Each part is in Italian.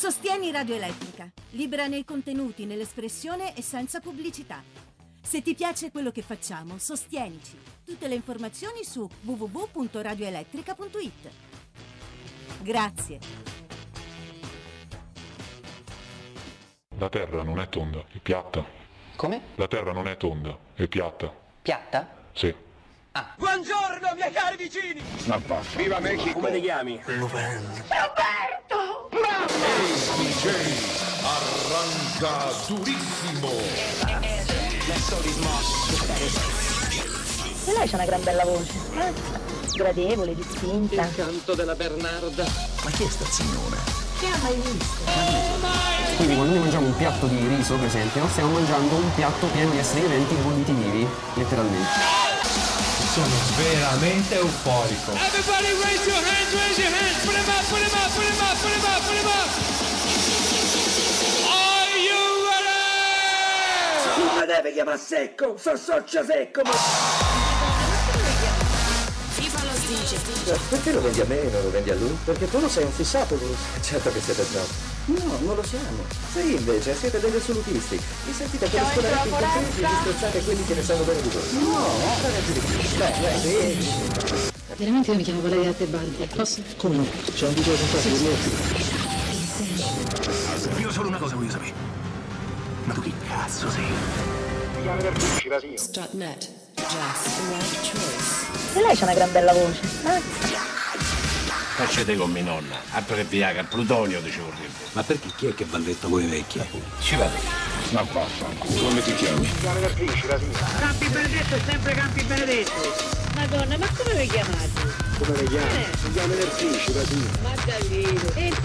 Sostieni Radio Elettrica, libera nei contenuti, nell'espressione e senza pubblicità. Se ti piace quello che facciamo, sostienici. Tutte le informazioni su www.radioelettrica.it. Grazie. La terra non è tonda, è piatta. Come? La terra non è tonda, è piatta. Piatta? Sì. Ah. Buongiorno, miei cari vicini! Viva Mexico! Come ti chiami? Roberto! Bravo! Ehi, DJ, arranca durissimo! E lei c'ha una gran bella voce, gradevole, distinta. Il canto della Bernarda. Ma chi è sta signora? Che ha mai visto? Quindi quando noi mangiamo un piatto di riso, per esempio, stiamo mangiando un piatto pieno di esseri viventi bolliti vivi, letteralmente. Sono veramente euforico. Everybody raise your hands, put them up, put them up, put them up, put them up, put them up. Are you ready? Non mi deve chiamare secco, so socio secco, ma... Perché lo vendi a me e non lo vendi a lui? Perché tu lo sei un fissato, Bruce. Certo che siete snob. No, non lo siamo. Sì, invece, siete degli assolutisti. Vi sentite per scolariti incompresi e disprezzate quelli che ne sanno bene di voi. No, fare più di più. Beh, sì. Veramente io mi chiamo Valeria Tebaldi, posso? Come no? C'è un video con Io solo una cosa voglio sapere. Ma tu chi cazzo sei? Mi chiami per Gucci, Rasino. Strutnet, Jazz, Right Choice. E lei c'ha una gran bella voce, Facete con mia nonna, altro che Viagra, plutonio dicevo. Ma perché chi è che va letto con i vecchi? Ci vado. Ma basta, come ti chiami? Mi chiami per Gucci, Rasino. Campi Benedetto è sempre Campi Benedetto. Madonna, ma come vi chiamate? Come mi chiami? Mi chiami Nerfici, Rasino. Maddalino.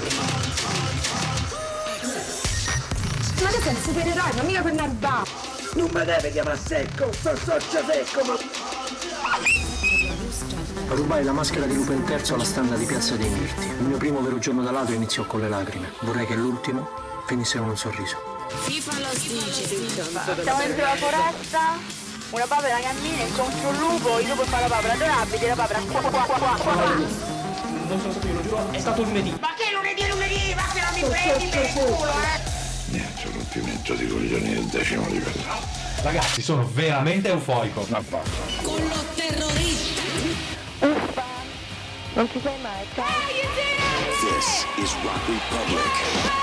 Ma tu sei un supereroe, ma mica per Narba. Non mi deve chiamare secco, so socio secco, ma... Rubai la maschera di Lupo III alla standa di Piazza dei Mirti. Il mio primo vero giorno da ladro iniziò con le lacrime. Vorrei che l'ultimo finisse con un sorriso. FIFA lo dice. Siamo dentro la foresta, una papera cammina, incontro un lupo, il lupo fa la papera adorabile, la papera qua. Non sono stato io, lo giuro, è stato lunedì. Ma che lunedì? Ma che non mi prendi per il culo, Niente, rompimento di coglioni del 10° livello. Ragazzi, sono veramente euforico. Ma basta. Con lo terrorista. Uffa, non ci sei mai, ciao. This is Rock Republic.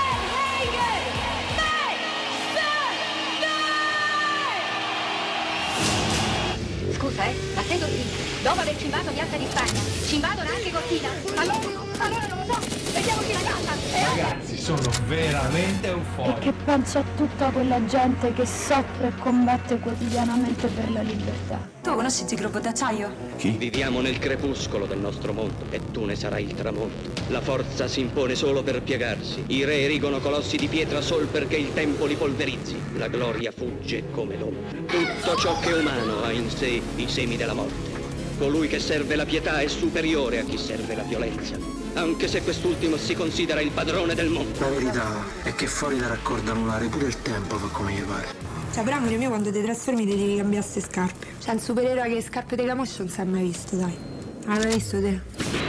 Scusa, ma sei Cortina? Dopo aver cimbato Piazza di Spagna, cimbadono anche Cortina? Allora non lo so, vediamoci la casa. Ragazzi, sono veramente E euforico. che penso a tutta quella gente che soffre e combatte quotidianamente per la libertà. Tu conosci il gruppo d'acciaio? Chi? Viviamo nel crepuscolo del nostro mondo e tu ne sarai il tramonto. La forza si impone solo per piegarsi. I re erigono colossi di pietra sol perché il tempo li polverizzi. La gloria fugge come l'ombra. Tutto ciò che è umano ha in sé i semi della morte. Colui che serve la pietà è superiore a chi serve la violenza, anche se quest'ultimo si considera il padrone del mondo. La verità è che fuori da raccordo anulare pure il tempo fa come gli pare. Cioè, però amore mio, quando ti trasformi ti devi cambiare ste scarpe. Cioè, un supereroe che scarpe di camoscio non si è mai visto, dai. L'hai visto te?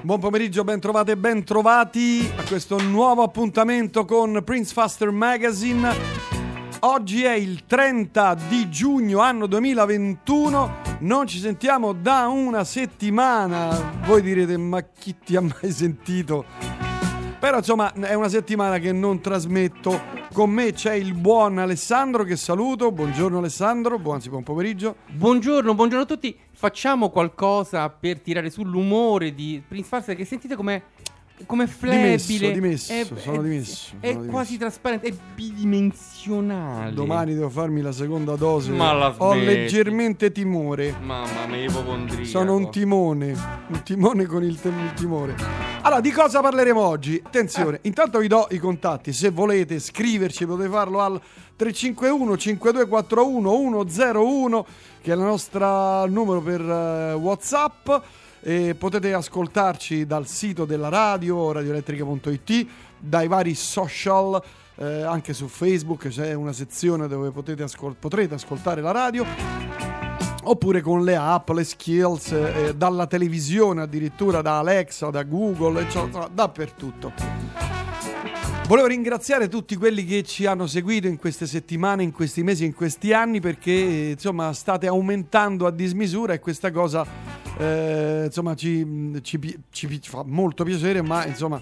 Buon pomeriggio, ben trovate e ben trovati a questo nuovo appuntamento con Prince Faster Magazine. Oggi è il 30 di giugno, anno 2021. Non ci sentiamo da una settimana. Voi direte, ma chi ti ha mai sentito? Però insomma è una settimana che non trasmetto. Con me c'è il buon Alessandro, che saluto. Buongiorno Alessandro, buon pomeriggio. Buongiorno a tutti. Facciamo qualcosa per tirare sull'umore di Prince Faster, che sentite com'è flebile. Sono dimesso. È quasi trasparente, è bidimensionale. Domani devo farmi la seconda dose. Ma la Ho leggermente timore. Mamma mia, ipocondriaco. Sono un timone con il timore. Allora, di cosa parleremo oggi? Attenzione, intanto vi do i contatti. Se volete scriverci potete farlo al 351 5241 101, che è il nostro numero per WhatsApp. E potete ascoltarci dal sito della radio, radioelettrica.it, dai vari social, anche su Facebook c'è una sezione dove potrete ascoltare la radio, oppure con le app, le skills, dalla televisione addirittura, da Alexa, da Google, eccetera, dappertutto. Volevo ringraziare tutti quelli che ci hanno seguito in queste settimane, in questi mesi, in questi anni, perché insomma state aumentando a dismisura e questa cosa insomma ci fa molto piacere, ma insomma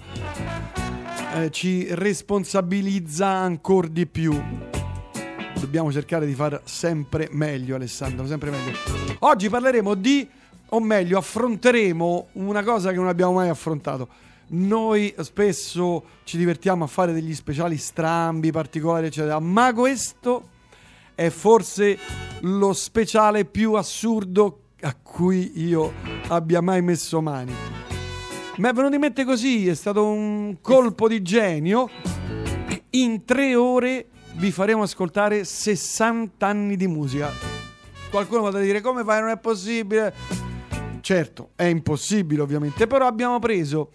ci responsabilizza ancora di più. Dobbiamo cercare di far sempre meglio, Alessandro, sempre meglio. Oggi parleremo affronteremo una cosa che non abbiamo mai affrontato. Noi spesso ci divertiamo a fare degli speciali strambi, particolari, eccetera, ma questo è forse lo speciale più assurdo a cui io abbia mai messo mani. Mi è venuto in mente così, è stato un colpo di genio. In 3 ore vi faremo ascoltare 60 anni di musica. Qualcuno potrà dire, come fai, non è possibile? Certo, è impossibile ovviamente, però abbiamo preso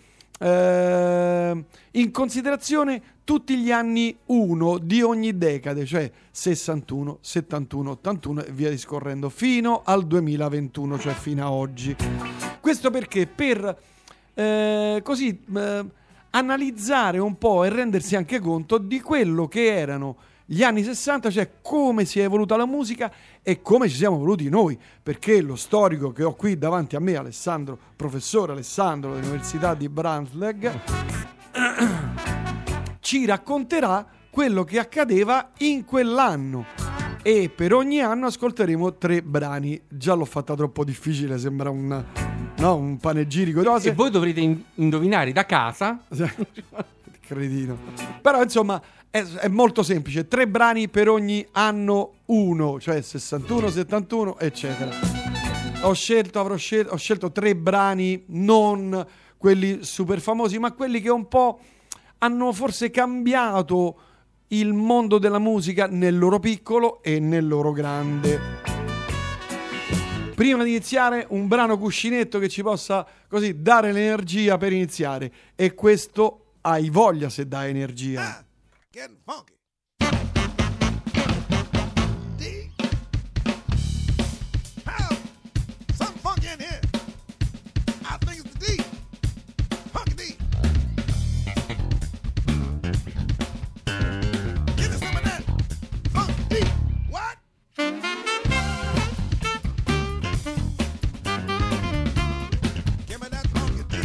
in considerazione tutti gli anni 1 di ogni decade, cioè 61, 71, 81 e via discorrendo fino al 2021, cioè fino a oggi. Questo perché per analizzare un po' e rendersi anche conto di quello che erano gli anni 60, cioè come si è evoluta la musica e come ci siamo evoluti noi, perché lo storico che ho qui davanti a me, Alessandro, professore Alessandro dell'Università di Braunschweig, ci racconterà quello che accadeva in quell'anno, e per ogni anno ascolteremo 3 brani. Già l'ho fatta troppo difficile, sembra un panegirico di cose. E voi dovrete indovinare da casa. Cretino. Però insomma è molto semplice, 3 brani per ogni anno 1, cioè 61, 71 eccetera. Ho scelto 3 brani, non quelli super famosi, ma quelli che un po' hanno forse cambiato il mondo della musica nel loro piccolo e nel loro grande. Prima di iniziare, un brano cuscinetto che ci possa così dare l'energia per iniziare, e questo hai voglia se dà energia. Getting funky. D. How? Something funky in here. I think it's the D. Funky D. Give me some of that. Funky D. What? Give me that funky D.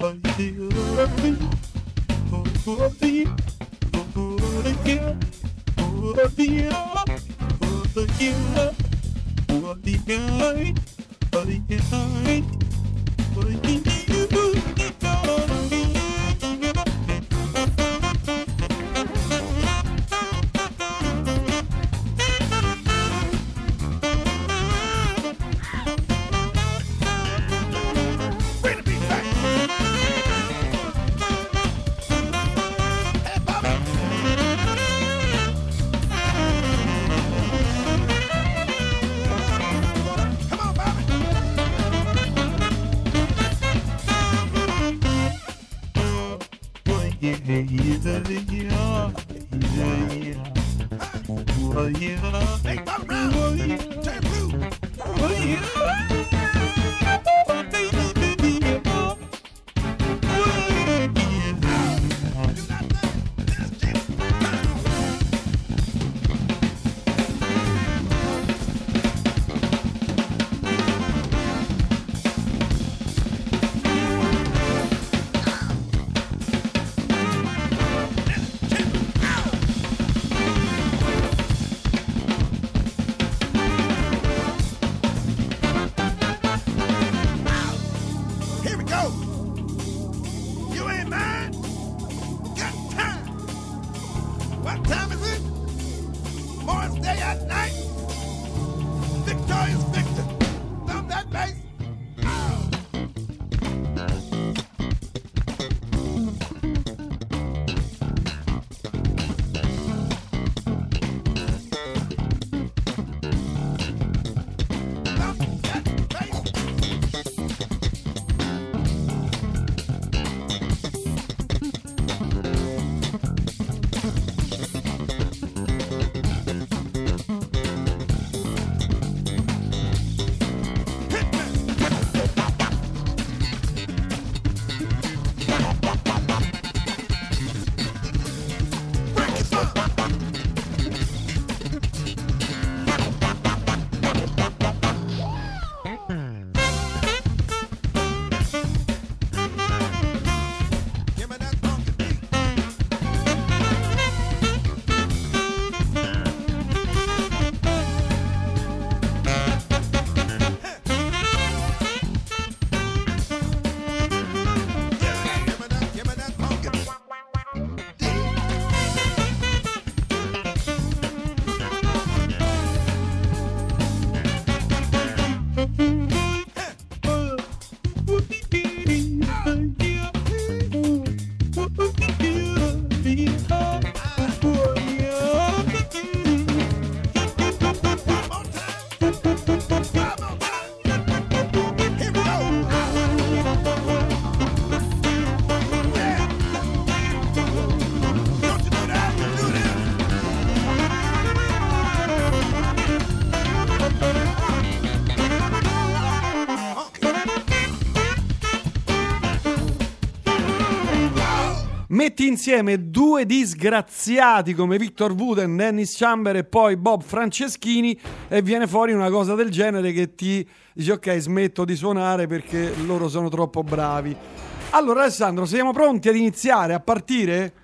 Metti insieme due disgraziati come Victor Wooten, Dennis Chambers e poi Bob Franceschini e viene fuori una cosa del genere che ti dice ok, smetto di suonare perché loro sono troppo bravi. Allora Alessandro, siamo pronti ad iniziare, a partire?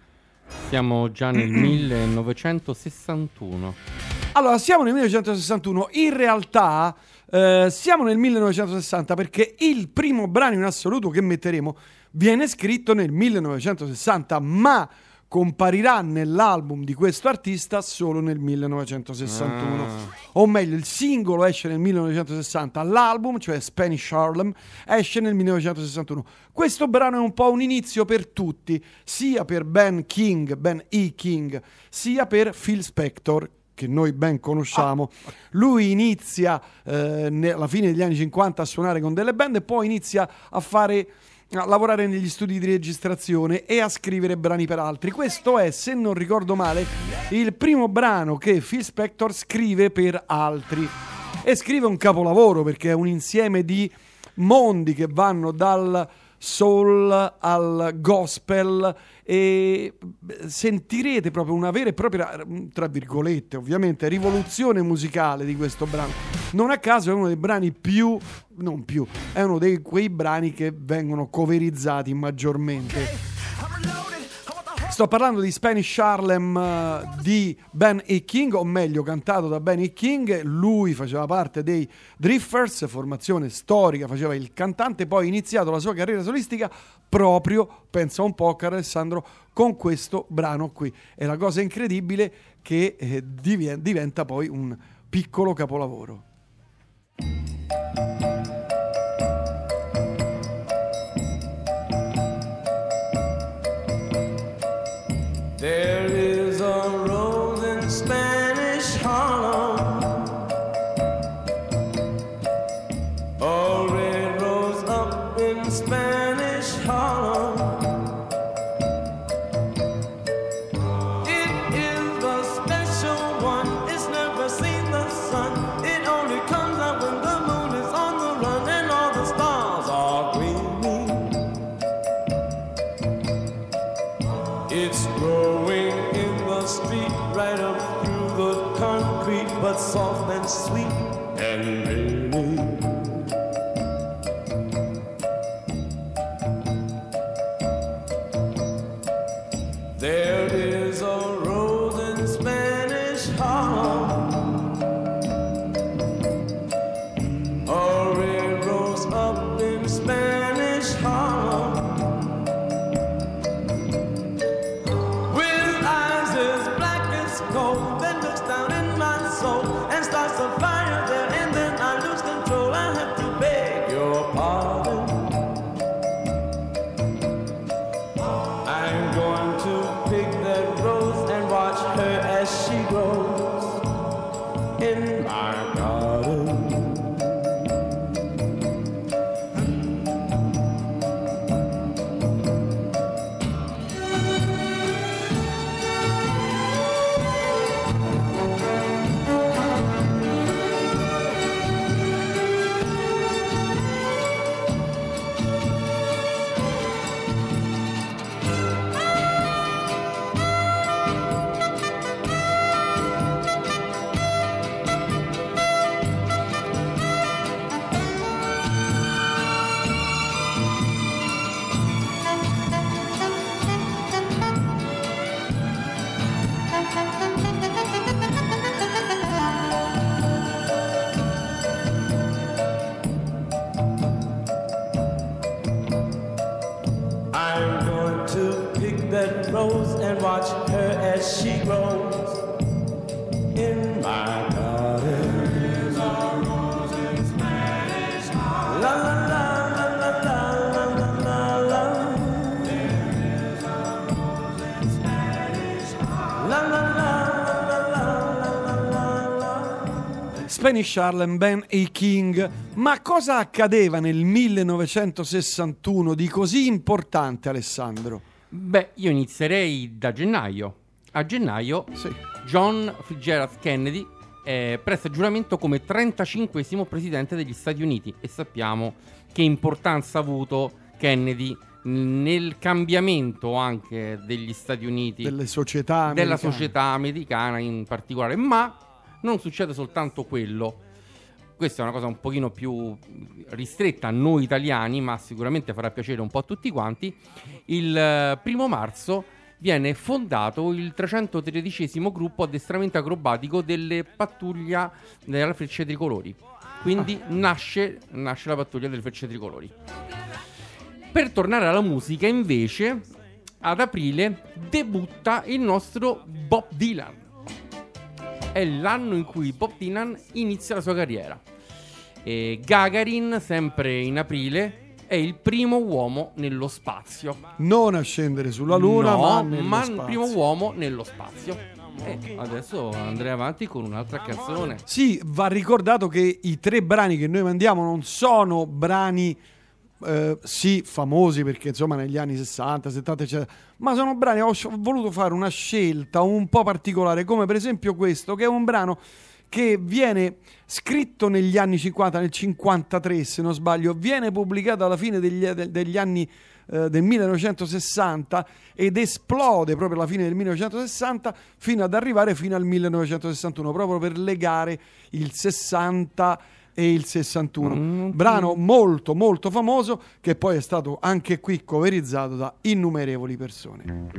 Siamo già nel 1961. Allora, siamo nel 1961, in realtà siamo nel 1960 perché il primo brano in assoluto che metteremo viene scritto nel 1960, ma comparirà nell'album di questo artista solo nel 1961. O meglio, il singolo esce nel 1960, l'album, cioè Spanish Harlem, esce nel 1961. Questo brano è un po' un inizio per tutti, sia per Ben E. King, sia per Phil Spector, che noi ben conosciamo. Lui inizia alla fine degli anni 50 a suonare con delle band e poi inizia a lavorare negli studi di registrazione e a scrivere brani per altri. Questo è, se non ricordo male, il primo brano che Phil Spector scrive per altri. E scrive un capolavoro perché è un insieme di mondi che vanno dal soul al gospel e sentirete proprio una vera e propria, tra virgolette ovviamente, rivoluzione musicale di questo brano. Non a caso è uno dei brani è uno di quei brani che vengono coverizzati maggiormente. Sto parlando di Spanish Harlem di Ben E. King, o meglio cantato da Ben E. King. Lui faceva parte dei Drifters, formazione storica, faceva il cantante, poi ha iniziato la sua carriera solistica proprio, pensa un po', caro Alessandro, con questo brano qui. E la cosa incredibile che diventa poi un piccolo capolavoro. There is a rose in Spanish Harlem, a red rose up in Spanish Harlem. It is a special one, it's never seen the sun. It only comes out when the moon is on the run and all the stars are gleaming. It's growing in the street right up through the concrete, but soft and sweet and raining. There is a rose in Spanish Harlem, a red rose up in Spanish Harlem. Then looks down in my soul and starts a fire there, and then I lose control. I have to beg your pardon. I'm going to pick that rose and watch her as she grows in my garden. I'm going to pick that rose and watch her as she grows in my garden. There is a rose in Spanish Harlem. La la la la la la la la. There is a rose in Spanish Harlem. La la la la la la la. Spanish Harlem, Ben E. King. Ma cosa accadeva nel 1961 di così importante, Alessandro? Beh, io inizierei da gennaio. A gennaio sì. John Fitzgerald Kennedy presta giuramento come 35esimo presidente degli Stati Uniti, e sappiamo che importanza ha avuto Kennedy nel cambiamento anche degli Stati Uniti, della società americana in particolare. Ma non succede soltanto quello. Questa è una cosa un pochino più ristretta a noi italiani, ma sicuramente farà piacere un po' a tutti quanti. Il 1° marzo viene fondato il 313esimo gruppo addestramento acrobatico delle pattuglia della Frecce Tricolori. Quindi nasce la pattuglia delle Frecce Tricolori. Per tornare alla musica, invece, ad aprile debutta il nostro Bob Dylan. È l'anno in cui Bob Dylan inizia la sua carriera. E Gagarin, sempre in aprile, è il primo uomo nello spazio. Non a scendere sulla Luna, ma il primo uomo nello spazio. E adesso andrei avanti con un'altra canzone. Sì, va ricordato che i 3 brani che noi mandiamo non sono brani sì, famosi, perché insomma negli anni 60, 70 eccetera, ma sono brani, ho voluto fare una scelta un po' particolare, come per esempio questo, che è un brano che viene scritto negli anni 50, nel 53 se non sbaglio, viene pubblicato alla fine degli anni del 1960 ed esplode proprio alla fine del 1960 fino ad arrivare fino al 1961, proprio per legare il 60 e il 61. Brano molto molto famoso che poi è stato anche qui coverizzato da innumerevoli persone.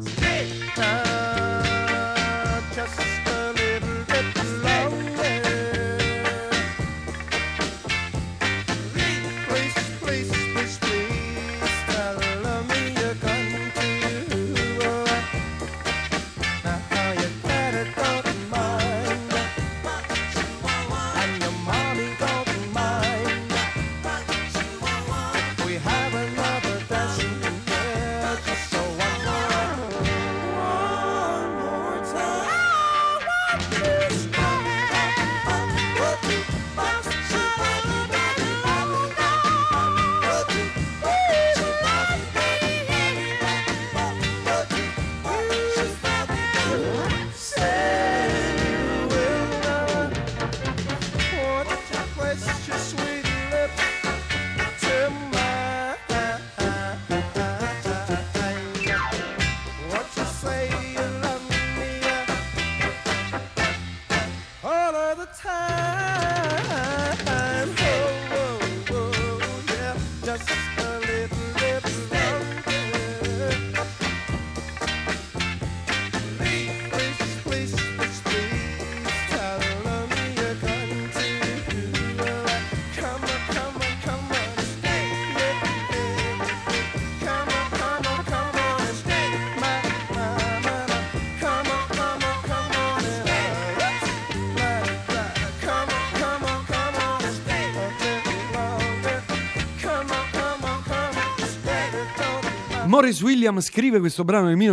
Maurice Williams scrive questo brano nel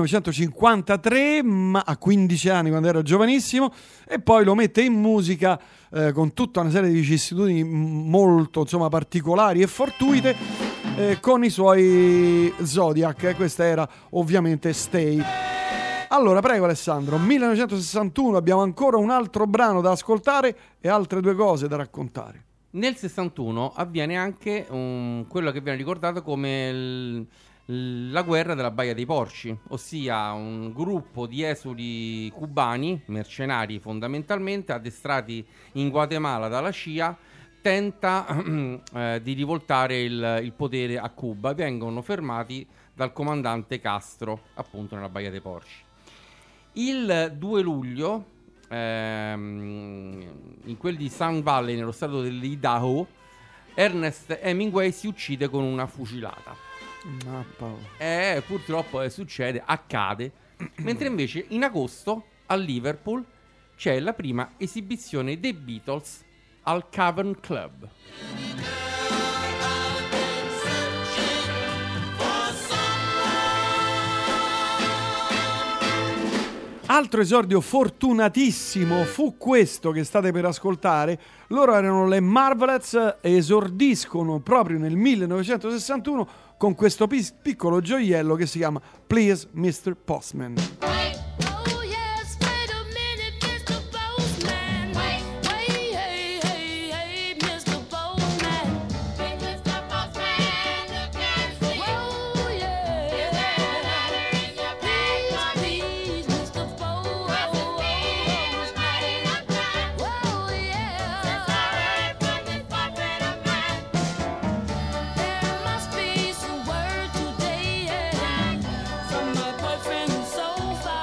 1953, ma a 15 anni, quando era giovanissimo, e poi lo mette in musica con tutta una serie di vicissitudini molto, insomma, particolari e fortuite con i suoi Zodiac. Questa era ovviamente Stay. Allora, prego Alessandro, 1961, abbiamo ancora un altro brano da ascoltare e altre due cose da raccontare. Nel 61 avviene anche quello che viene ricordato come la guerra della Baia dei Porci, ossia un gruppo di esuli cubani, mercenari fondamentalmente, addestrati in Guatemala dalla CIA, tenta di rivoltare il potere a Cuba. Vengono fermati dal comandante Castro, appunto nella Baia dei Porci. Il 2 luglio, in quel di Sun Valley, nello stato dell'Idaho, Ernest Hemingway si uccide con una fucilata. Purtroppo succede, accade. Mentre invece in agosto a Liverpool c'è la prima esibizione dei Beatles al Cavern Club. Altro esordio fortunatissimo fu questo che state per ascoltare. Loro erano le Marvelettes e esordiscono proprio nel 1961 con questo piccolo gioiello che si chiama Please Mr. Postman. So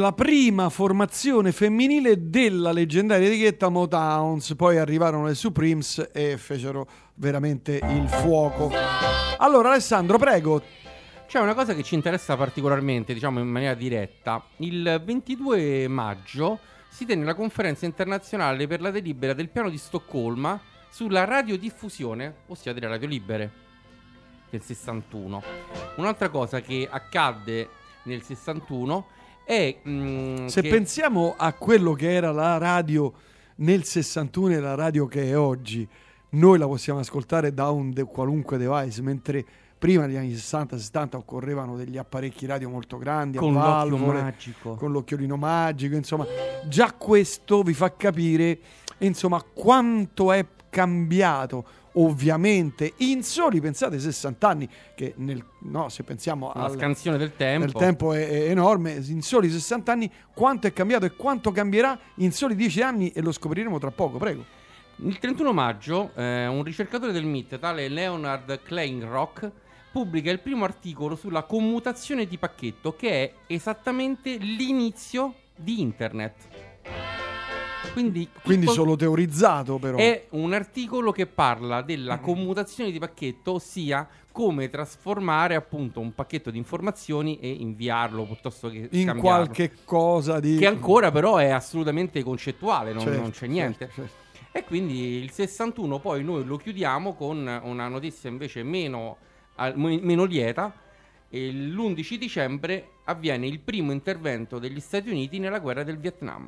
la prima formazione femminile della leggendaria etichetta Motowns. Poi arrivarono le Supremes e fecero veramente il fuoco. Allora Alessandro, prego. C'è una cosa che ci interessa particolarmente, diciamo in maniera diretta. Il 22 maggio si tenne la conferenza internazionale per la delibera del piano di Stoccolma sulla radiodiffusione, ossia delle radio libere, del 61. Un'altra cosa che accadde nel 61 è se pensiamo a quello che era la radio nel 61 e la radio che è oggi, noi la possiamo ascoltare da un qualunque device, mentre prima negli anni 60-70 occorrevano degli apparecchi radio molto grandi, con a valvole, l'occhio magico, con l'occhiolino magico, insomma, già questo vi fa capire, insomma, quanto è cambiato, ovviamente, in soli, pensate, 60 anni, che se pensiamo alla scansione del tempo. Il tempo è enorme, in soli 60 anni quanto è cambiato e quanto cambierà in soli 10 anni, e lo scopriremo tra poco, prego. Il 31 maggio un ricercatore del MIT, tale Leonard Kleinrock, pubblica il primo articolo sulla commutazione di pacchetto, che è esattamente l'inizio di internet. Quindi solo teorizzato, però. È un articolo che parla della commutazione di pacchetto, ossia come trasformare appunto un pacchetto di informazioni e inviarlo piuttosto che in scambiarlo. Qualche cosa di... Che ancora però è assolutamente concettuale, non c'è niente. Certo. E quindi il 61 poi noi lo chiudiamo con una notizia invece meno lieta. E l'11 dicembre avviene il primo intervento degli Stati Uniti nella guerra del Vietnam.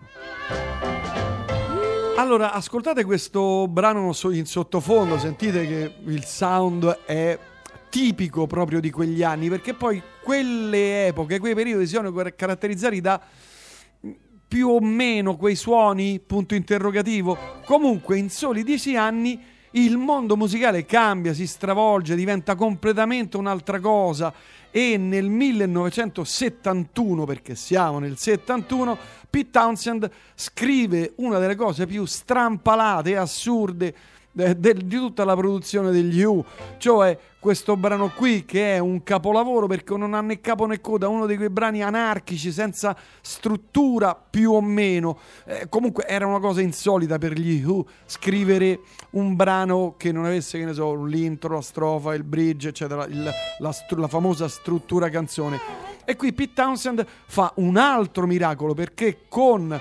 Allora, ascoltate questo brano in sottofondo, sentite che il sound è tipico proprio di quegli anni, perché poi quelle epoche, quei periodi si sono caratterizzati da più o meno quei suoni, punto interrogativo. Comunque in soli 10 anni il mondo musicale cambia, si stravolge, diventa completamente un'altra cosa, e nel 1971, perché siamo nel 71, Pete Townshend scrive una delle cose più strampalate e assurde di tutta la produzione degli Who, cioè questo brano qui, che è un capolavoro perché non ha né capo né coda, uno di quei brani anarchici senza struttura più o meno. Comunque era una cosa insolita per gli Who scrivere un brano che non avesse, che ne so, l'intro, la strofa, il bridge, eccetera, la famosa struttura canzone. E qui Pete Townshend fa un altro miracolo, perché con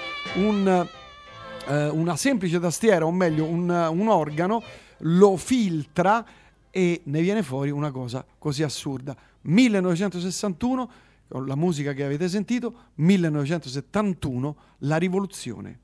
una semplice tastiera, o meglio un organo, lo filtra e ne viene fuori una cosa così assurda. 1961, la musica che avete sentito, 1971, la rivoluzione.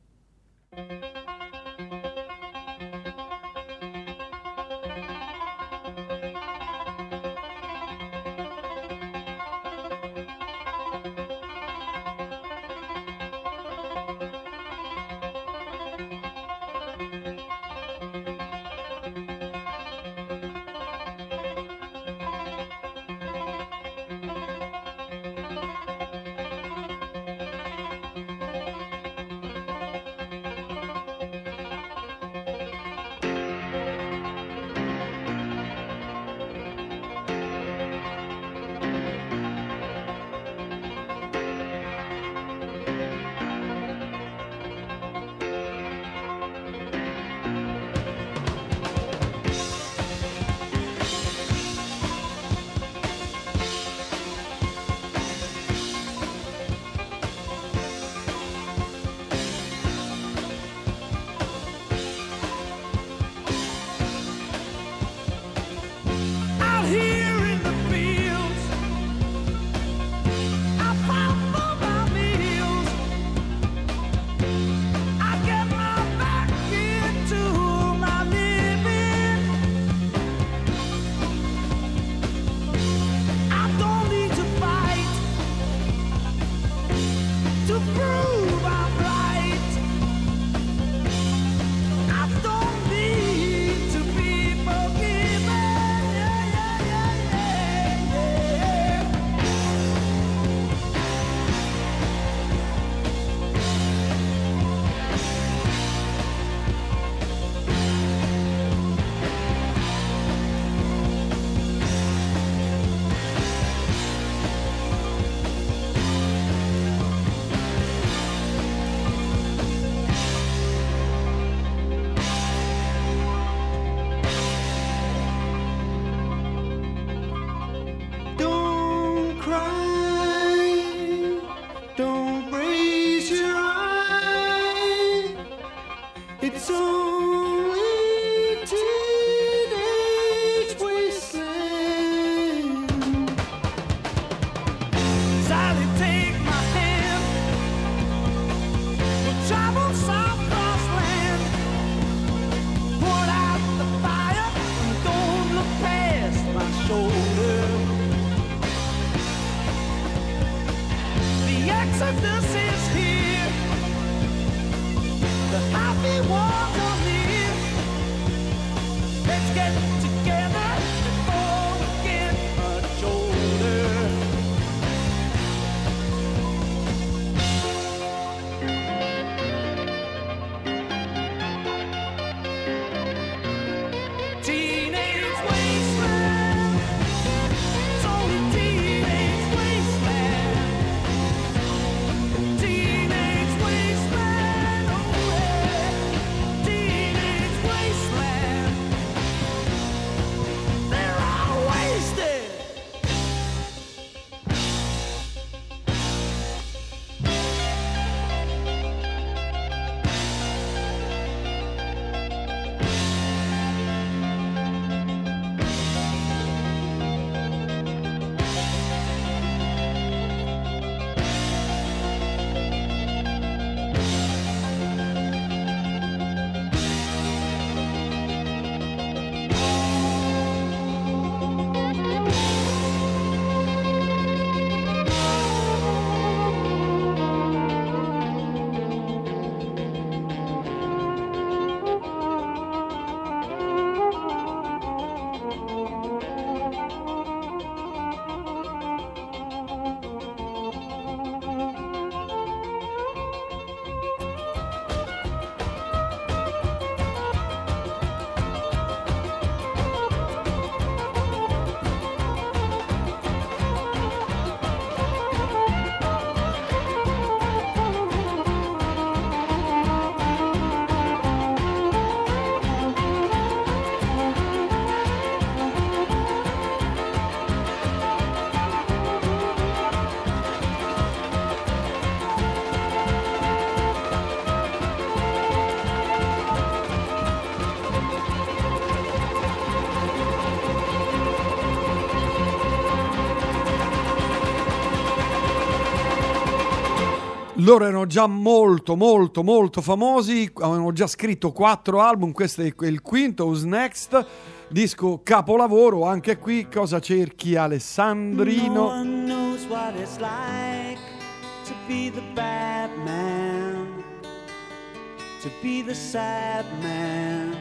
Loro erano già molto famosi, avevano già scritto 4 album, questo è il quinto, Who's Next, disco capolavoro. Anche qui cosa cerchi, Alessandrino? No one knows what it's like to be the bad man, to be the sad man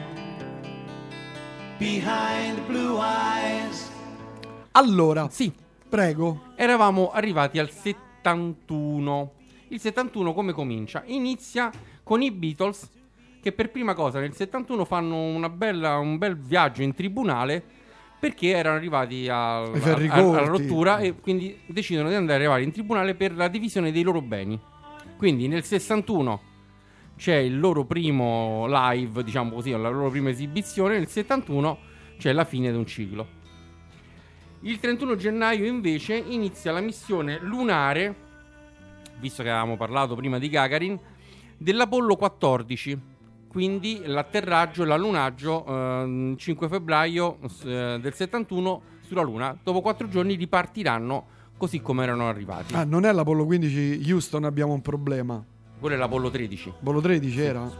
behind the blue eyes. Allora, sì, prego. Eravamo arrivati al 71. Il 71 come comincia? Inizia con i Beatles che per prima cosa nel 71 fanno un bel viaggio in tribunale perché erano arrivati alla rottura e quindi decidono di arrivare in tribunale per la divisione dei loro beni. Quindi nel 61 c'è il loro primo live, diciamo così, la loro prima esibizione, nel 71 c'è la fine di un ciclo. Il 31 gennaio invece inizia la missione lunare, visto che avevamo parlato prima di Gagarin, dell'Apollo 14, quindi l'atterraggio e l'allunaggio 5 febbraio del 71 sulla Luna. Dopo 4 giorni ripartiranno così come erano arrivati. Ah, non è l'Apollo 15 Houston, abbiamo un problema. Quello è l'Apollo 13. Apollo 13 era?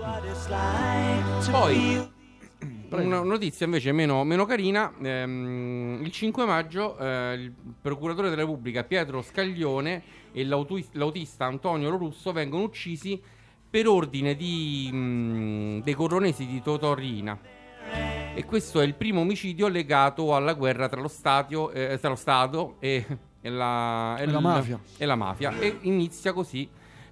Poi una notizia invece meno carina, il 5 maggio il procuratore della Repubblica Pietro Scaglione e l'autista Antonio Lorusso vengono uccisi per ordine dei coronesi di Totò Riina, e questo è il primo omicidio legato alla guerra tra lo Stato e la mafia, e inizia così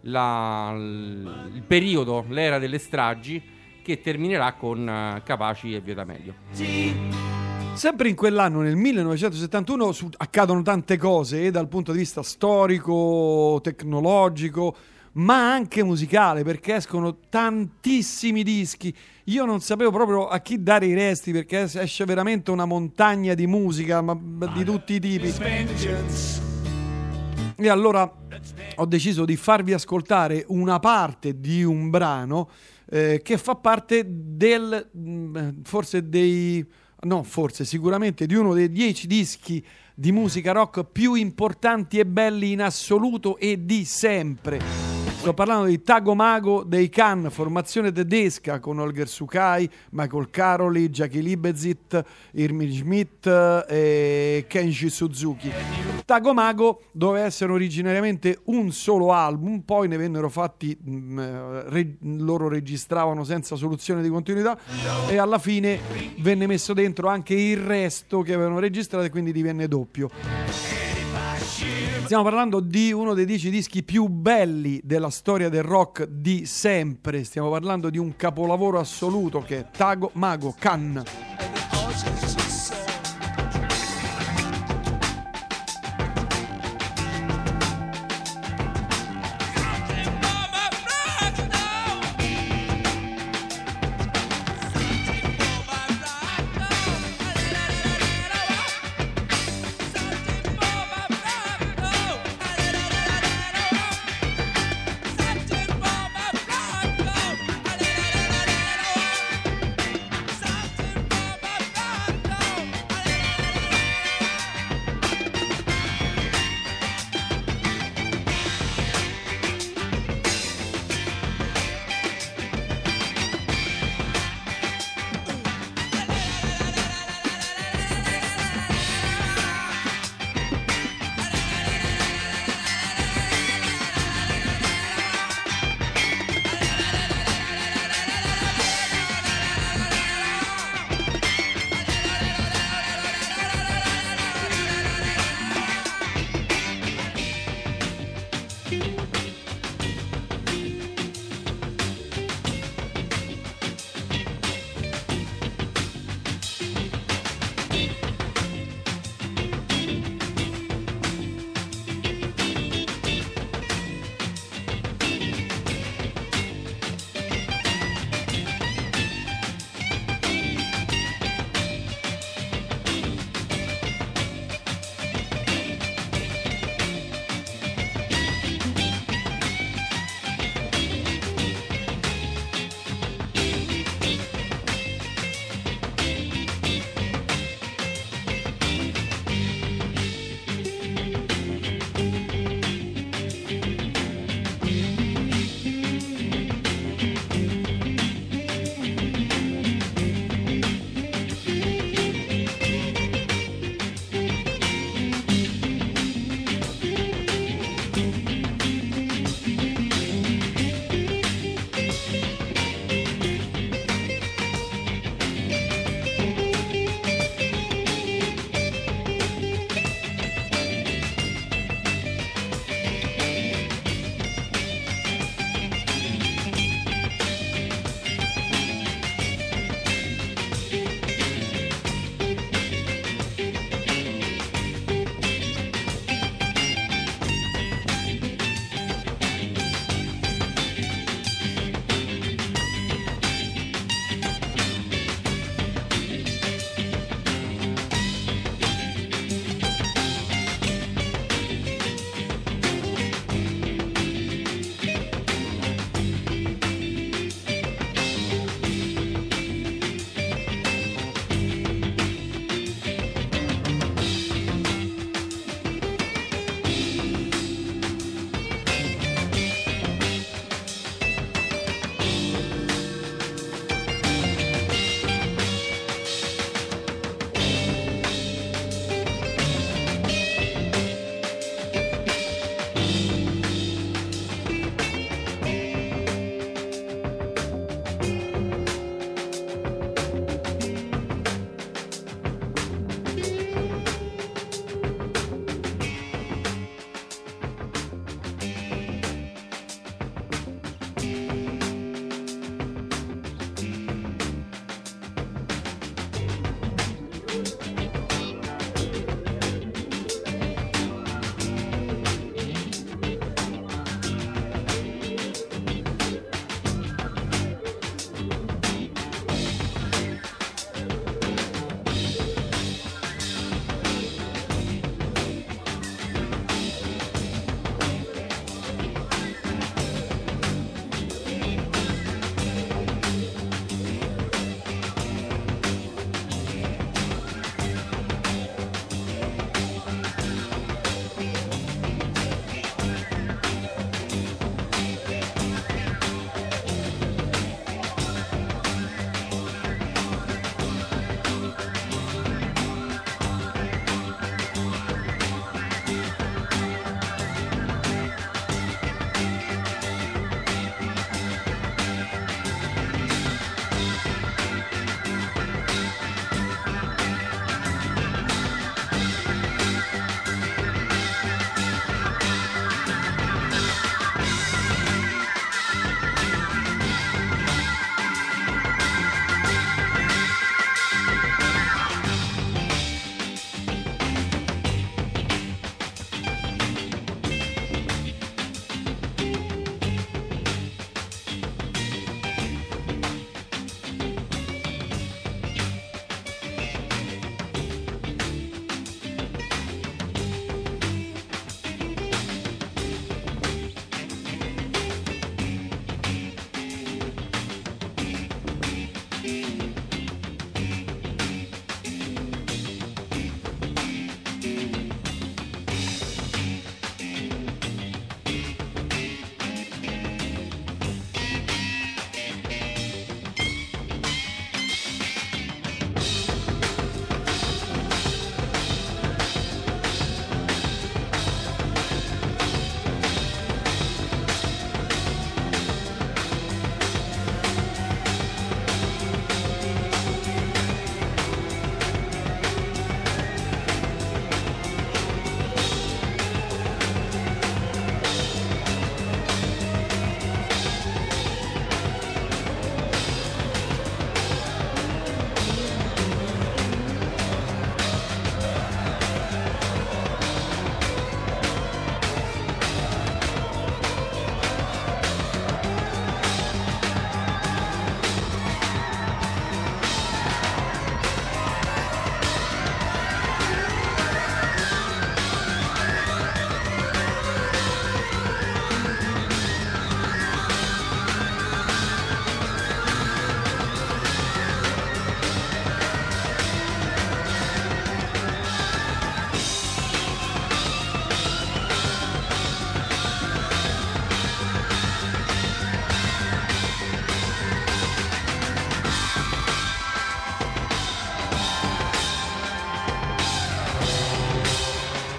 il periodo, l'era delle stragi, che terminerà con Capaci e Via D'Amelio. Sempre in quell'anno, nel 1971, accadono tante cose dal punto di vista storico, tecnologico, ma anche musicale, perché escono tantissimi dischi. Io non sapevo proprio a chi dare i resti, perché esce veramente una montagna di musica, ma di tutti i tipi. E allora ho deciso di farvi ascoltare una parte di un brano che fa parte sicuramente di uno dei 10 dischi di musica rock più importanti e belli in assoluto e di sempre. Sto parlando di Tago Mago dei Can, formazione tedesca con Holger Sukai, Michael Caroli, Jackie Libezit, Irmi Schmidt e Kenji Suzuki. Tago Mago doveva essere originariamente un solo album, poi ne vennero fatti, loro registravano senza soluzione di continuità e alla fine venne messo dentro anche il resto che avevano registrato e quindi divenne doppio. Stiamo parlando di uno dei 10 dischi più belli della storia del rock di sempre. Stiamo parlando di un capolavoro assoluto che è Tago Mago Can.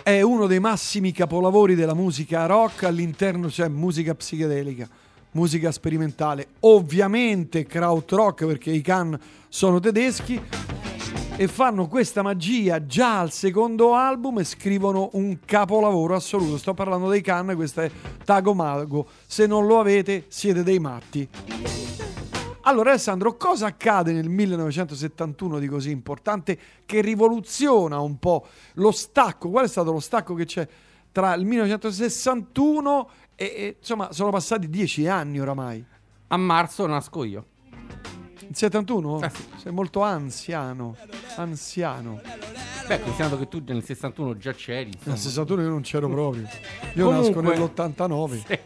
è uno dei massimi capolavori della musica rock. All'interno c'è musica psichedelica, musica sperimentale, ovviamente krautrock, perché i Can sono tedeschi e fanno questa magia già al secondo album e scrivono un capolavoro assoluto. Sto parlando dei Can, questo è Tago Mago. Se non lo avete siete dei matti. Allora Alessandro, cosa accade nel 1971 di così importante che rivoluziona un po' lo stacco? Qual è stato lo stacco che c'è tra il 1961 e insomma sono passati 10 anni oramai? A marzo nasco io. Il 71? Sì. Sei molto anziano. Beh, considerando che tu nel 61 già c'eri. Insomma. Nel 61 io non c'ero proprio. Io nasco nell'89.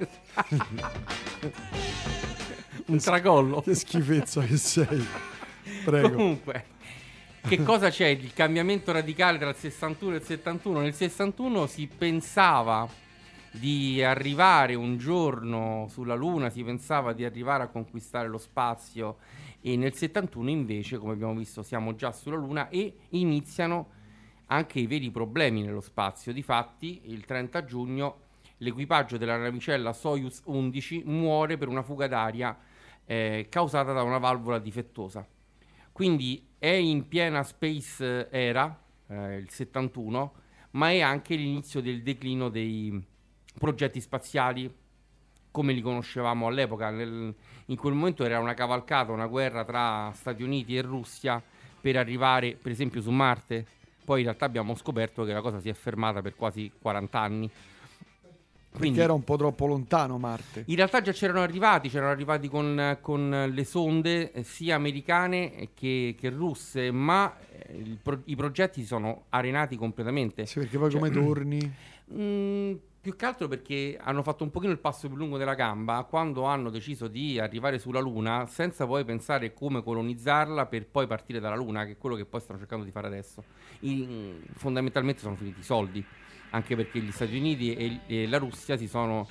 Un tracollo. Che schifezza che sei. Prego. Comunque, che cosa c'è? Il cambiamento radicale tra il 61 e il 71. Nel 61 si pensava di arrivare un giorno sulla Luna, si pensava di arrivare a conquistare lo spazio, e nel 71 invece, come abbiamo visto, siamo già sulla Luna e iniziano anche i veri problemi nello spazio. Difatti, il 30 giugno l'equipaggio della navicella Soyuz 11 muore per una fuga d'aria causata da una valvola difettosa. Quindi è in piena space era, il 71, ma è anche l'inizio del declino dei progetti spaziali come li conoscevamo all'epoca. In quel momento era una cavalcata, una guerra tra Stati Uniti e Russia per arrivare per esempio su Marte. Poi in realtà abbiamo scoperto che la cosa si è fermata per quasi 40 anni. Quindi, perché era un po' troppo lontano Marte. In realtà già c'erano arrivati con le sonde sia americane che russe, ma i progetti si sono arenati completamente. Sì, perché poi come torni? Più che altro perché hanno fatto un pochino il passo più lungo della gamba quando hanno deciso di arrivare sulla Luna senza poi pensare come colonizzarla per poi partire dalla Luna, che è quello che poi stanno cercando di fare adesso. Fondamentalmente sono finiti i soldi, anche perché gli Stati Uniti e la Russia si sono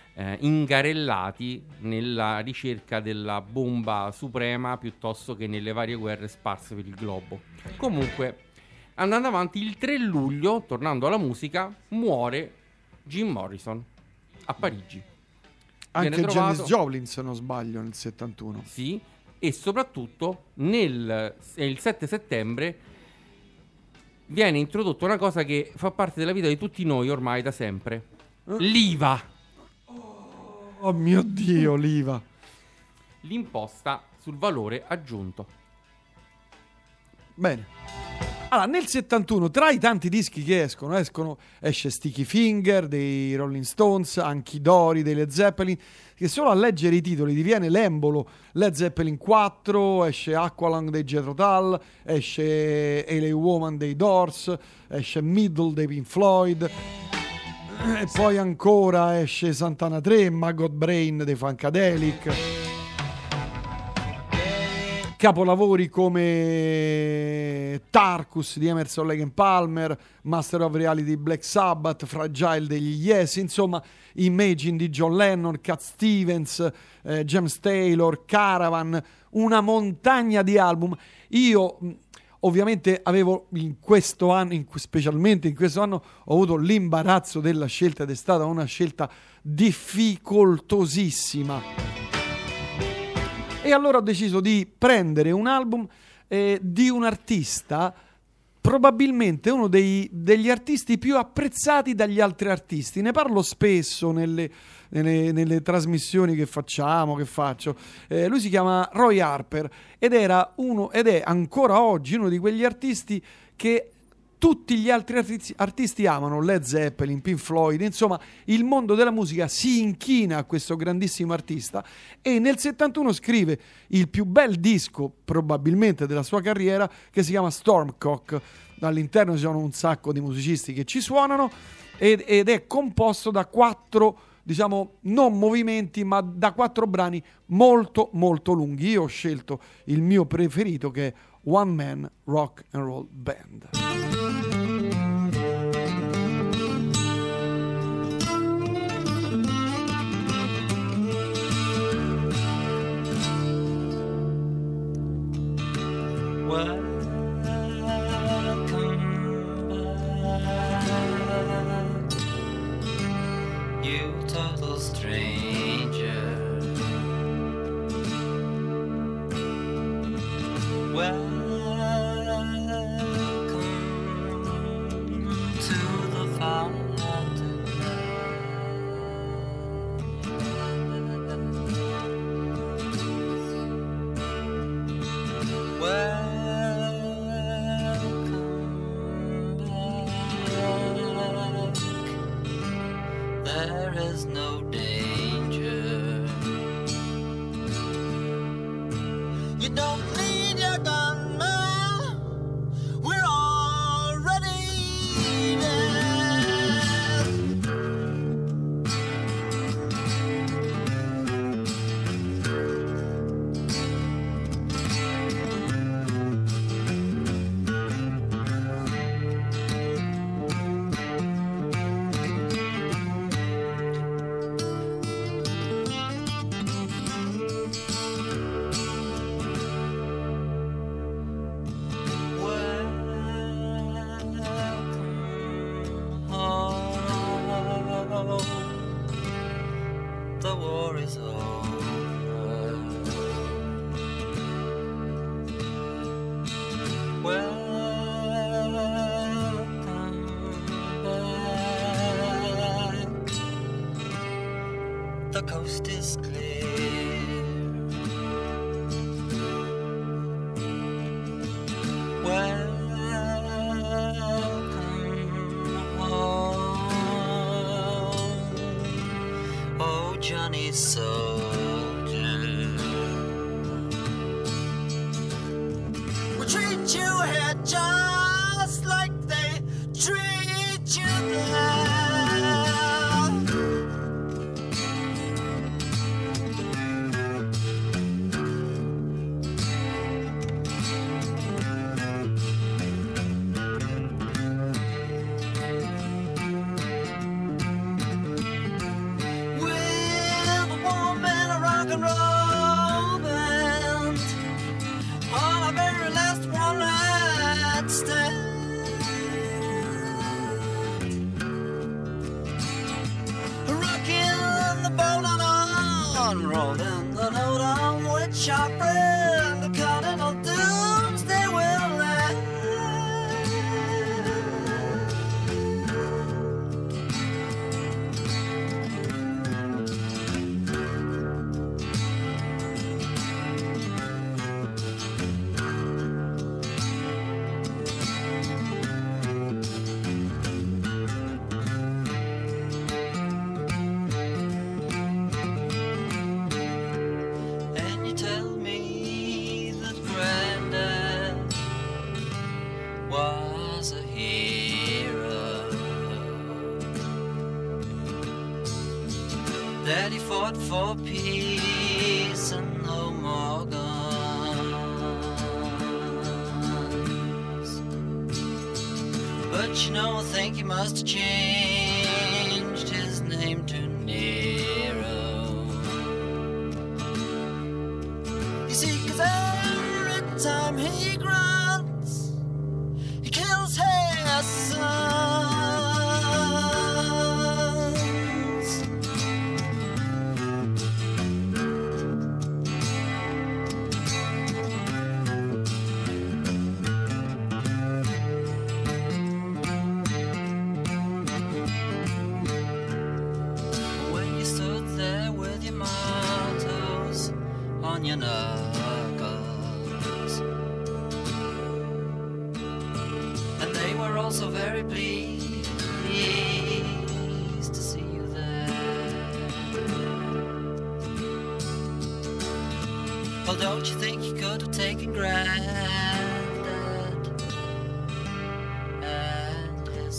ingarellati nella ricerca della bomba suprema piuttosto che nelle varie guerre sparse per il globo. Comunque, andando avanti, il 3 luglio, tornando alla musica, muore Jim Morrison a Parigi. Anche Janis Joplin, se non sbaglio, nel 71. Sì, e soprattutto il 7 settembre viene introdotta una cosa che fa parte della vita di tutti noi ormai da sempre. L'IVA. Oh mio Dio, l'IVA. L'imposta sul valore aggiunto. Bene. Allora, nel 71, tra i tanti dischi che esce Sticky Finger dei Rolling Stones, Anchidori dei Led Zeppelin, che solo a leggere i titoli diviene l'embolo. Led Zeppelin 4, esce Aqualung dei Jethro Tull, esce LA Woman dei Doors, esce Middle dei Pink Floyd, e poi ancora esce Santana 3, Maggot Brain dei Funkadelic. Capolavori come Tarkus di Emerson Lake and Palmer, Master of Reality di Black Sabbath, Fragile degli Yes, insomma Imagine di John Lennon, Cat Stevens, James Taylor, Caravan, una montagna di album. Io ovviamente avevo in questo anno, specialmente in questo anno, ho avuto l'imbarazzo della scelta ed è stata una scelta difficoltosissima. E allora ho deciso di prendere un album di un artista, probabilmente uno degli artisti più apprezzati dagli altri artisti. Ne parlo spesso nelle trasmissioni che faccio. Lui si chiama Roy Harper ed è ancora oggi uno di quegli artisti che tutti gli altri artisti amano. Led Zeppelin, Pink Floyd, insomma il mondo della musica si inchina a questo grandissimo artista e nel 71 scrive il più bel disco probabilmente della sua carriera, che si chiama Stormcock. All'interno ci sono un sacco di musicisti che ci suonano ed è composto da 4, diciamo, non movimenti, ma da 4 brani molto molto lunghi. Io ho scelto il mio preferito, che è One Man Rock and Roll Band. Welcome back. is over. Welcome back. The coast is clear. Johnny soldier, we treat you here just like they treat you there. Rolling the note on which our friend the Cardinal Doomsday will land. That he fought for peace and no more guns. But you know, I think he must have changed his name to Nero. You see, 'cause every time he grunts, he kills his son. Your knuckles, and they were also very pleased to see you there. Well, don't you think you could have taken Granddad and his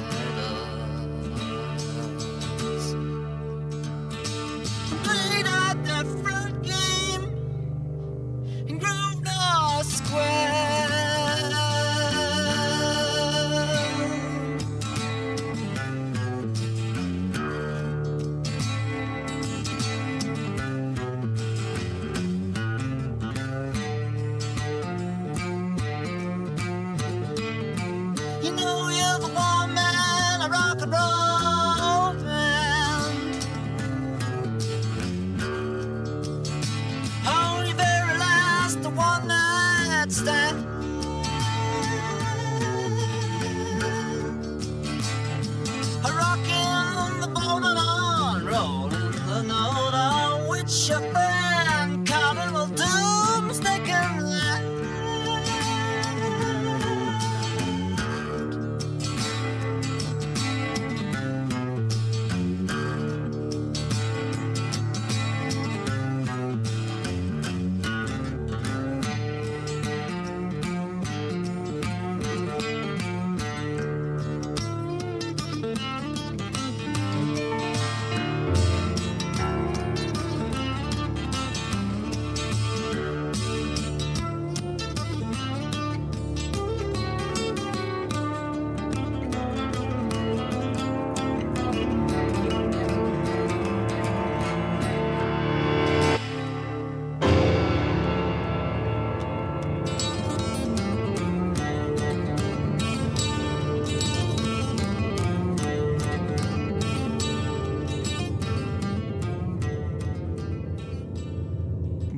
medals, played a different game in Grosvenor Square? You know you're the one man, a rock and roll band. Only very last, the one night stand. A rockin' the boat and on, rolling the note on which your friend Cardinal Doomsday can land.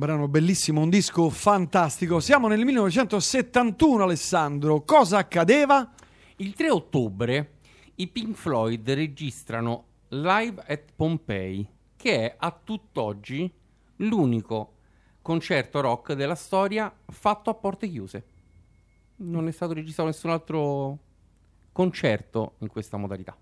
brano bellissimo, un disco fantastico. Siamo nel 1971, Alessandro. Cosa accadeva? Il 3 ottobre i Pink Floyd registrano Live at Pompeii, che è a tutt'oggi l'unico concerto rock della storia fatto a porte chiuse. Non è stato registrato nessun altro concerto in questa modalità.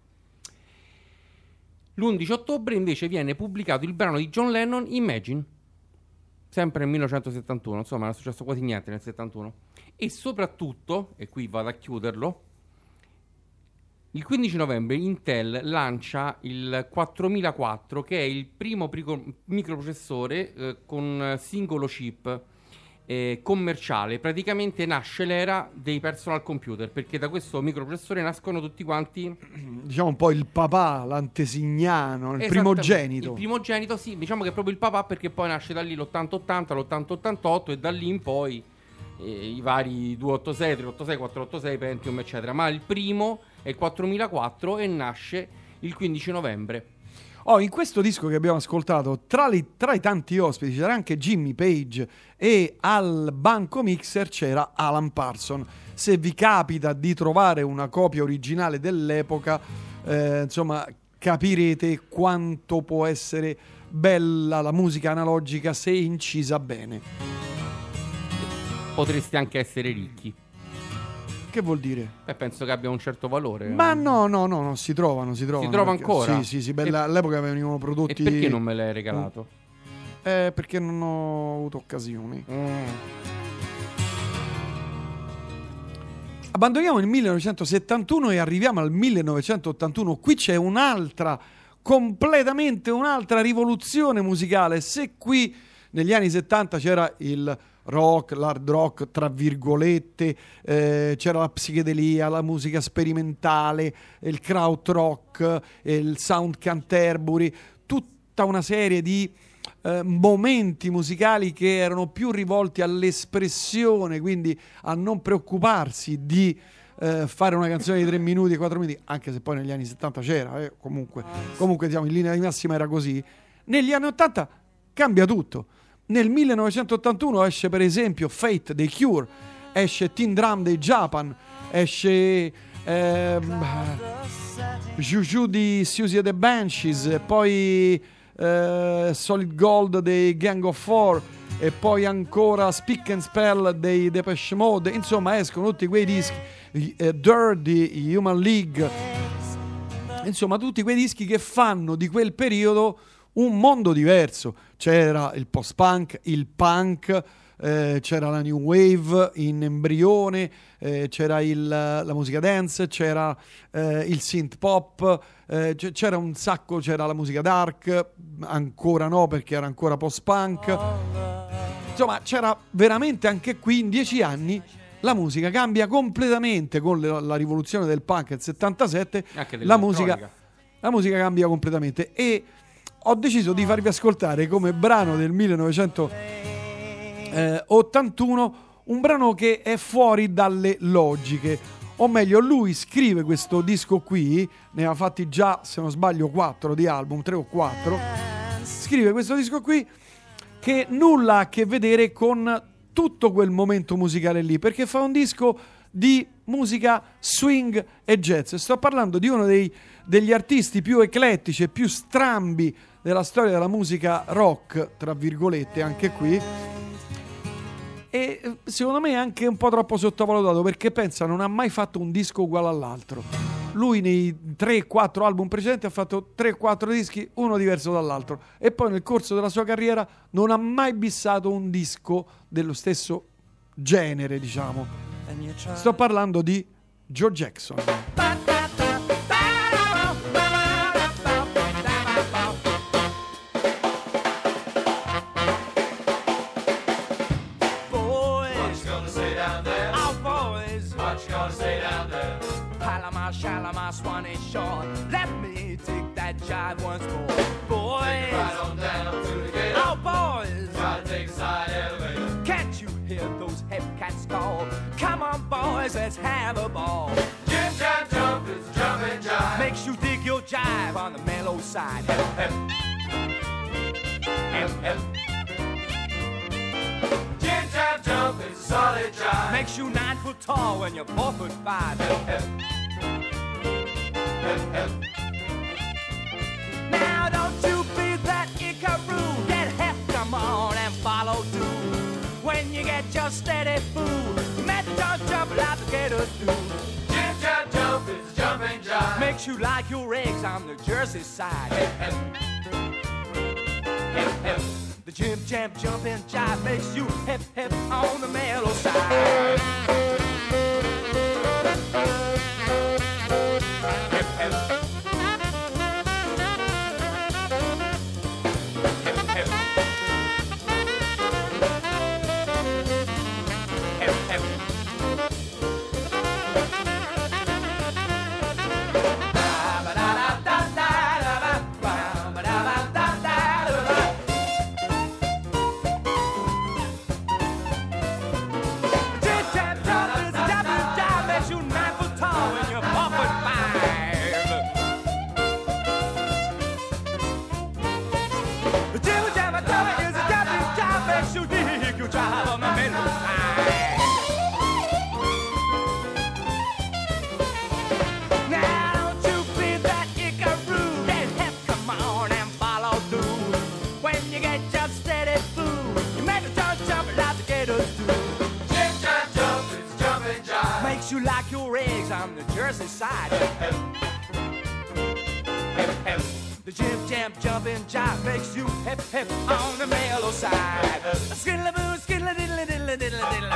L'11 ottobre invece viene pubblicato il brano di John Lennon, Imagine, sempre nel 1971, insomma non è successo quasi niente nel 71. E soprattutto, e qui vado a chiuderlo, il 15 novembre Intel lancia il 4004, che è il primo microprocessore con singolo chip commerciale. Praticamente nasce l'era dei personal computer, perché da questo microprocessore nascono tutti quanti, diciamo un po' il papà, l'antesignano, il primogenito. Il primogenito, sì, diciamo che è proprio il papà, perché poi nasce da lì l'8080, l'8088 e da lì in poi i vari 286, 386, 486, Pentium eccetera. Ma il primo è il 4004 e nasce il 15 novembre. In questo disco che abbiamo ascoltato, tra i tanti ospiti c'era anche Jimmy Page e al banco mixer c'era Alan Parsons. Se vi capita di trovare una copia originale dell'epoca, insomma, capirete quanto può essere bella la musica analogica se incisa bene. Potreste anche essere ricchi. Che vuol dire? Penso che abbia un certo valore. Ma no, si trovano. Si trova perché, ancora? Sì, all'epoca venivano prodotti... E perché non me l'hai regalato? Perché non ho avuto occasioni. Abbandoniamo il 1971 e arriviamo al 1981. Qui c'è completamente un'altra rivoluzione musicale. Se qui negli anni 70 c'era il rock, l'hard rock tra virgolette, c'era la psichedelia, la musica sperimentale, il krautrock, il sound Canterbury, tutta una serie di momenti musicali che erano più rivolti all'espressione, quindi a non preoccuparsi di fare una canzone di 3 minuti, 4 minuti, anche se poi negli anni 70 c'era, comunque diciamo, in linea di massima era così. Negli anni 80 cambia tutto. Nel 1981 esce per esempio Fate dei Cure, esce Teen Drum dei Japan, esce Juju di Siouxsie and the Banshees, poi Solid Gold dei Gang of Four e poi ancora Speak and Spell dei Depeche Mode. Insomma, escono tutti quei dischi, Dirt di Human League, insomma tutti quei dischi che fanno di quel periodo un mondo diverso. C'era il post-punk, il punk, c'era la new wave in embrione, c'era la musica dance, c'era il synth pop, c'era un sacco, c'era la musica dark, ancora no perché era ancora post-punk. Insomma, c'era veramente anche qui in 10 anni la musica cambia completamente. Con la rivoluzione del punk del 77 la musica cambia completamente. E ho deciso di farvi ascoltare come brano del 1981 un brano che è fuori dalle logiche, o meglio lui scrive questo disco qui, ne ha fatti già se non sbaglio 4 di album, 3 o 4, scrive questo disco qui che nulla ha a che vedere con tutto quel momento musicale lì, perché fa un disco di musica swing e jazz. Sto parlando di uno degli artisti più eclettici e più strambi della storia della musica rock, tra virgolette, anche qui, e secondo me è anche un po' troppo sottovalutato, perché pensa non ha mai fatto un disco uguale all'altro. Lui nei 3-4 album precedenti ha fatto 3-4 dischi, uno diverso dall'altro, e poi nel corso della sua carriera non ha mai bissato un disco dello stesso genere, diciamo. Sto parlando di Joe Jackson. Shalimar, Swanee Shore. Let me take that jive once more. Boys, take right on down to the gate. Oh, boys, gotta take a side elevator. Can't you hear those hep cats call? Come on, boys, let's have a ball. Jim Jam Jump is jumping jive. Makes you dig your jive on the mellow side. Hep, hep. Hep, hep. solid jive. Makes you 9 foot tall when you're 4 foot 5. Now don't you be that Icaroo. Get hep, come on and follow through. When you get your steady food, met don't jump like the gators do. Jim jump jump is jumping jive. Makes you like your eggs on the Jersey side. Hep, hep. The Jim Jam jumping jive makes you hip hip on the mellow side. Hip hip. Hip hip. Hip hip. You like your eggs on the Jersey side. Hip, hip. The Jim Jam jumping jive makes you hip hip on the mellow side. Skiddly-boo, skiddly-diddly-diddly-diddly-diddly,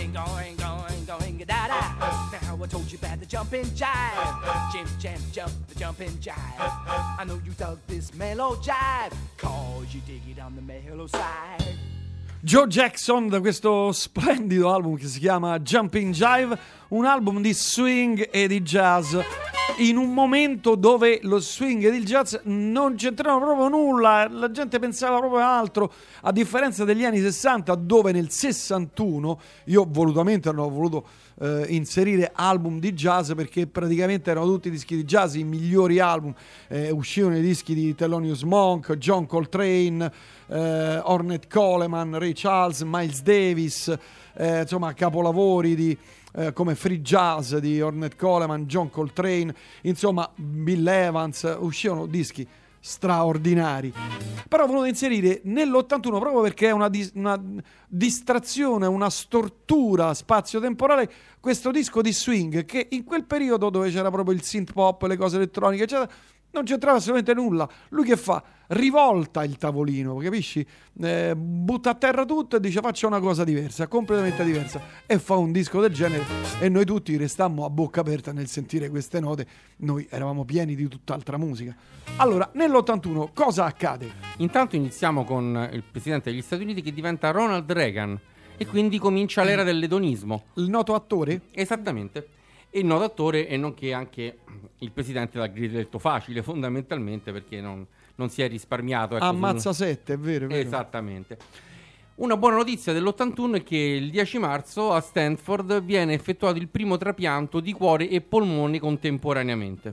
going, da-da. Now I told you about the jumping jive. Jim Jam jump, the jumping jive. I know you dug this mellow jive, cause you dig it on the mellow side. Joe Jackson, da questo splendido album che si chiama Jumping Jive, un album di swing e di jazz, in un momento dove lo swing e il jazz non c'entravano proprio nulla, la gente pensava proprio altro, a differenza degli anni 60, dove nel 61 io volutamente non ho voluto inserire album di jazz perché praticamente erano tutti dischi di jazz, i migliori album, uscivano i dischi di Thelonious Monk, John Coltrane, Ornette Coleman, Ray Charles, Miles Davis, insomma capolavori di come Free Jazz di Ornette Coleman, John Coltrane, insomma Bill Evans, uscivano dischi straordinari. Però ho voluto inserire nell'81 proprio perché è una distrazione, una stortura spazio-temporale, questo disco di swing che in quel periodo dove c'era proprio il synth pop, le cose elettroniche eccetera, non c'entrava assolutamente nulla. Lui che fa? Rivolta il tavolino, capisci? Butta a terra tutto e dice faccio una cosa diversa, completamente diversa, e fa un disco del genere e noi tutti restammo a bocca aperta nel sentire queste note. Noi eravamo pieni di tutt'altra musica. Allora, nell'81 cosa accade? Intanto iniziamo con il presidente degli Stati Uniti che diventa Ronald Reagan e quindi comincia l'era dell'edonismo. Il noto attore? Esattamente. E il noto attore e nonché anche il presidente dal gridelletto facile, fondamentalmente perché non si è risparmiato. Ecco, ammazza 7, è vero. Esattamente. Una buona notizia dell'81 è che il 10 marzo a Stanford viene effettuato il primo trapianto di cuore e polmoni contemporaneamente.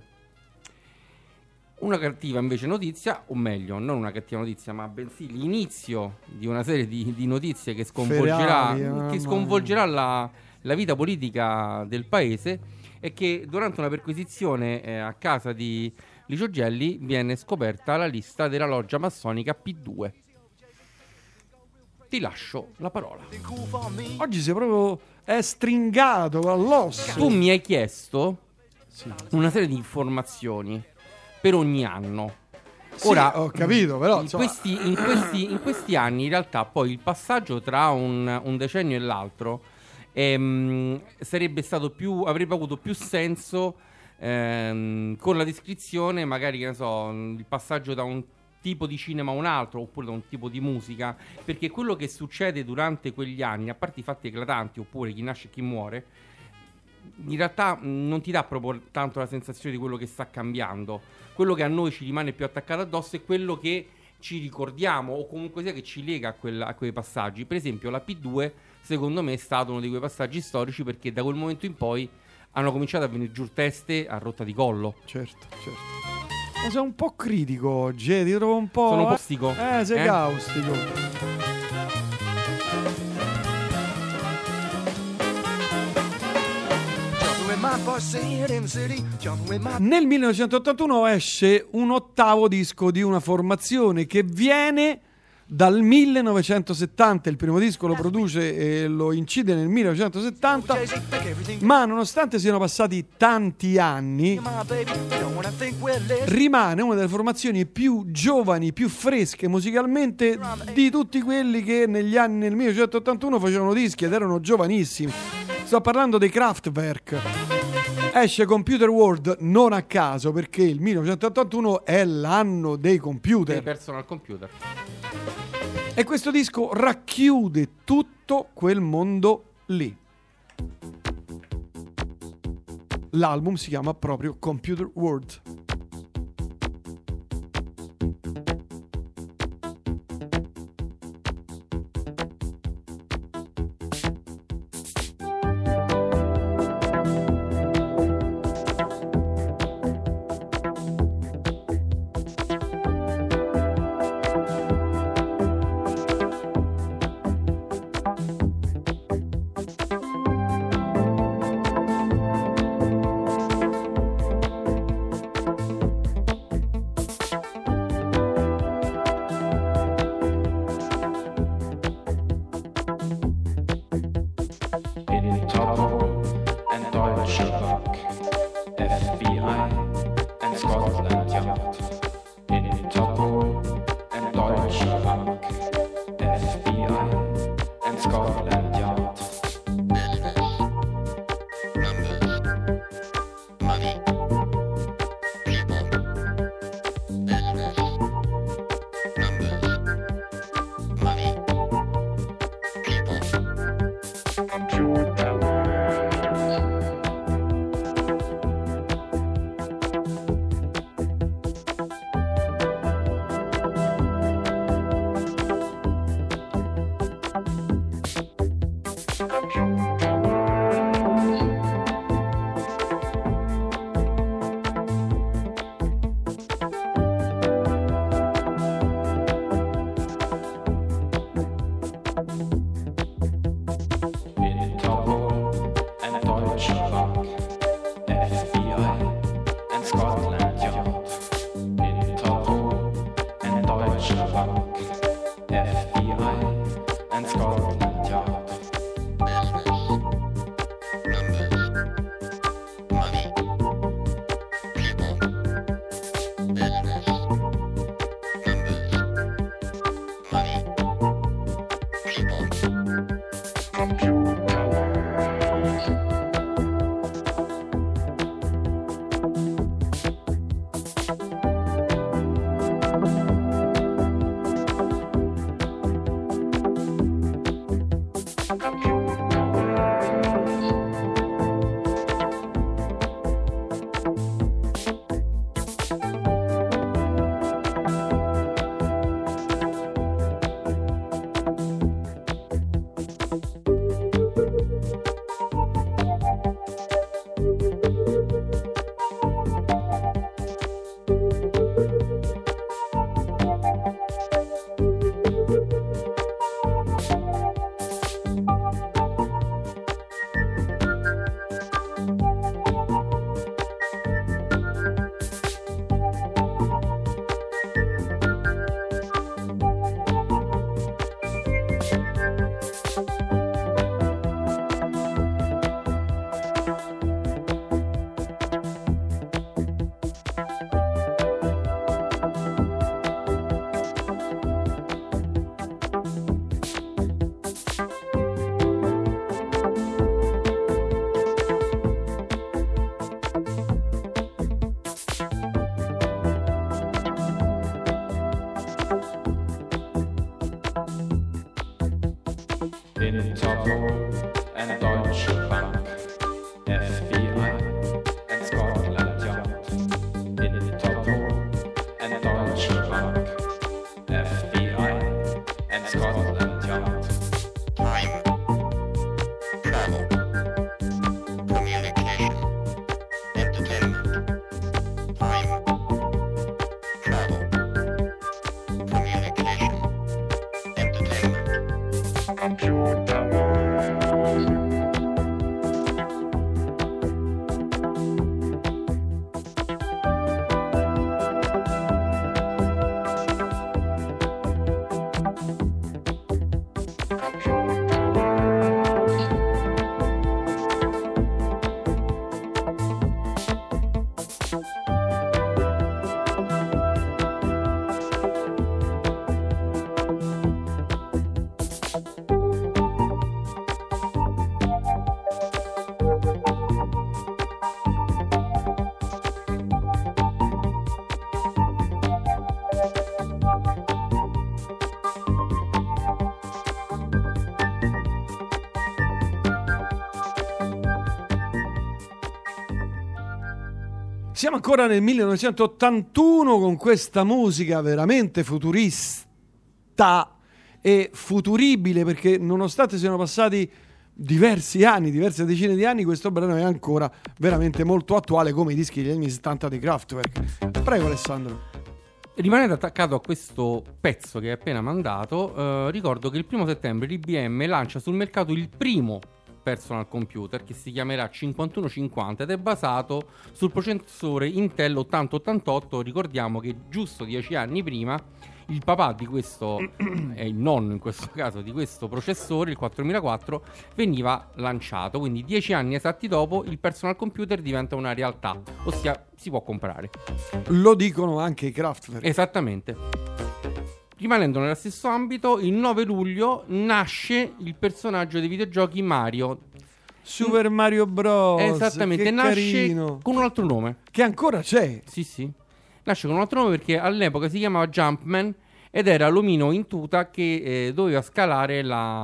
Una cattiva invece notizia, o meglio, non una cattiva notizia, ma bensì l'inizio di una serie di notizie che sconvolgerà la vita politica del paese, è che durante una perquisizione a casa di Licio Gelli viene scoperta la lista della loggia massonica P2. Ti lascio la parola. Oggi sei proprio stringato all'osso. Tu mi hai chiesto una serie di informazioni per ogni anno. Ora, sì, ho capito, però in questi anni in realtà poi il passaggio tra un decennio e l'altro avrebbe avuto più senso con la descrizione, magari, che ne so, il passaggio da un tipo di cinema a un altro, oppure da un tipo di musica, perché quello che succede durante quegli anni, a parte i fatti eclatanti, oppure chi nasce e chi muore, in realtà non ti dà proprio tanto la sensazione di quello che sta cambiando. Quello che a noi ci rimane più attaccato addosso è quello che ci ricordiamo, o comunque sia che ci lega a quei passaggi. Per esempio la P2 secondo me è stato uno di quei passaggi storici, perché da quel momento in poi hanno cominciato a venire giù teste a rotta di collo. Certo. Ma sei un po' critico oggi, ti trovo un po'... Sono un po' stico. Sei caustico. Nel 1981 esce un ottavo disco di una formazione che viene dal 1970. Il primo disco lo produce e lo incide nel 1970, ma nonostante siano passati tanti anni rimane una delle formazioni più giovani, più fresche musicalmente di tutti quelli che negli anni nel 1981 facevano dischi ed erano giovanissimi. Sto parlando dei Kraftwerk. Esce Computer World non a caso, perché il 1981 è l'anno dei computer, dei personal computer. E questo disco racchiude tutto quel mondo lì. L'album si chiama proprio Computer World. in Topol and Deutsche Bank, FBI and Scotland Yard. In Topol and Deutsche Bank, FBI and Scotland Yard. Time, travel, communication, entertainment. Time, travel, communication, entertainment. Computer world. Siamo ancora nel 1981 con questa musica veramente futurista e futuribile, perché nonostante siano passati diversi anni, diverse decine di anni, questo brano è ancora veramente molto attuale, come i dischi degli anni 70 di Kraftwerk. Prego Alessandro. Rimanendo attaccato a questo pezzo che hai appena mandato, ricordo che il 1 settembre l'IBM lancia sul mercato il primo personal computer che si chiamerà 5150 ed è basato sul processore Intel 8088. Ricordiamo che giusto 10 anni prima il papà di questo e il nonno in questo caso di questo processore, il 4004, veniva lanciato, quindi 10 anni esatti dopo il personal computer diventa una realtà, ossia si può comprare. Lo dicono anche i Kraftwerk. Esattamente. Rimanendo nello stesso ambito, il 9 luglio nasce il personaggio dei videogiochi Mario. Super Mario Bros. Esattamente, che nasce carino. con un altro nome. Che ancora c'è. Sì. Nasce con un altro nome perché all'epoca si chiamava Jumpman ed era l'omino in tuta che doveva scalare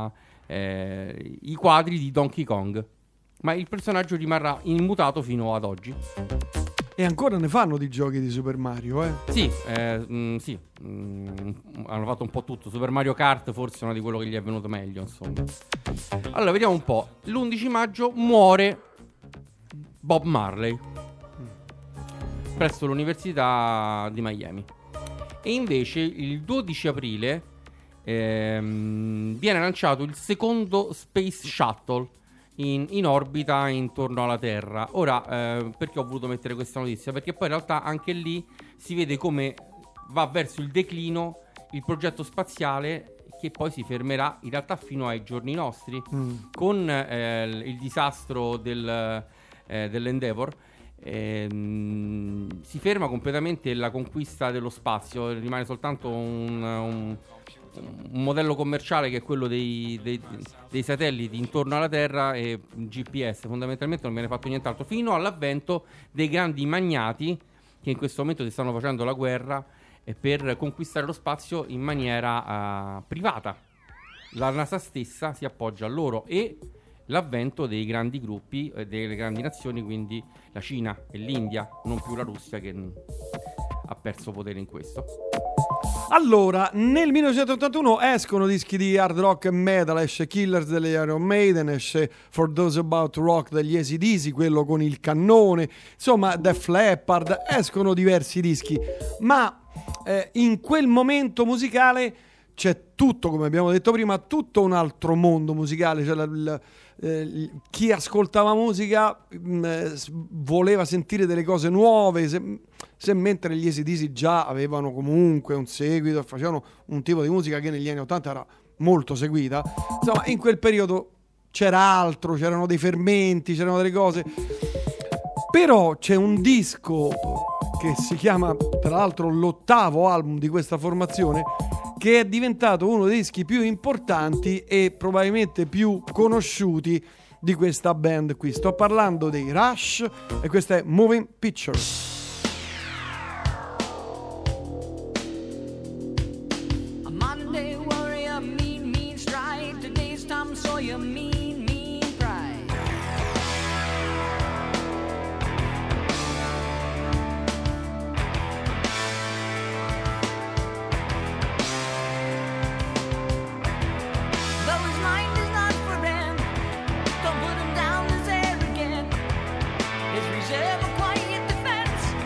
i quadri di Donkey Kong. Ma il personaggio rimarrà immutato fino ad oggi. E ancora ne fanno di giochi di Super Mario, Sì, hanno fatto un po' tutto. Super Mario Kart forse è uno di quello che gli è venuto meglio, insomma. Allora, vediamo un po'. L'11 maggio muore Bob Marley presso l'Università di Miami. E invece il 12 aprile viene lanciato il secondo Space Shuttle in orbita intorno alla Terra. Ora, perché ho voluto mettere questa notizia? Perché poi in realtà anche lì si vede come va verso il declino il progetto spaziale, che poi si fermerà in realtà fino ai giorni nostri con il disastro dell'Endeavour. Si ferma completamente la conquista dello spazio, rimane soltanto un modello commerciale che è quello dei satelliti intorno alla Terra e GPS. Fondamentalmente non viene fatto nient'altro fino all'avvento dei grandi magnati che in questo momento si stanno facendo la guerra per conquistare lo spazio in maniera privata. La NASA stessa si appoggia a loro e l'avvento dei grandi gruppi, delle grandi nazioni, quindi la Cina e l'India, non più la Russia che ha perso potere in questo. Allora, nel 1981 escono dischi di hard rock e metal, esce Killers degli Iron Maiden, esce For Those About to Rock degli AC/DC, quello con il cannone, insomma Def Leppard, escono diversi dischi, ma in quel momento musicale c'è tutto, come abbiamo detto prima, tutto un altro mondo musicale, cioè chi ascoltava musica voleva sentire delle cose nuove, se mentre gli AC/DC già avevano comunque un seguito, facevano un tipo di musica che negli anni 80 era molto seguita, insomma in quel periodo c'era altro, c'erano dei fermenti, c'erano delle cose. Però c'è un disco che si chiama, tra l'altro, l'8º album di questa formazione, che è diventato uno dei dischi più importanti e probabilmente più conosciuti di questa band qui. Sto parlando dei Rush e questa è Moving Pictures. A Monday warrior, mean stride. Today's Tom Sawyer, mean pride. Though his mind is not for rent, don't put him down as arrogant. His reserve a quiet defense.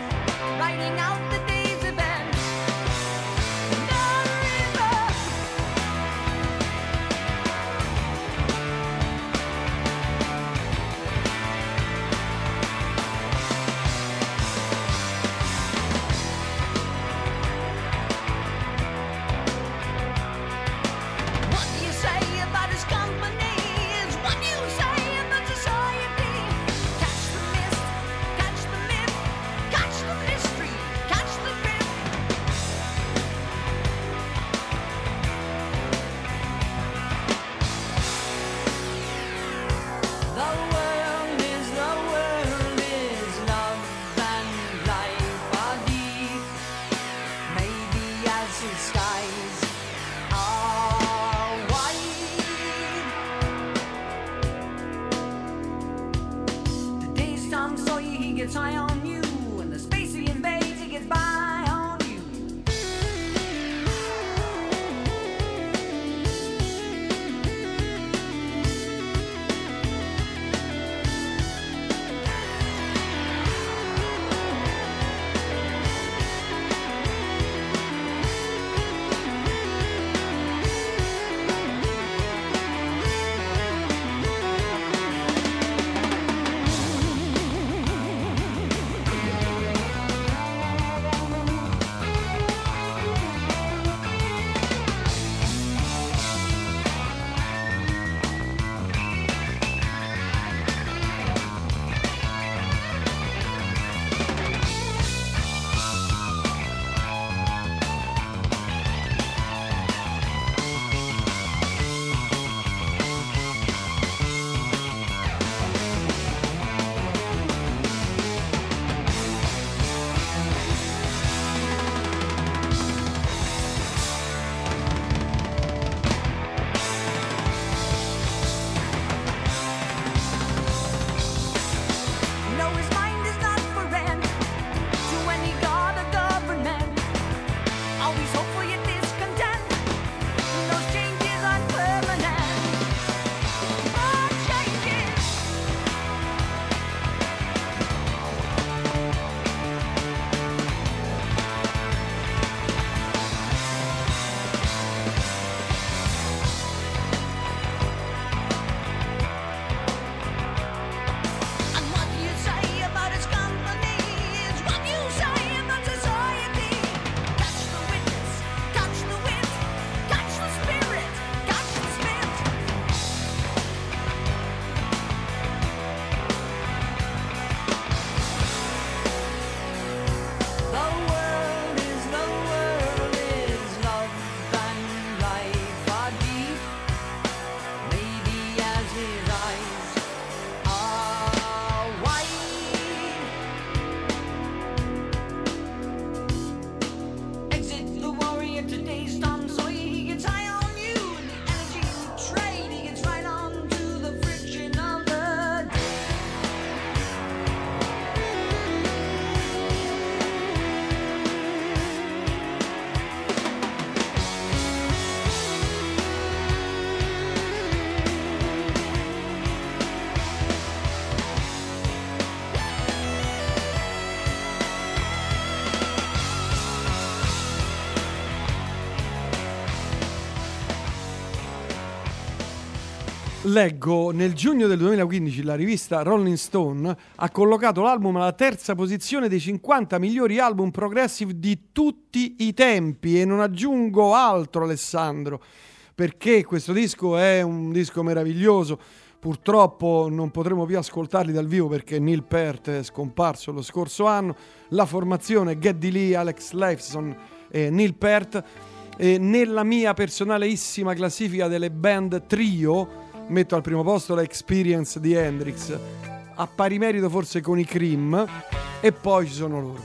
Leggo, nel giugno del 2015 la rivista Rolling Stone ha collocato l'album alla terza posizione dei 50 migliori album progressive di tutti i tempi, e non aggiungo altro, Alessandro, perché questo disco è un disco meraviglioso. Purtroppo non potremo più ascoltarli dal vivo perché Neil Peart è scomparso lo scorso anno. La formazione Geddy Lee, Alex Lifeson e Neil Peart. E nella mia personalissima classifica delle band trio metto al primo posto la Experience di Hendrix, a pari merito forse con i Cream, e poi ci sono loro.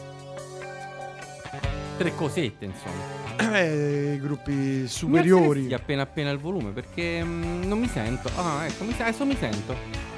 Tre cosette, insomma. I gruppi superiori. Mi appena il volume perché non mi sento. Ah, ecco, adesso mi sento.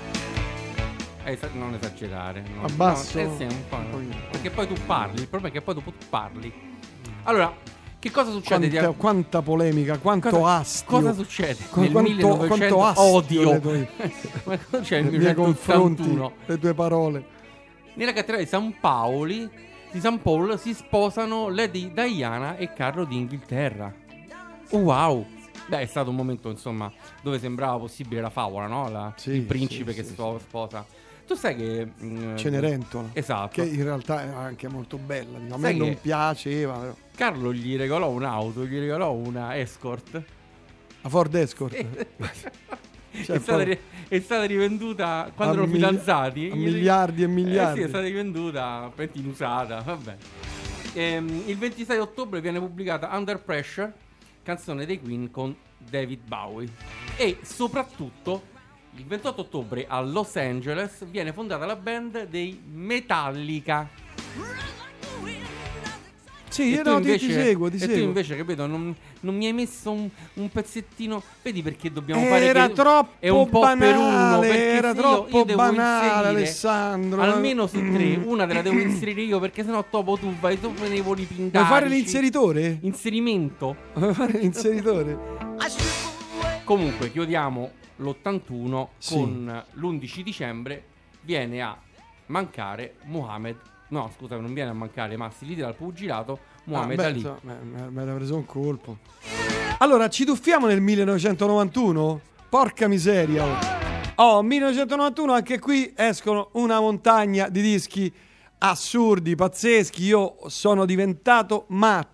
Non esagerare. No. Abbasso? No, sì, un po'. Perché poi tu parli. Il problema è che poi tu parli. Allora, che cosa succede? Quanta polemica, quanto astio. Cosa succede nel quanto 1900? Odio Ma cosa c'è nel nei miei confronti, 1981? le tue parole. Nella cattedrale di San Paul si sposano Lady Diana e Carlo d'Inghilterra. Wow! Beh, è stato un momento, insomma, dove sembrava possibile la favola, no? Il principe che sposa. Tu sai che Cenerentola. Esatto. Che in realtà è anche molto bella. A me non piaceva. Però. Carlo gli regalò un'auto, gli regalò una Escort. La Ford Escort. Cioè, è stata rivenduta quando erano fidanzati. A miliardi e miliardi. Sì, è stata rivenduta inusata. Vabbè. Il 26 ottobre viene pubblicata Under Pressure, canzone dei Queen con David Bowie. E soprattutto il 28 ottobre a Los Angeles viene fondata la band dei Metallica. Sì, io ti seguo. Tu invece, capito, non mi hai messo un pezzettino. Vedi perché dobbiamo fare era troppo è un po' banale, per uno. Era troppo io devo banale, Alessandro. Almeno su tre, una te la devo inserire io, perché sennò dopo tu vai dopo nei voli pindarici. Vuoi fare l'inseritore? Inserimento. Vuoi fare l'inseritore? Comunque chiudiamo l'81 con l'11 dicembre viene a mancare Muhammad. No, scusa, non viene a mancare, ma si ritira dal pugilato Muhammad Ali. Mi era preso un colpo. Allora, ci tuffiamo nel 1991? Porca miseria. 1991, anche qui escono una montagna di dischi assurdi, pazzeschi. Io sono diventato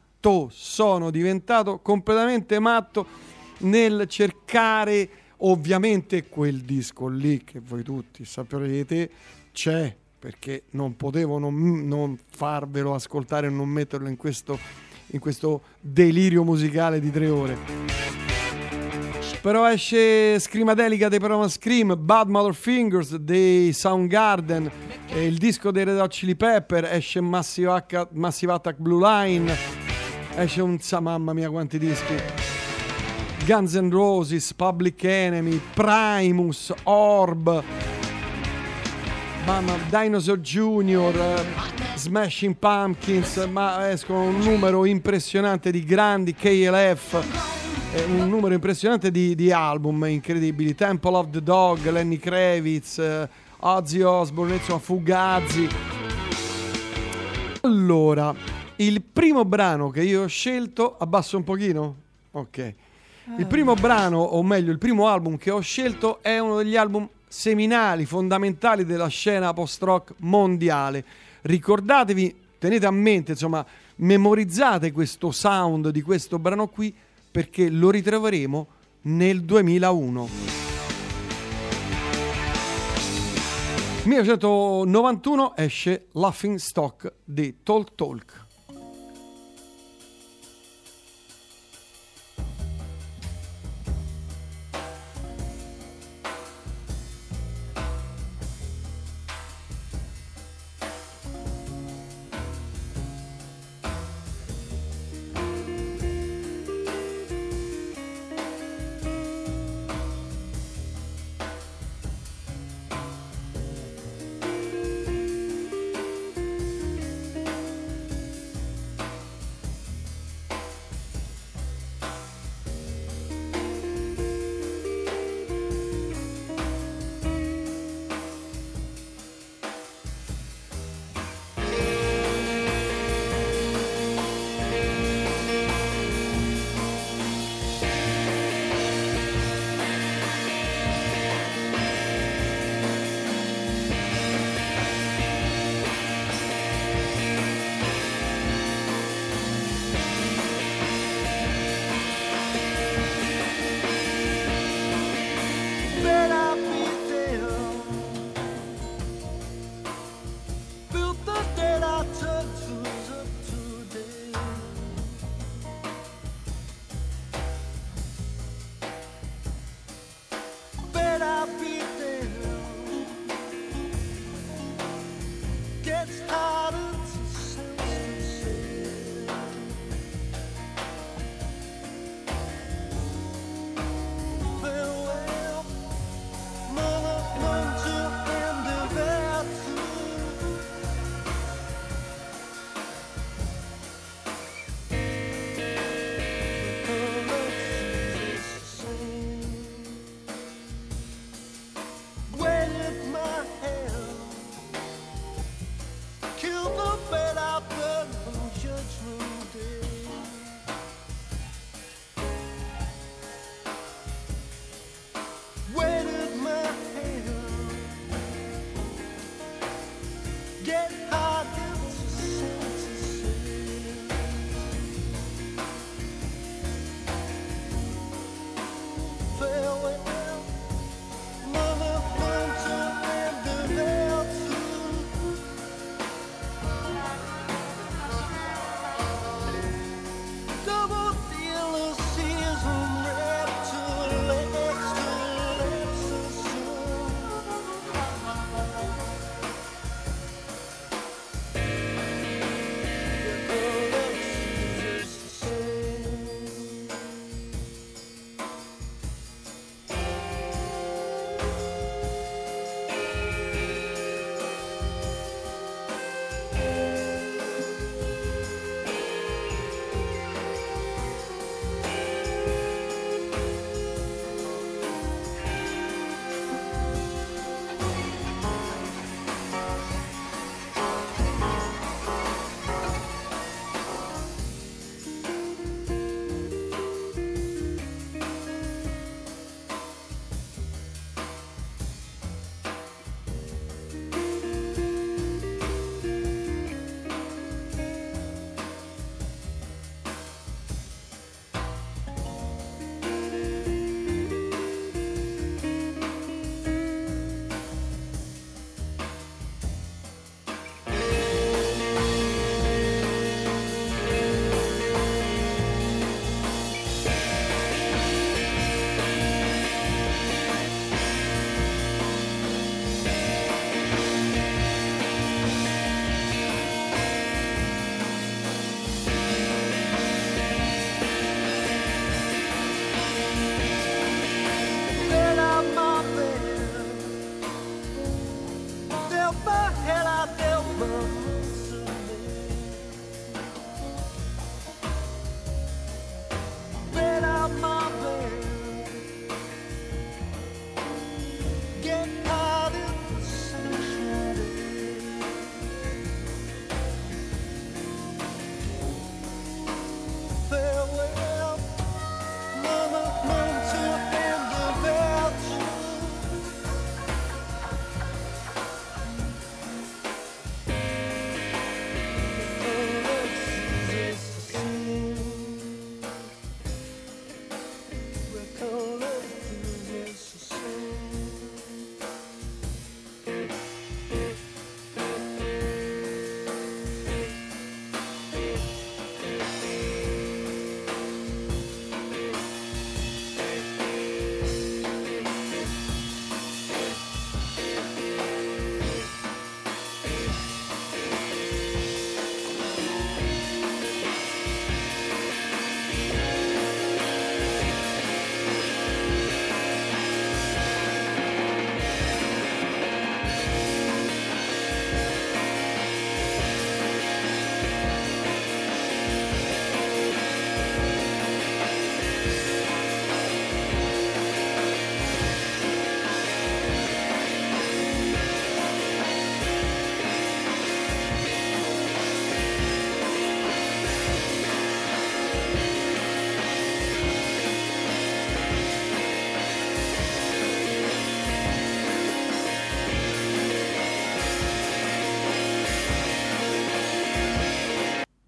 completamente matto nel cercare ovviamente quel disco lì che voi tutti saprete c'è, perché non potevo non farvelo ascoltare e non metterlo in questo delirio musicale di 3 ore. Però esce Screamadelica dei Parama Scream, Bad Mother Fingers dei Soundgarden, il disco dei Red Hot Chili Pepper, esce Massive Attack Blue Line, esce mamma mia quanti dischi, Guns N' Roses, Public Enemy, Primus, Orb, Dinosaur Jr., Smashing Pumpkins, ma escono un numero impressionante di grandi, KLF, un numero impressionante di album incredibili, Temple of the Dog, Lenny Kravitz, Ozzy Osbourne, insomma Fugazi. Allora, il primo brano che io ho scelto, abbasso un pochino? Ok. Il primo brano, o meglio il primo album che ho scelto è uno degli album seminali, fondamentali della scena post-rock mondiale. Ricordatevi, tenete a mente, insomma, memorizzate questo sound di questo brano qui, perché lo ritroveremo nel 2001. 1991 esce Laughing Stock di Talk Talk.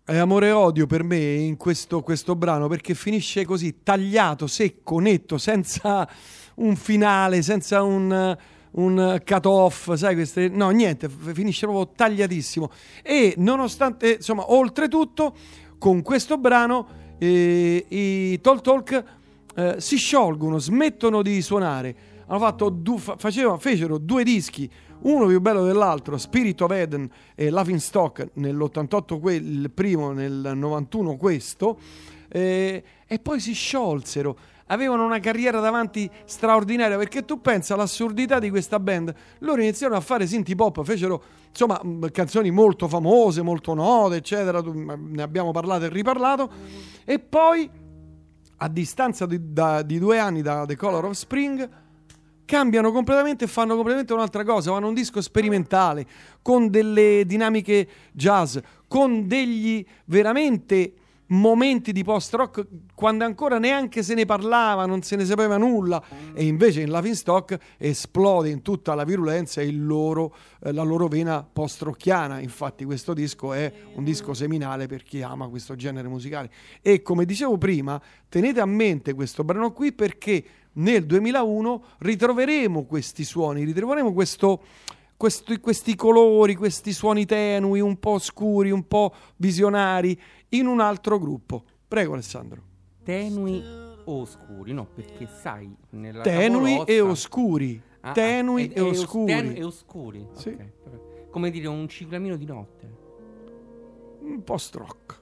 È amore e odio per me in questo brano, perché finisce così, tagliato, secco, netto, senza un finale, senza un cut-off, sai, queste... No, niente, finisce proprio tagliatissimo. E nonostante, insomma, oltretutto, con questo brano i Talk Talk si sciolgono, smettono di suonare. Hanno fecero 2 dischi, uno più bello dell'altro, Spirit of Eden e Laughing Stock nell'88, il primo, nel 91 questo, e poi si sciolsero. Avevano una carriera davanti straordinaria, perché tu pensa all'assurdità di questa band. Loro iniziarono a fare synth pop, fecero insomma canzoni molto famose, molto note, eccetera, ne abbiamo parlato e riparlato, e poi a distanza di 2 anni da The Color of Spring cambiano completamente e fanno completamente un'altra cosa. Fanno un disco sperimentale con delle dinamiche jazz, con degli veramente momenti di post-rock quando ancora neanche se ne parlava, non se ne sapeva nulla, e invece in Laughing Stock esplode in tutta la virulenza la loro vena post-rockiana. Infatti questo disco è un disco seminale per chi ama questo genere musicale, e come dicevo prima, tenete a mente questo brano qui, perché nel 2001 ritroveremo questi suoni, ritroveremo questi colori, questi suoni tenui, un po' oscuri, un po' visionari, in un altro gruppo. Prego Alessandro. Tenui o oscuri? No, perché sai, nella tenui cavolozza... e oscuri. Tenui e oscuri. Tenui e oscuri. Sì. Okay. Come dire, un ciclamino di notte. Un po' rock.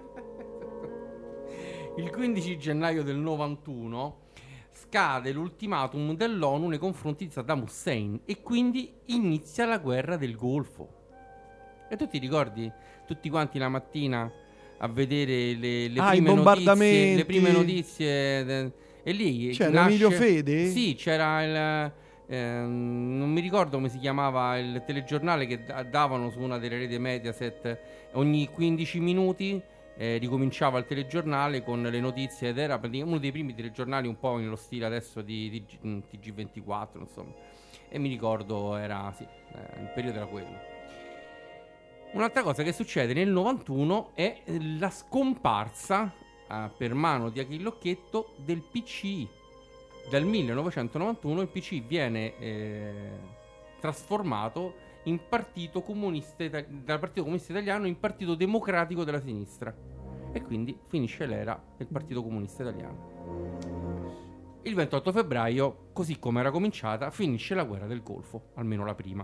Il 15 gennaio del 91 scade l'ultimatum dell'ONU nei confronti di Saddam Hussein, e quindi inizia la guerra del Golfo. E tu ti ricordi tutti quanti la mattina a vedere le prime notizie, e lì c'era Emilio Fede? Sì, c'era non mi ricordo come si chiamava il telegiornale che davano su una delle reti Mediaset ogni 15 minuti. Ricominciava il telegiornale con le notizie, ed era uno dei primi telegiornali un po' nello stile adesso di TG24, insomma. E mi ricordo il periodo era quello. Un'altra cosa che succede nel 91 è la scomparsa per mano di Achille Occhetto del PCI. Dal 1991 il PCI viene trasformato in Partito Comunista dal Partito Comunista Italiano in Partito Democratico della Sinistra, e quindi finisce l'era del Partito Comunista Italiano. Il 28 febbraio, così come era cominciata, finisce la guerra del Golfo, almeno la prima.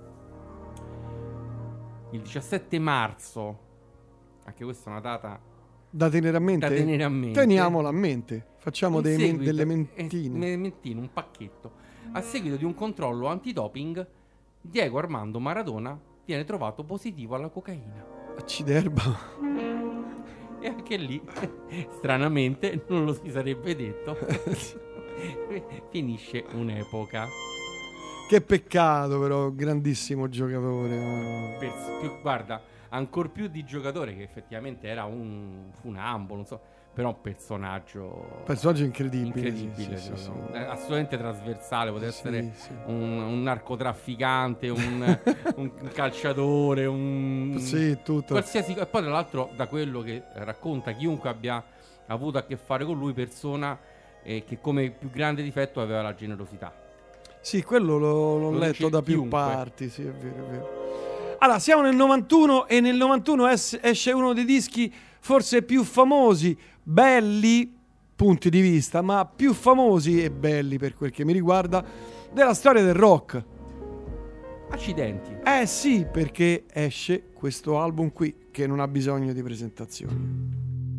Il 17 marzo, anche questa è una data da tenere a mente? Teniamola a mente, facciamo delle mentine, un pacchetto. A seguito di un controllo antidoping, Diego Armando Maradona viene trovato positivo alla cocaina. Acciderba. E anche lì, stranamente, non lo si sarebbe detto, finisce un'epoca. Che peccato, però, grandissimo giocatore. Guarda, ancor più di giocatore, che effettivamente era un funambolo, non so, però un personaggio incredibile, sì, assolutamente trasversale. Poteva essere un narcotrafficante, un calciatore, tutto. Qualsiasi. E poi tra l'altro, da quello che racconta chiunque abbia avuto a che fare con lui, persona che come più grande difetto aveva la generosità. Sì, quello l'ho letto da più parti, sì, è vero. Allora, siamo nel 91, e nel 91 esce uno dei dischi forse più famosi, belli, punti di vista, ma più famosi e belli per quel che mi riguarda, della storia del rock. Accidenti. Sì, perché esce questo album qui, che non ha bisogno di presentazioni.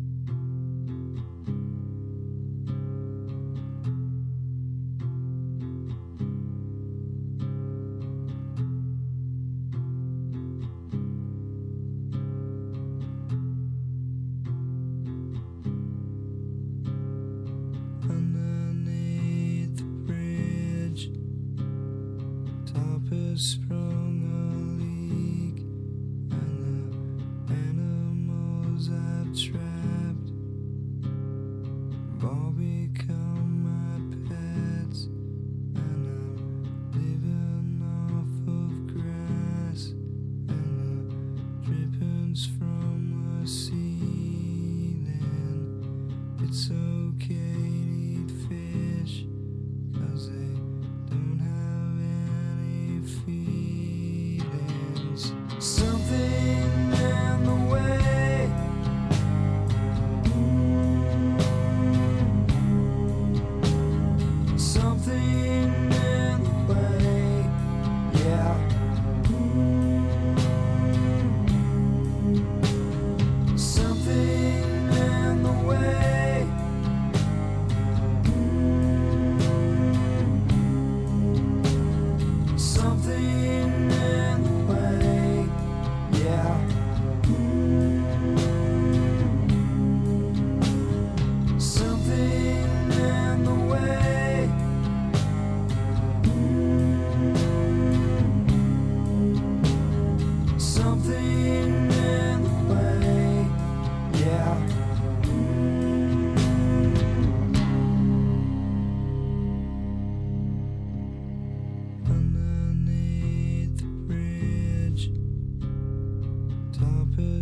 Sprung a leak, and the animals I've trapped have all become my pets, and I'm living off of grass and the drippings from the sea.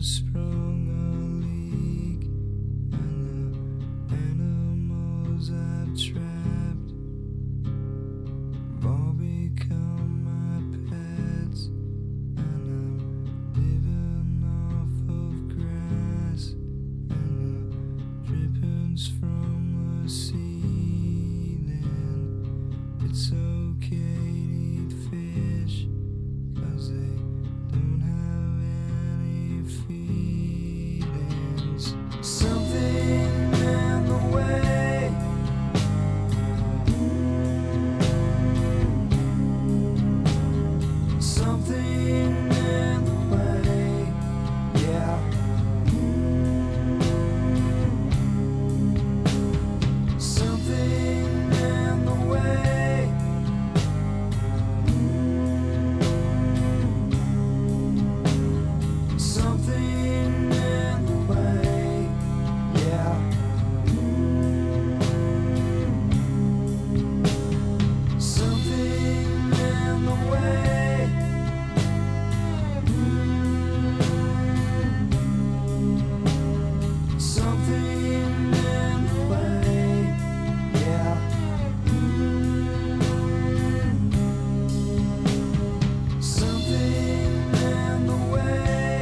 sprung a leak, and the animals I've trapped have all become my pets, and I'm living off of grass and the drippings from the ceiling. It's okay to eat fish, 'cause they don't have any feelings. Something in the way, something in the way, yeah. Something in the way, something in the way, yeah. Something in the way, something in the way, yeah. Something in the way,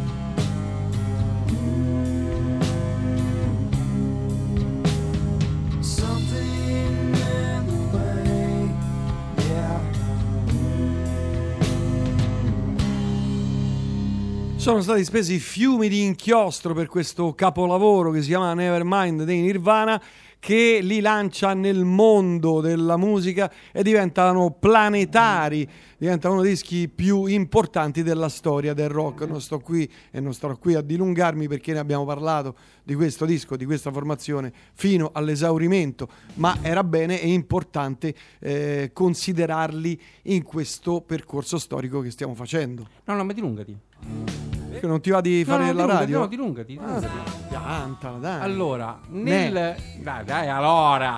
something in the way, yeah. Sono stati spesi fiumi di inchiostro per questo capolavoro che si chiama Nevermind dei Nirvana, che li lancia nel mondo della musica e diventano planetari, diventa uno dei dischi più importanti della storia del rock. Non sto qui e non starò qui a dilungarmi, perché ne abbiamo parlato di questo disco, di questa formazione fino all'esaurimento, ma era bene e importante considerarli in questo percorso storico che stiamo facendo. No, ma dilungati. Che non ti va di fare la radio? No, dilungati. Piantala, dai. Allora, allora.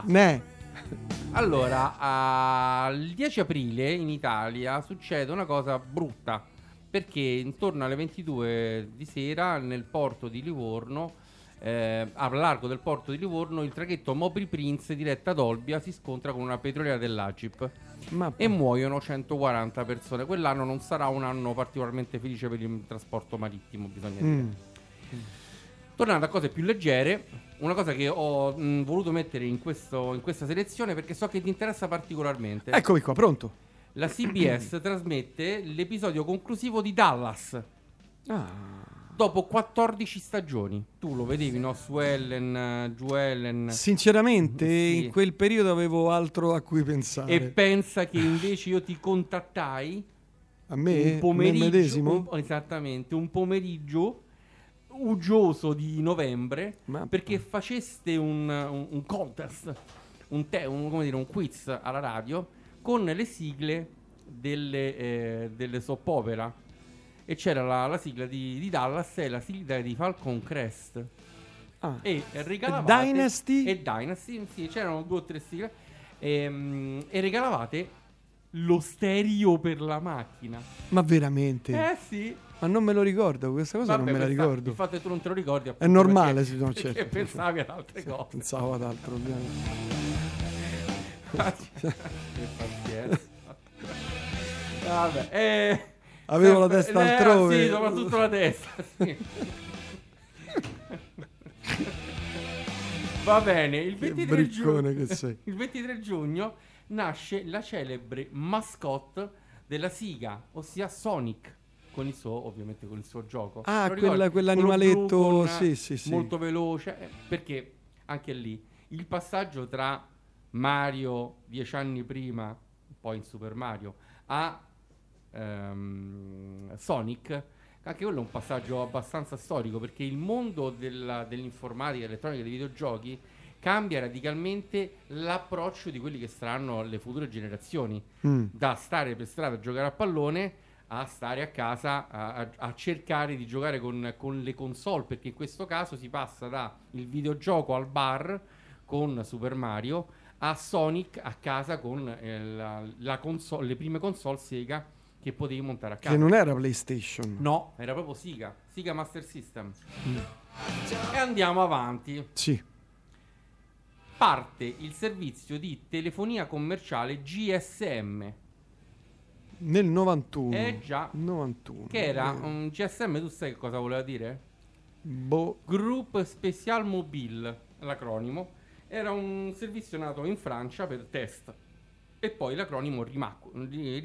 Allora, il 10 aprile in Italia succede una cosa brutta, perché intorno alle 22 di sera nel porto di Livorno, a largo del porto di Livorno, il traghetto Mobile Prince diretta ad Olbia si scontra con una petroliera dell'Agip e muoiono 140 persone. Quell'anno non sarà un anno particolarmente felice per il trasporto marittimo, bisogna dire. Tornando a cose più leggere, una cosa che ho voluto mettere in questa selezione perché so che ti interessa particolarmente. Eccomi qua, pronto. La CBS trasmette l'episodio conclusivo di Dallas. Dopo 14 stagioni. Tu lo vedevi, no? Su Ellen, Joellen. Sinceramente, sì, in quel periodo avevo altro a cui pensare. E pensa che invece io ti contattai a me? Un pomeriggio, me medesimo? Esattamente, un pomeriggio uggioso di novembre, perché faceste un contest, un quiz alla radio con le sigle delle soap opera, e c'era la sigla di Dallas e la sigla di Falcon Crest e regalavate Dynasty, sì, c'erano 2 o 3 sigle e regalavate lo stereo per la macchina. Ma veramente? Sì. Ma non me lo ricordo, questa cosa. Vabbè, non me la ricordo. Il fatto che tu non te lo ricordi è normale, perché, no, certo. Perché pensavi ad altre cose. Pensavo ad altro, ovviamente. Vabbè, avevo la testa altrove. Sì, soprattutto la testa, sì. Va bene, il 23 giugno, che sei. Il 23 giugno nasce la celebre mascotte della Siga, ossia Sonic, ovviamente con il suo gioco. Quell'animaletto, sì. Molto veloce, perché anche lì il passaggio tra Mario 10 anni prima, poi in Super Mario, a Sonic, anche quello è un passaggio abbastanza storico, perché il mondo dell'informatica, dell'elettronica, dei videogiochi cambia radicalmente l'approccio di quelli che saranno le future generazioni, da stare per strada a giocare a pallone a stare a casa a cercare di giocare con le console, perché in questo caso si passa da il videogioco al bar con Super Mario a Sonic a casa con la console, le prime console Sega che potevi montare a casa. Che non era PlayStation. No, era proprio Sega Master System. E andiamo avanti. Sì. Parte il servizio di telefonia commerciale GSM. Nel 91. Già. 91. Che era un GSM, tu sai che cosa voleva dire? Boh. Groupe Spécial Mobile, l'acronimo. Era un servizio nato in Francia per test. E poi l'acronimo rimanette.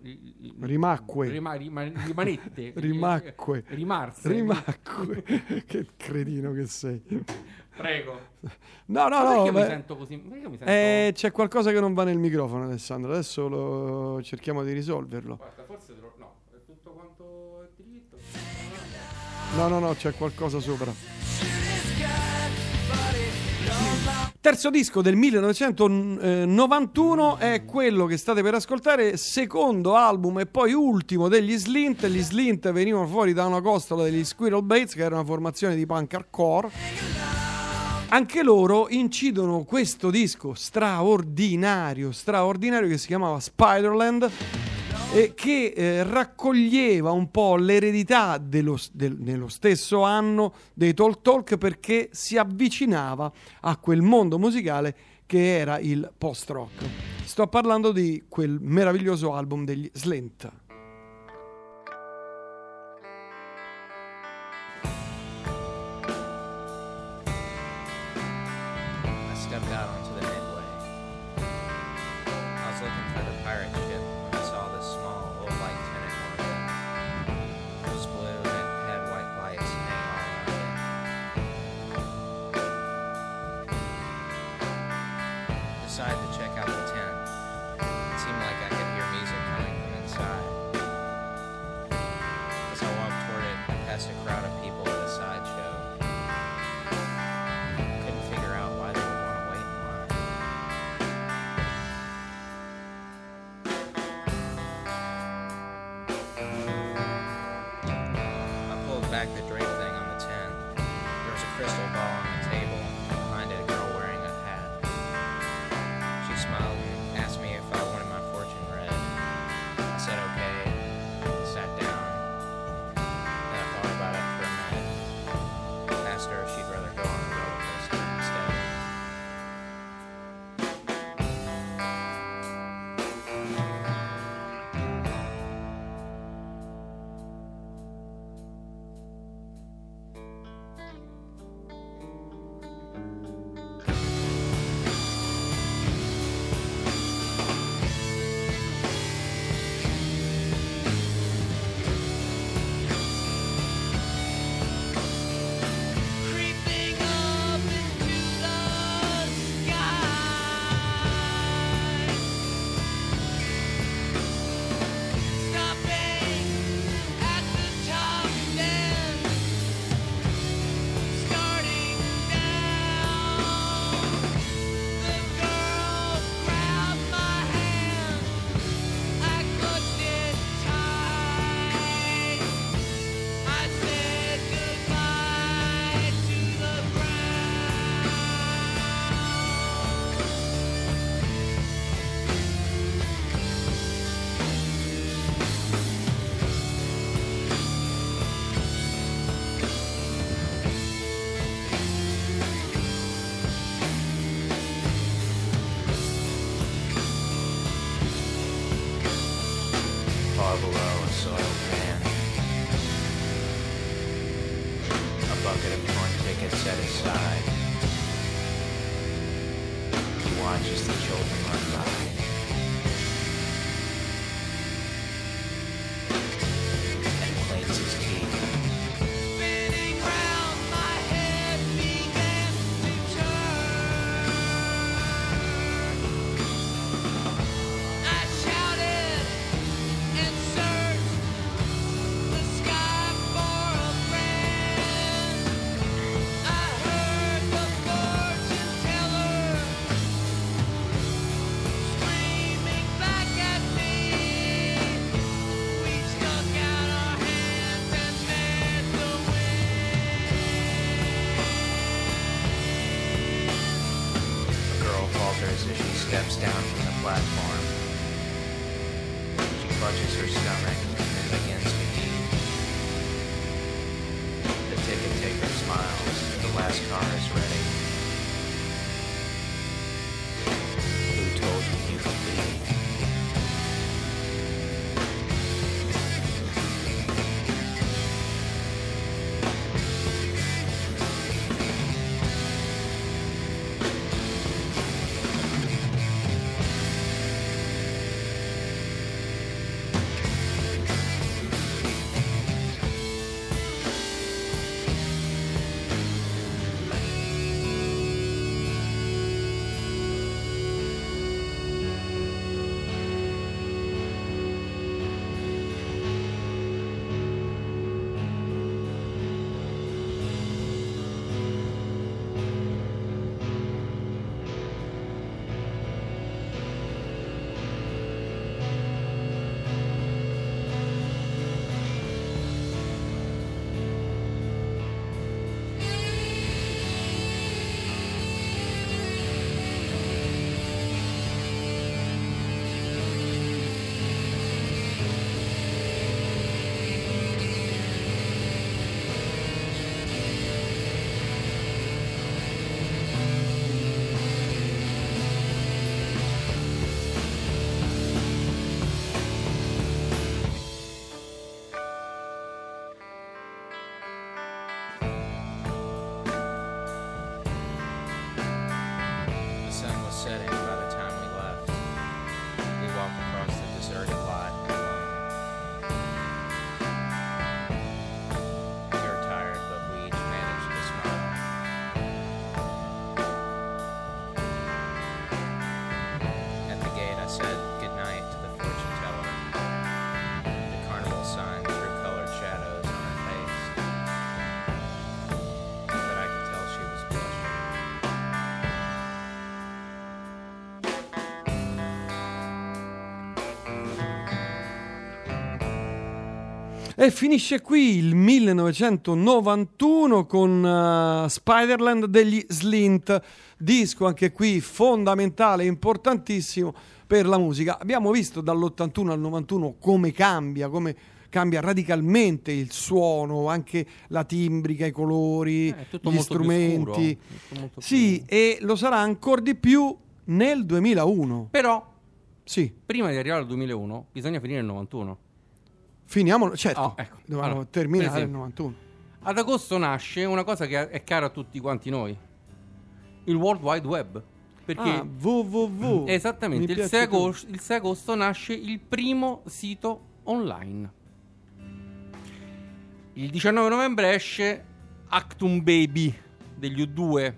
Rimacque. Che cretino che sei. Prego. No. Perché mi sento così? C'è qualcosa che non va nel microfono, Alessandro. Adesso cerchiamo di risolverlo. Guarda, forse no, è tutto quanto è diritto. No, c'è qualcosa sopra. Terzo disco del 1991 è quello che state per ascoltare, secondo album e poi ultimo degli Slint. Gli Slint venivano fuori da una costola degli Squirrel Baits, che era una formazione di punk hardcore. Anche loro incidono questo disco straordinario che si chiamava Spiderland, e che raccoglieva un po' l'eredità nello stesso anno dei Talk Talk, perché si avvicinava a quel mondo musicale che era il post-rock. Sto parlando di quel meraviglioso album degli Slint. far below a soiled pan. A bucket of torn tickets set aside. He watches the children run by. And cleans his teeth. Spinning round, my head began to turn. I shouted and searched the sky for a friend. I heard the fortune teller screaming back at me. We stuck out our hands and met the A girl falters as she steps down from the platform. She clutches her stomach and begins to eat. The ticket taker smiles. The last car is ready. Who told you you could leave? E finisce qui il 1991 con Spiderland degli Slint, disco anche qui fondamentale, importantissimo per la musica. Abbiamo visto dall'81 al 91 come cambia radicalmente il suono, anche la timbrica, i colori, gli strumenti. Sì, e lo sarà ancora di più nel 2001. Però, sì, prima di arrivare al 2001 bisogna finire il 91. Finiamolo, certo, ecco. dovevamo Allora, terminare il 91. Ad agosto nasce una cosa che è cara a tutti quanti noi, il World Wide Web. Perché www. Esattamente, il 6 agosto nasce il primo sito online. Il 19 novembre esce Actum Baby degli U2.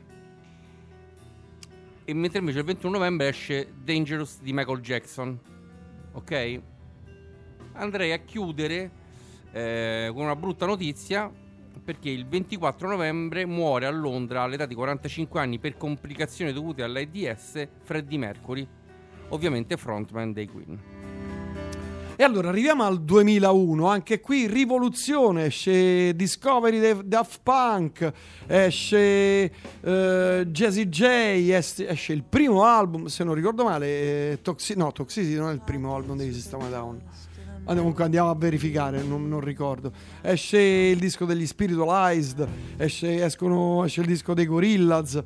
E mentre invece il 21 novembre esce Dangerous di Michael Jackson. Ok? Andrei a chiudere con una brutta notizia, perché il 24 novembre muore a Londra all'età di 45 anni per complicazioni dovute all'AIDS Freddie Mercury, ovviamente frontman dei Queen. E allora arriviamo al 2001, anche qui rivoluzione, esce Discovery dei Daft Punk, esce Jazzy J, esce il primo album, se non ricordo male, Toxicity non è il primo album dei System of a Down. Comunque andiamo a verificare, non ricordo. Esce il disco degli Spiritualized, esce il disco dei Gorillaz,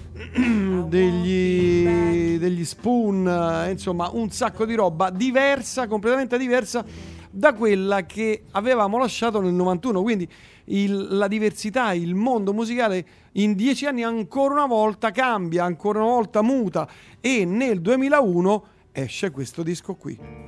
degli Spoon, insomma un sacco di roba diversa, completamente diversa da quella che avevamo lasciato nel 91. Quindi la diversità, il mondo musicale in 10 anni ancora una volta cambia, ancora una volta muta, e nel 2001 esce questo disco qui.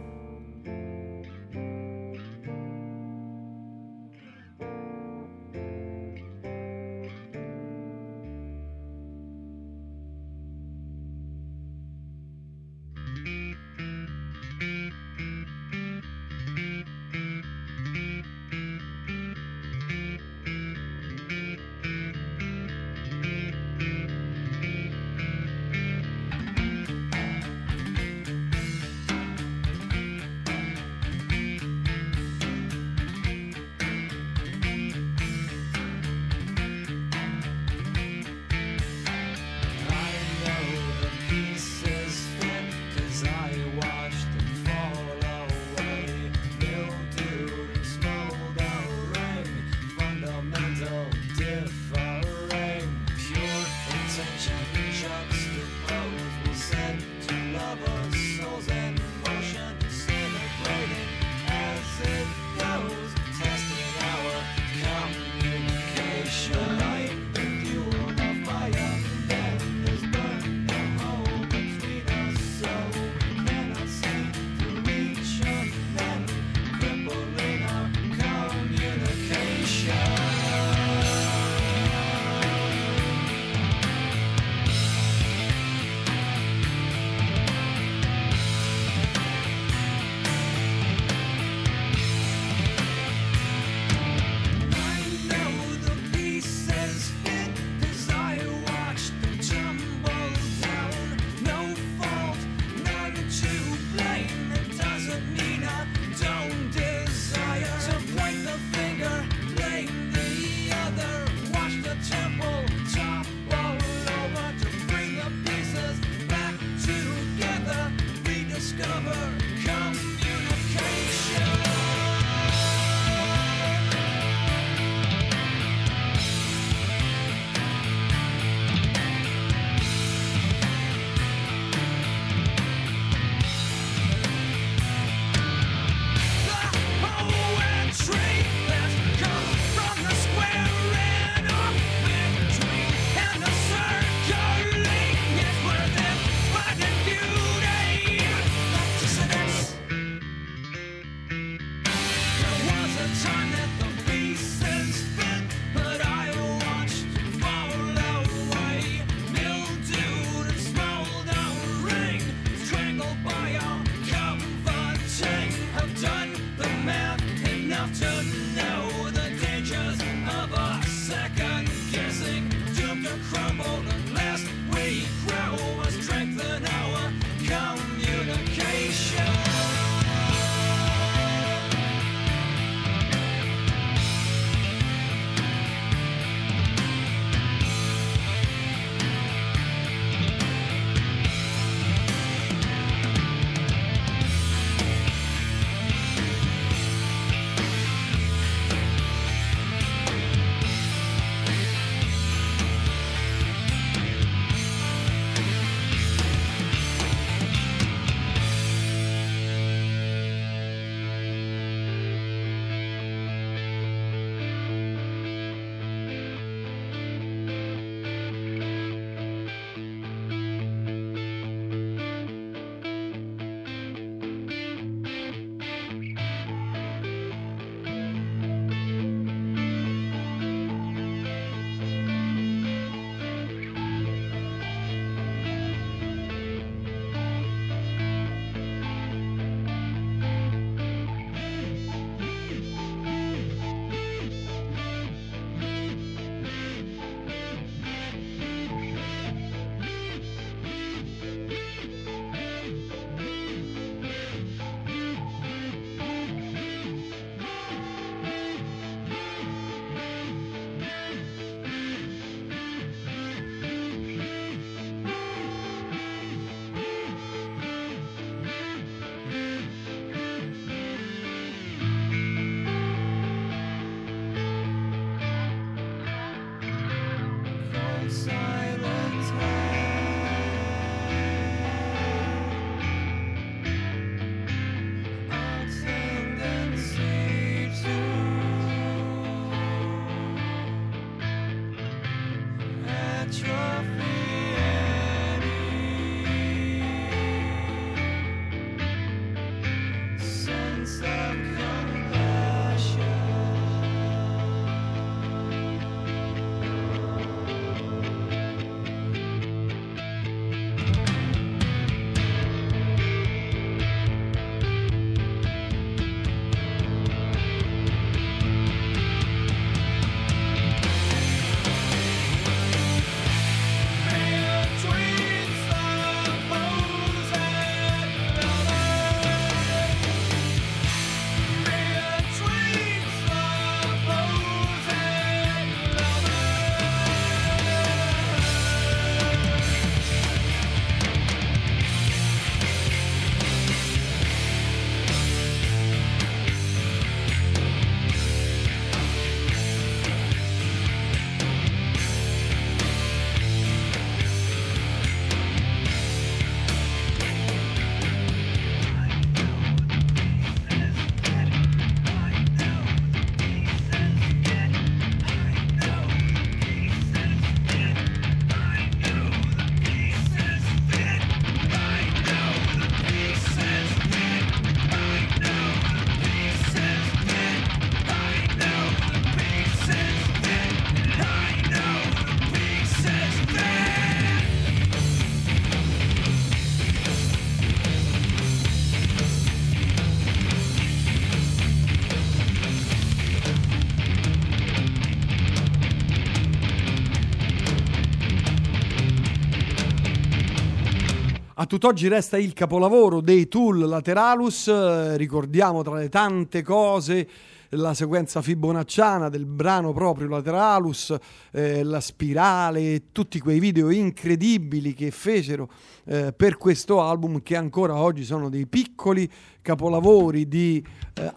A tutt'oggi resta il capolavoro dei Tool, Lateralus. Ricordiamo tra le tante cose la sequenza fibonacciana del brano proprio Lateralus, la spirale, tutti quei video incredibili che fecero per questo album, che ancora oggi sono dei piccoli capolavori di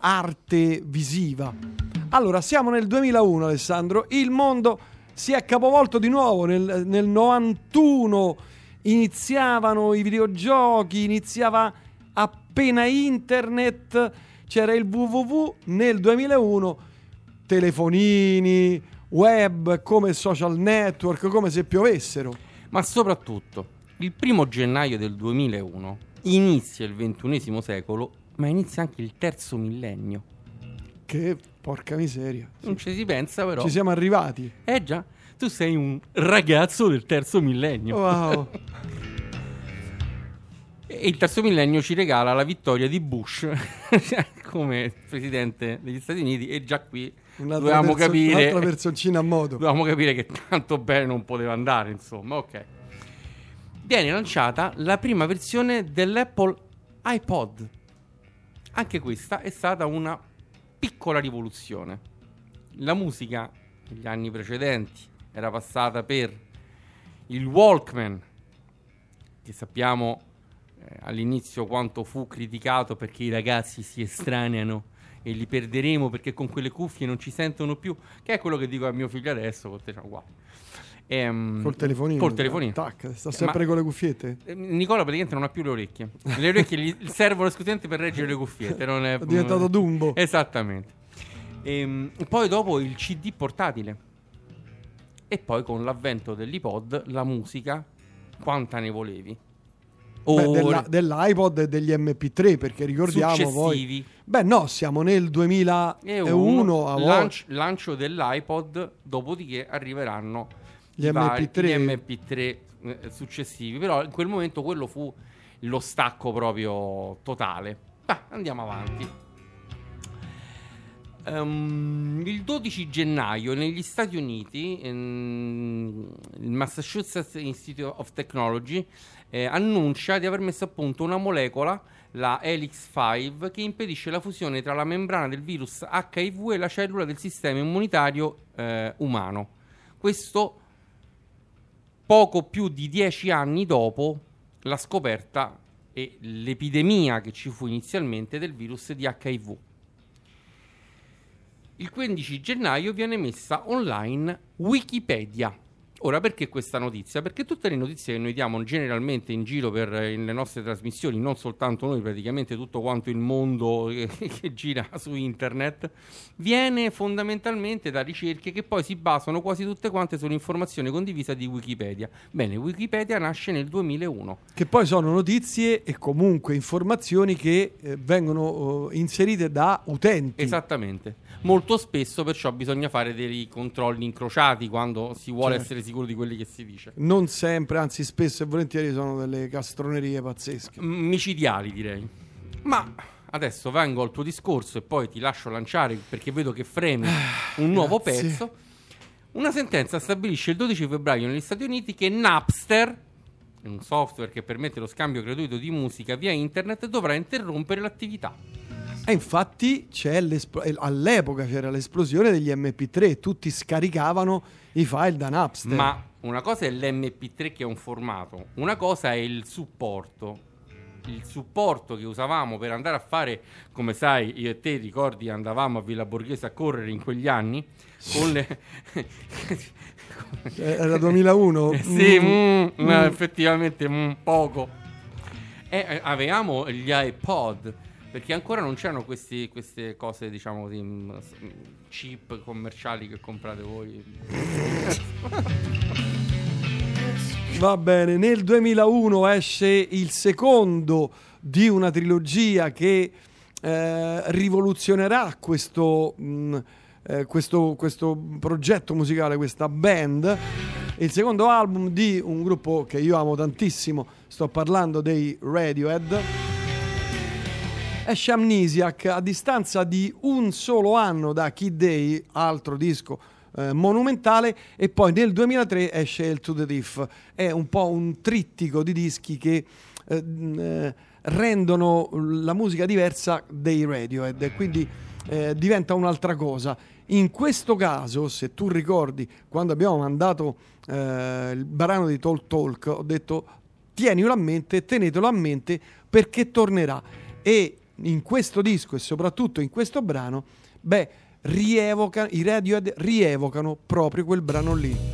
arte visiva. Allora, siamo nel 2001, Alessandro, il mondo si è capovolto di nuovo. Nel 91 iniziavano i videogiochi, iniziava appena internet, c'era il www. Nel 2001 telefonini, web, come social network, come se piovessero. Ma soprattutto, il 1 gennaio del 2001 inizia il XXI secolo, ma inizia anche il terzo millennio. Che porca miseria. Non ci si pensa, però. Ci siamo arrivati. Già, tu sei un ragazzo del terzo millennio. Wow. E il terzo millennio ci regala la vittoria di Bush come presidente degli Stati Uniti, e già qui dovevamo capire, un'altra personcina a modo. Dovevamo capire che tanto bene non poteva andare, insomma. Ok. Viene lanciata la prima versione dell'Apple iPod. Anche questa è stata una piccola rivoluzione. La musica negli anni precedenti era passata per il Walkman, che sappiamo all'inizio quanto fu criticato perché i ragazzi si estraneano e li perderemo perché con quelle cuffie non ci sentono più, che è quello che dico a mio figlio adesso, con te, cioè, wow. Col telefonino. Tac, sta sempre con le cuffiette. Nicola praticamente non ha più le orecchie. Le orecchie gli servono esclusivamente per reggere le cuffiette. Non è diventato Dumbo. Esattamente. Poi dopo il CD portatile. E poi con l'avvento dell'iPod, la musica, quanta ne volevi? Dell'iPod e degli MP3, perché ricordiamo successivi. Poi. Beh, no, siamo nel 2001. Lancio dell'iPod, dopodiché arriveranno gli MP3 successivi. Però in quel momento quello fu lo stacco proprio totale. Andiamo avanti. Il 12 gennaio negli Stati Uniti il Massachusetts Institute of Technology annuncia di aver messo a punto una molecola, la Helix 5, che impedisce la fusione tra la membrana del virus HIV e la cellula del sistema immunitario umano. Questo poco più di 10 anni dopo la scoperta e l'epidemia che ci fu inizialmente del virus di HIV. Il 15 gennaio viene messa online Wikipedia, Ora, perché questa notizia? Perché tutte le notizie che noi diamo generalmente in giro per le nostre trasmissioni, non soltanto noi, praticamente tutto quanto il mondo che gira su internet, viene fondamentalmente da ricerche che poi si basano quasi tutte quante sull'informazione condivisa di Wikipedia. Bene, Wikipedia nasce nel 2001. Che poi sono notizie e comunque informazioni che vengono inserite da utenti. Esattamente. Molto spesso perciò bisogna fare dei controlli incrociati quando si vuole essere sicuro di quelli che si dice. Non sempre, anzi spesso e volentieri sono delle castronerie pazzesche. Micidiali, direi. Ma adesso vengo al tuo discorso e poi ti lascio lanciare, perché vedo che fremi un nuovo pezzo. Una sentenza stabilisce il 12 febbraio negli Stati Uniti che Napster, un software che permette lo scambio gratuito di musica via internet, dovrà interrompere l'attività. E infatti all'epoca c'era l'esplosione degli MP3, tutti scaricavano i file da Napster. Ma una cosa è l'MP3, che è un formato, una cosa è il supporto. Il supporto che usavamo per andare a fare, come sai, io e te ricordi, andavamo a Villa Borghese a correre in quegli anni con le... Era 2001? Sì, no, effettivamente poco. E avevamo gli iPod, perché ancora non c'erano queste cose, diciamo, di chip commerciali che comprate voi. Va bene, nel 2001 esce il secondo di una trilogia che rivoluzionerà questo progetto musicale, questa band. Il secondo album di un gruppo che io amo tantissimo, sto parlando dei Radiohead. Esce Amnesiac a distanza di un solo anno da Kid Day, altro disco monumentale, e poi nel 2003 esce il To The Thief. È un po' un trittico di dischi che rendono la musica diversa dei Radiohead e quindi diventa un'altra cosa. In questo caso, se tu ricordi, quando abbiamo mandato il brano di Talk, ho detto tienilo a mente, tenetelo a mente, perché tornerà. E in questo disco e soprattutto in questo brano, i Radiohead rievocano proprio quel brano lì.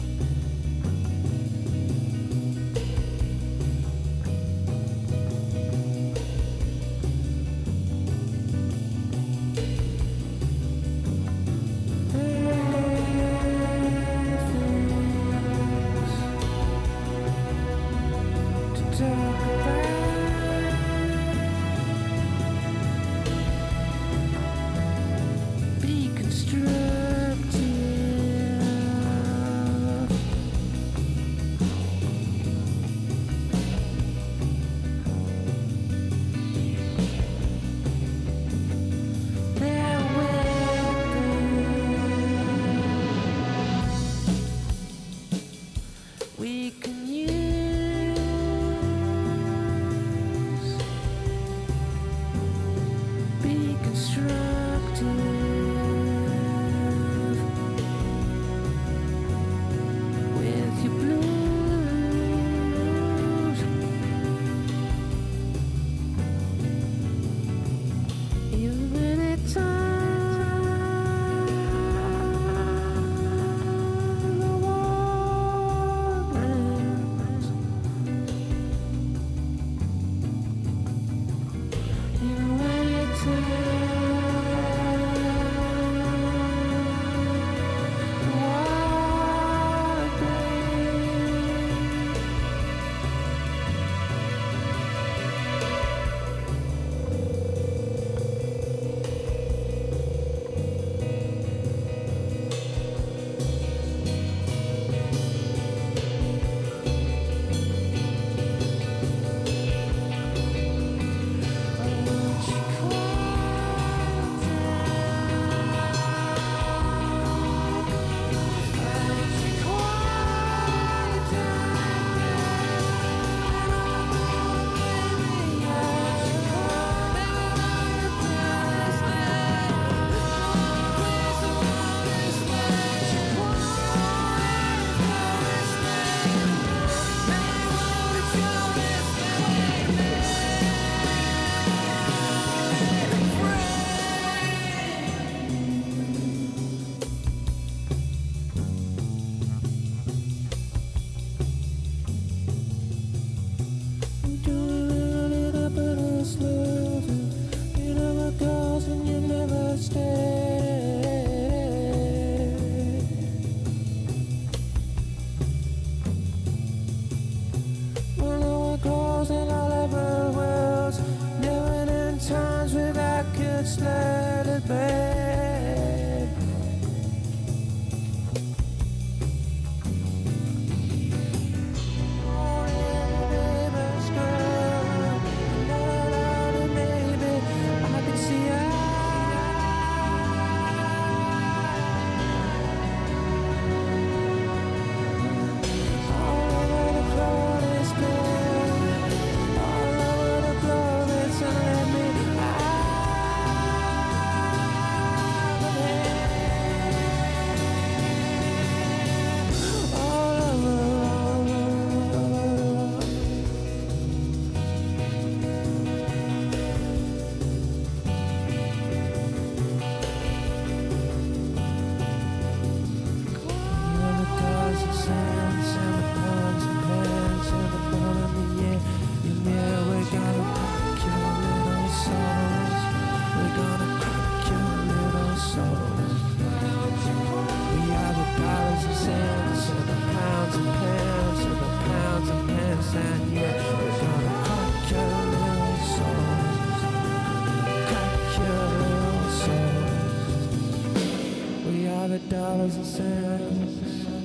necessary.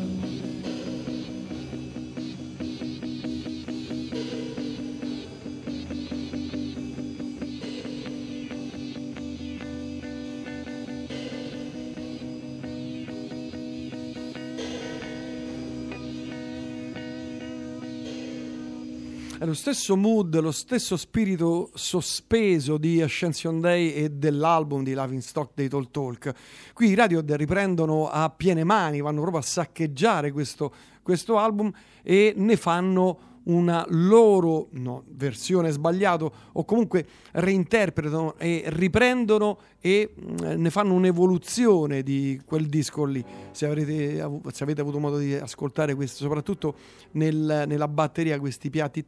È lo stesso mood, lo stesso spirito sospeso di Ascension Day e dell'album di Laughing Stock dei Talk Talk. Qui i Radiohead riprendono a piene mani, vanno proprio a saccheggiare questo album e ne fanno una loro versione sbagliato, o comunque reinterpretano e riprendono e ne fanno un'evoluzione di quel disco lì. Se avete avuto modo di ascoltare questo, soprattutto nella batteria, questi piatti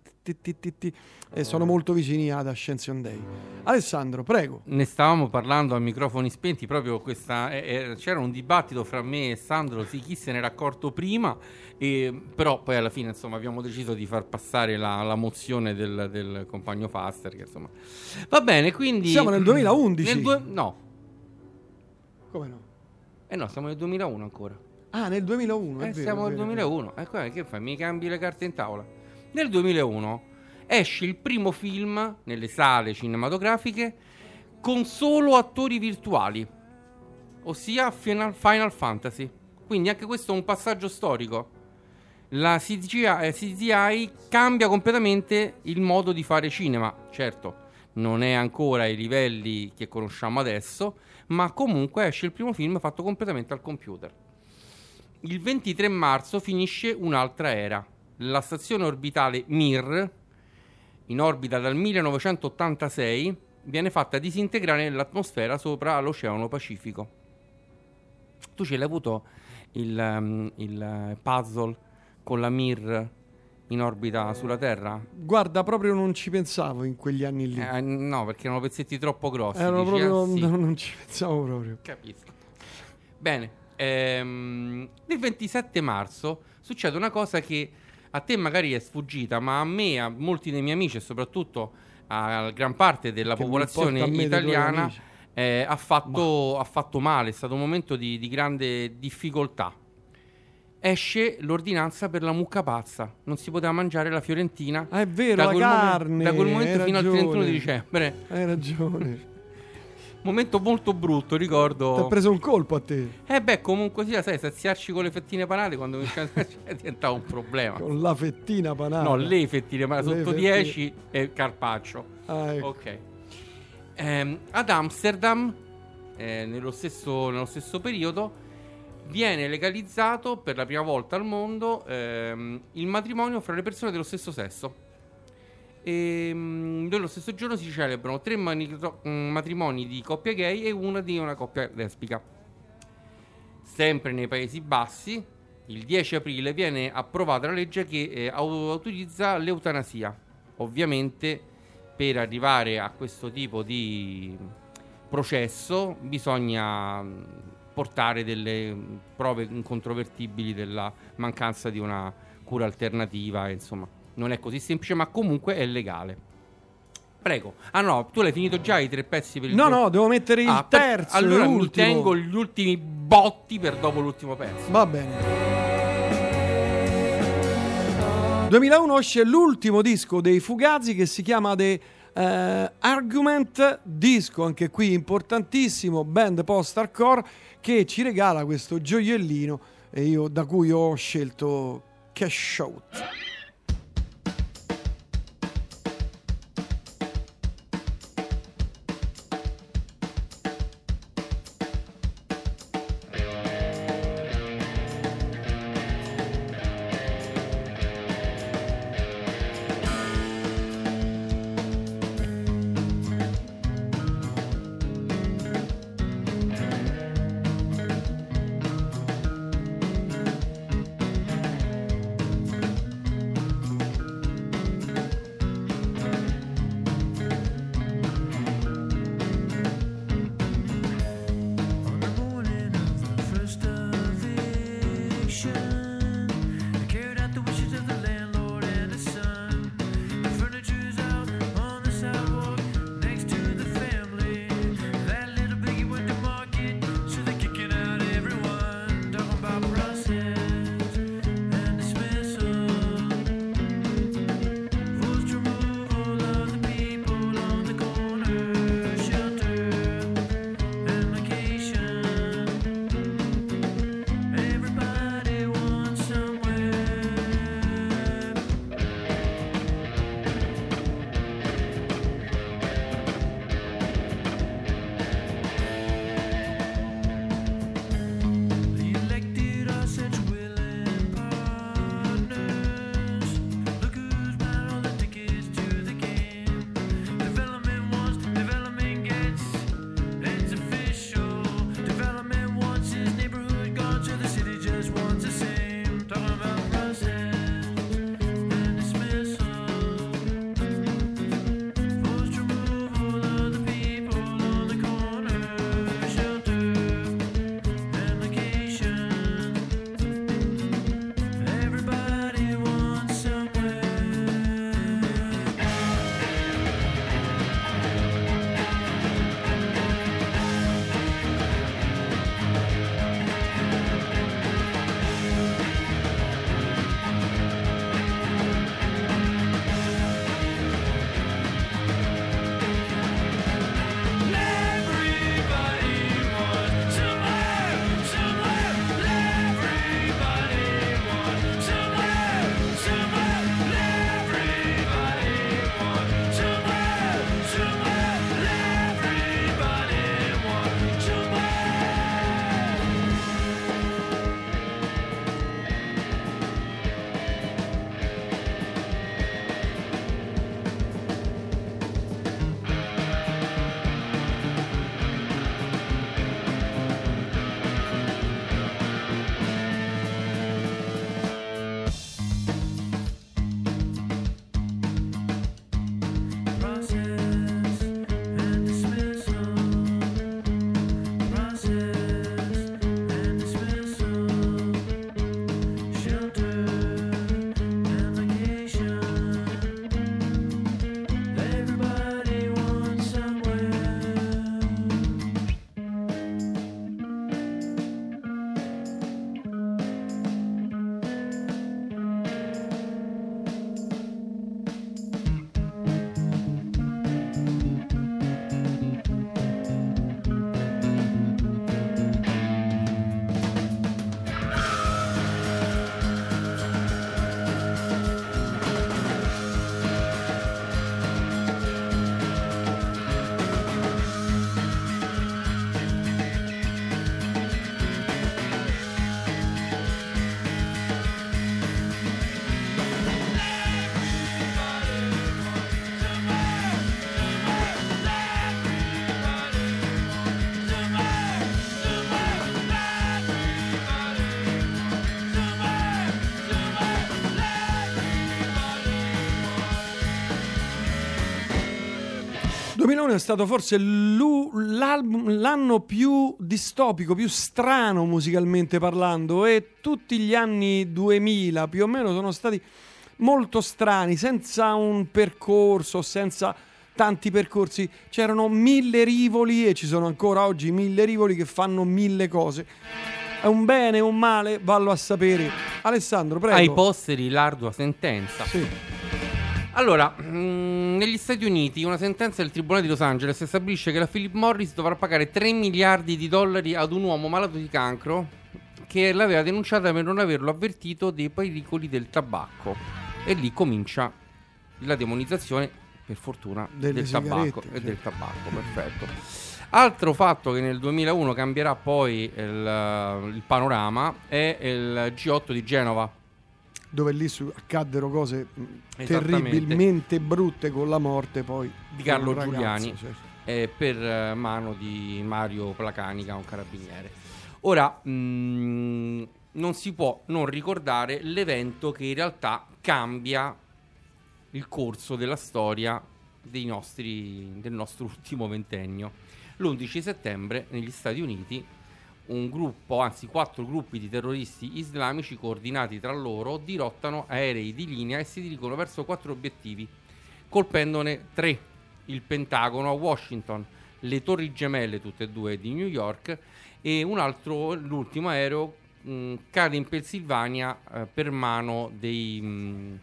sono molto vicini ad Ascension Day. Alessandro, prego. Ne stavamo parlando a microfoni spenti, proprio c'era un dibattito fra me e Sandro, chi se n'era accorto prima, però poi alla fine insomma abbiamo deciso di far passare la mozione del compagno Faster, che insomma va bene. Quindi siamo nel 2011. No. Come no? No, siamo nel 2001 ancora. Ah, nel 2001, è vero, siamo nel 2001. Che fai? Mi cambi le carte in tavola? Nel 2001 esce il primo film nelle sale cinematografiche con solo attori virtuali, ossia Final Fantasy. Quindi anche questo è un passaggio storico. La CGI cambia completamente il modo di fare cinema. Certo, non è ancora ai livelli che conosciamo adesso, ma comunque esce il primo film fatto completamente al computer. Il 23 marzo finisce un'altra era. La stazione orbitale Mir, in orbita dal 1986, viene fatta disintegrare nell'atmosfera sopra l'Oceano Pacifico. Tu ce l'hai avuto il puzzle con la Mir in orbita sulla Terra? Guarda, proprio non ci pensavo in quegli anni lì. No, perché erano pezzetti troppo grossi. Non ci pensavo proprio. Capisco. Bene, il 27 marzo succede una cosa che a te magari è sfuggita, ma a me, a molti dei miei amici e soprattutto a gran parte della popolazione italiana ha fatto male. È stato un momento di grande difficoltà. Esce l'ordinanza per la mucca pazza, non si poteva mangiare la fiorentina. È vero, la carne. Da quel momento fino al 31 di dicembre. Hai ragione. Momento molto brutto, ricordo. Ti ha preso un colpo a te. Comunque sia, sai, saziarci con le fettine panate quando diventava un problema. Con la fettina panata? No, le fettine panate, sotto 10 e carpaccio. Ecco. Ok. Ad Amsterdam, nello stesso periodo, viene legalizzato per la prima volta al mondo il matrimonio fra le persone dello stesso sesso. E nello stesso giorno si celebrano 3 matrimoni di coppia gay e uno di una coppia lesbica. Sempre nei Paesi Bassi, il 10 aprile viene approvata la legge che autorizza l'eutanasia. Ovviamente per arrivare a questo tipo di processo bisogna portare delle prove incontrovertibili della mancanza di una cura alternativa, insomma. Non è così semplice, ma comunque è legale. Prego. Ah no, tu l'hai finito già i 3 pezzi per il No, devo mettere il terzo. Allora mi tengo gli ultimi botti per dopo l'ultimo pezzo. Va bene. 2001 esce l'ultimo disco dei Fugazi che si chiama The Argument, disco anche qui importantissimo, band post-hardcore che ci regala questo gioiellino da cui ho scelto Cash Out. 2001 è stato forse l'anno più distopico, più strano musicalmente parlando, e tutti gli anni 2000 più o meno sono stati molto strani, senza un percorso, senza tanti percorsi. C'erano 1000 rivoli e ci sono ancora oggi 1000 rivoli che fanno 1000 cose. È un bene o un male? Vallo a sapere. Alessandro, prego. Ai posteri l'ardua sentenza. Sì. Allora, negli Stati Uniti una sentenza del Tribunale di Los Angeles stabilisce che la Philip Morris dovrà pagare $3 miliardi ad un uomo malato di cancro che l'aveva denunciata per non averlo avvertito dei pericoli del tabacco. E lì comincia la demonizzazione, per fortuna, del tabacco e del tabacco, perfetto. Altro fatto che nel 2001 cambierà poi il panorama è il G8 di Genova, dove lì accaddero cose terribilmente brutte, con la morte poi di Carlo ragazzo, Giuliani, certo. Per mano di Mario Placanica, un carabiniere. Ora non si può non ricordare l'evento che in realtà cambia il corso della storia del nostro ultimo ventennio. L'11 settembre negli Stati Uniti un gruppo, anzi 4 gruppi di terroristi islamici coordinati tra loro dirottano aerei di linea e si dirigono verso 4 obiettivi, colpendone 3: il Pentagono a Washington, le Torri Gemelle tutte e due di New York, e un altro, l'ultimo aereo, cade in Pennsylvania per mano dei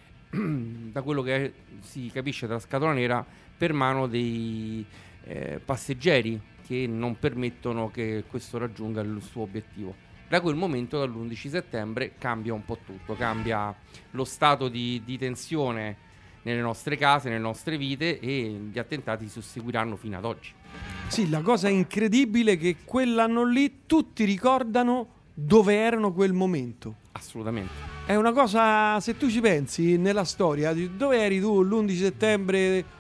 da quello che si capisce dalla scatola nera, per mano dei passeggeri che non permettono che questo raggiunga il suo obiettivo. Da quel momento, dall'11 settembre, cambia un po' tutto, cambia lo stato di tensione nelle nostre case, nelle nostre vite, e gli attentati si susseguiranno fino ad oggi. Sì, la cosa incredibile è che quell'anno lì tutti ricordano dove erano quel momento. Assolutamente. È una cosa, se tu ci pensi nella storia, dove eri tu l'11 settembre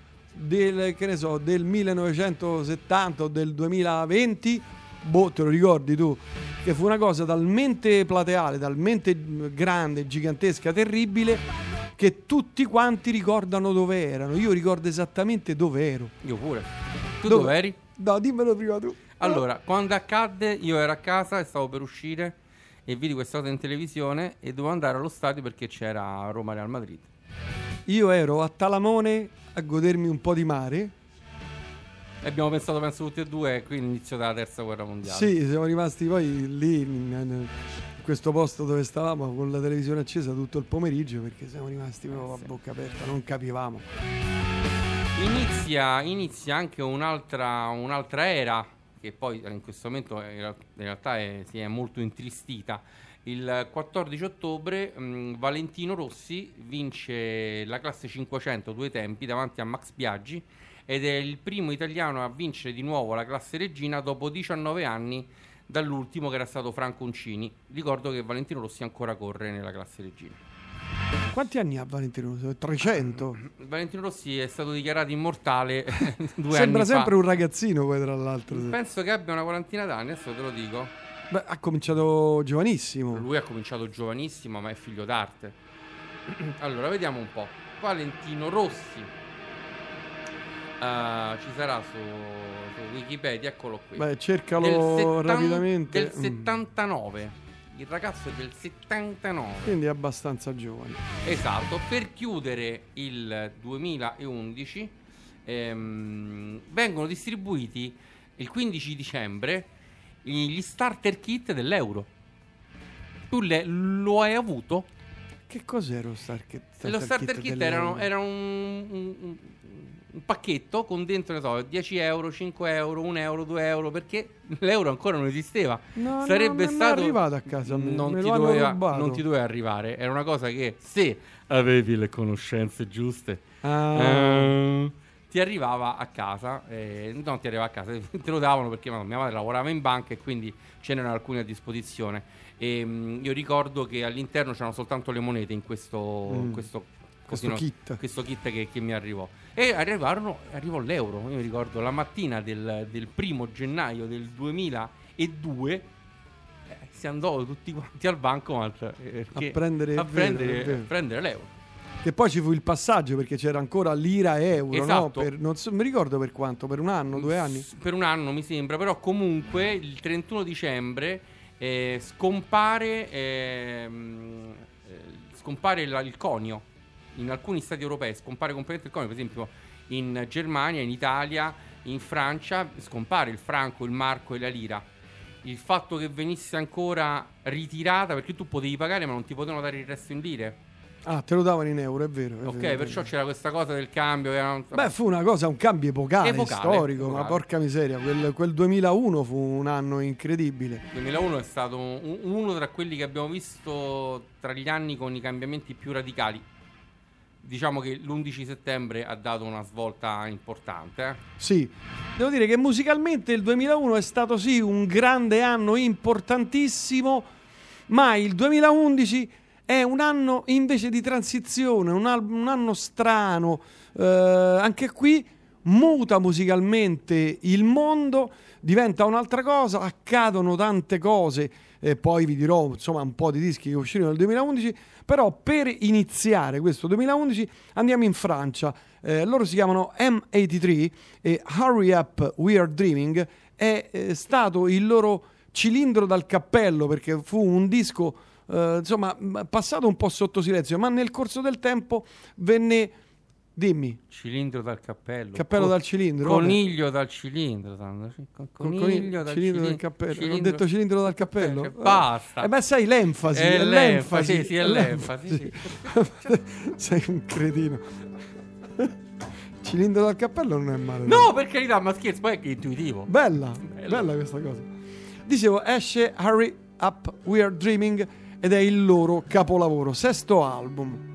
del 1970 o del 2020, te lo ricordi tu? Che fu una cosa talmente plateale, talmente grande, gigantesca, terribile, che tutti quanti ricordano dove erano. Io ricordo esattamente dove ero. Io pure. Tu dove eri? No, dimmelo prima tu. Allora, quando accadde, io ero a casa e stavo per uscire e vidi questa cosa in televisione e dovevo andare allo stadio perché c'era Roma-Real Madrid. Io ero a Talamone a godermi un po' di mare. E abbiamo pensato, penso, tutti e due, qui l'inizio della terza guerra mondiale. Sì, siamo rimasti poi lì in questo posto dove stavamo con la televisione accesa tutto il pomeriggio, perché siamo rimasti proprio a bocca aperta, non capivamo. Inizia anche un'altra era, che poi in questo momento in realtà si è molto intristita. Il 14 ottobre Valentino Rossi vince la classe 500 due tempi davanti a Max Biaggi ed è il primo italiano a vincere di nuovo la classe regina dopo 19 anni dall'ultimo, che era stato Franco Uncini. Ricordo che Valentino Rossi ancora corre nella classe regina. Quanti anni ha Valentino Rossi? 300? Valentino Rossi è stato dichiarato immortale 2 anni fa. Sembra sempre un ragazzino poi, tra l'altro. Penso che abbia una quarantina d'anni, adesso te lo dico. Beh, ha cominciato giovanissimo. Lui ha cominciato giovanissimo, ma è figlio d'arte. Allora, vediamo un po'. Valentino Rossi. Ci sarà su Wikipedia, eccolo qui. Beh, cercalo rapidamente. Del 79. Il ragazzo è del 79. Quindi è abbastanza giovane. Esatto. Per chiudere il 2011 vengono distribuiti il 15 dicembre gli starter kit dell'euro. Tu lo hai avuto? Che cos'era lo starter kit? Lo starter kit era un pacchetto con dentro, ne so, 10 euro, 5 euro, 1 euro, 2 euro, perché l'euro ancora non esisteva. No, sarebbe non stato è arrivato a casa. Non ti doveva arrivare. Era una cosa che, se avevi le conoscenze giuste, ti arrivava a casa. Non ti arrivava a casa, te lo davano, perché mia madre lavorava in banca e quindi ce n'erano alcune a disposizione. Io ricordo che all'interno c'erano soltanto le monete in questo kit che mi arrivò. E arrivò l'euro. Io mi ricordo la mattina del 1 gennaio del 2002 si andò tutti quanti al bancomat a prendere l'euro. che poi ci fu il passaggio perché c'era ancora lira e euro, Esatto. no? Non mi ricordo per quanto, per un anno, 2 anni? Per un anno mi sembra, però comunque il 31 dicembre scompare il conio. In alcuni stati europei scompare completamente il conio, per esempio in Germania, in Italia, in Francia scompare il franco, il marco e la lira. Il fatto che venisse ancora ritirata, perché tu potevi pagare ma non ti potevano dare il resto in lire. Ah, te lo davano in euro, è vero. Ok, vero, perciò c'era questa cosa del cambio. Beh, fu una cosa, un cambio epocale, storico, epocale. ma porca miseria, quel 2001 fu un anno incredibile. Il 2001 è stato uno tra quelli che abbiamo visto tra gli anni con i cambiamenti più radicali. Diciamo che l'11 settembre ha dato una svolta importante. Sì, devo dire che musicalmente il 2001 è stato sì un grande anno importantissimo, ma il 2011 è un anno invece di transizione, un anno strano. Anche qui muta musicalmente il mondo, diventa un'altra cosa, accadono tante cose. Poi vi dirò insomma un po' di dischi che uscirono nel 2011, però per iniziare questo 2011 andiamo in Francia. Loro si chiamano M83 e Hurry Up We Are Dreaming è stato il loro cilindro dal cappello, perché fu un disco insomma passato un po' sotto silenzio, ma nel corso del tempo venne... Dimmi. Cilindro dal cappello. Cappello dal cilindro. Coniglio dal cilindro. Coniglio dal cilindro. Del cappello. Ho detto cilindro dal cappello. Basta. Beh, sai, l'enfasi. È l'enfasi. Sì, è l'enfasi. Sì. Sei un cretino. Cilindro dal cappello non è male. No, per carità, ma scherzo, poi è che è intuitivo. Bella questa cosa. Dicevo, esce Hurry Up We Are Dreaming ed è il loro capolavoro, 6º album.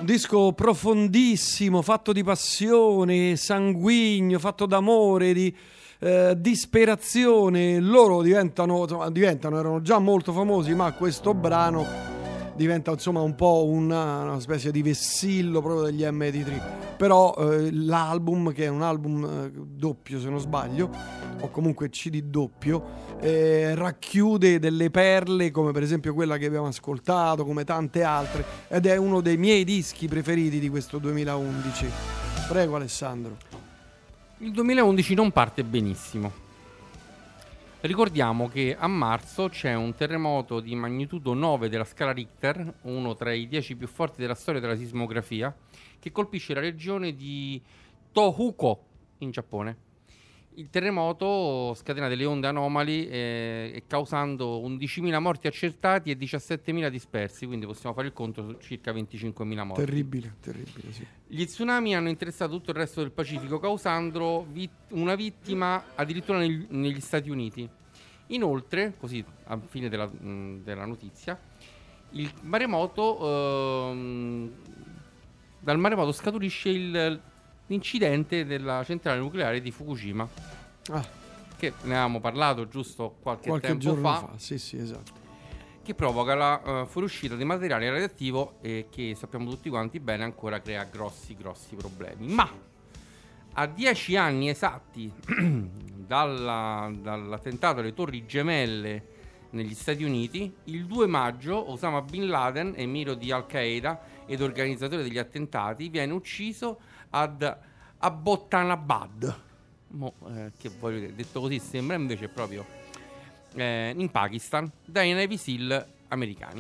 disco profondissimo, fatto di passione, sanguigno, fatto d'amore, di disperazione. Loro erano già molto famosi, ma questo brano diventa insomma un po' una specie di vessillo proprio degli M83. Però l'album, che è un album doppio se non sbaglio, o comunque CD doppio, racchiude delle perle come per esempio quella che abbiamo ascoltato, come tante altre, ed è uno dei miei dischi preferiti di questo 2011. Prego Alessandro. Il 2011 non parte benissimo. Ricordiamo che a marzo c'è un terremoto di magnitudo 9 della scala Richter, uno tra i 10 più forti della storia della sismografia, che colpisce la regione di Tohoku in Giappone. Il terremoto scatena delle onde anomali causando 11.000 morti accertati e 17.000 dispersi, quindi possiamo fare il conto su circa 25.000 morti. Terribile, sì. Gli tsunami hanno interessato tutto il resto del Pacifico, causando una vittima addirittura negli Stati Uniti. Inoltre, così a fine della notizia, il maremoto, dal maremoto scaturisce l'incidente della centrale nucleare di Fukushima, che ne avevamo parlato giusto qualche tempo giorno fa. Sì, esatto. Che provoca la fuoriuscita di materiale radioattivo e che sappiamo tutti quanti bene ancora crea grossi problemi. Ma a 10 anni esatti dall'attentato alle Torri Gemelle negli Stati Uniti, il 2 maggio Osama Bin Laden, emiro di Al-Qaeda ed organizzatore degli attentati, viene ucciso ad Abbottabad. Che voglio dire, detto così sembra, invece proprio in Pakistan, dai Navy SEAL americani.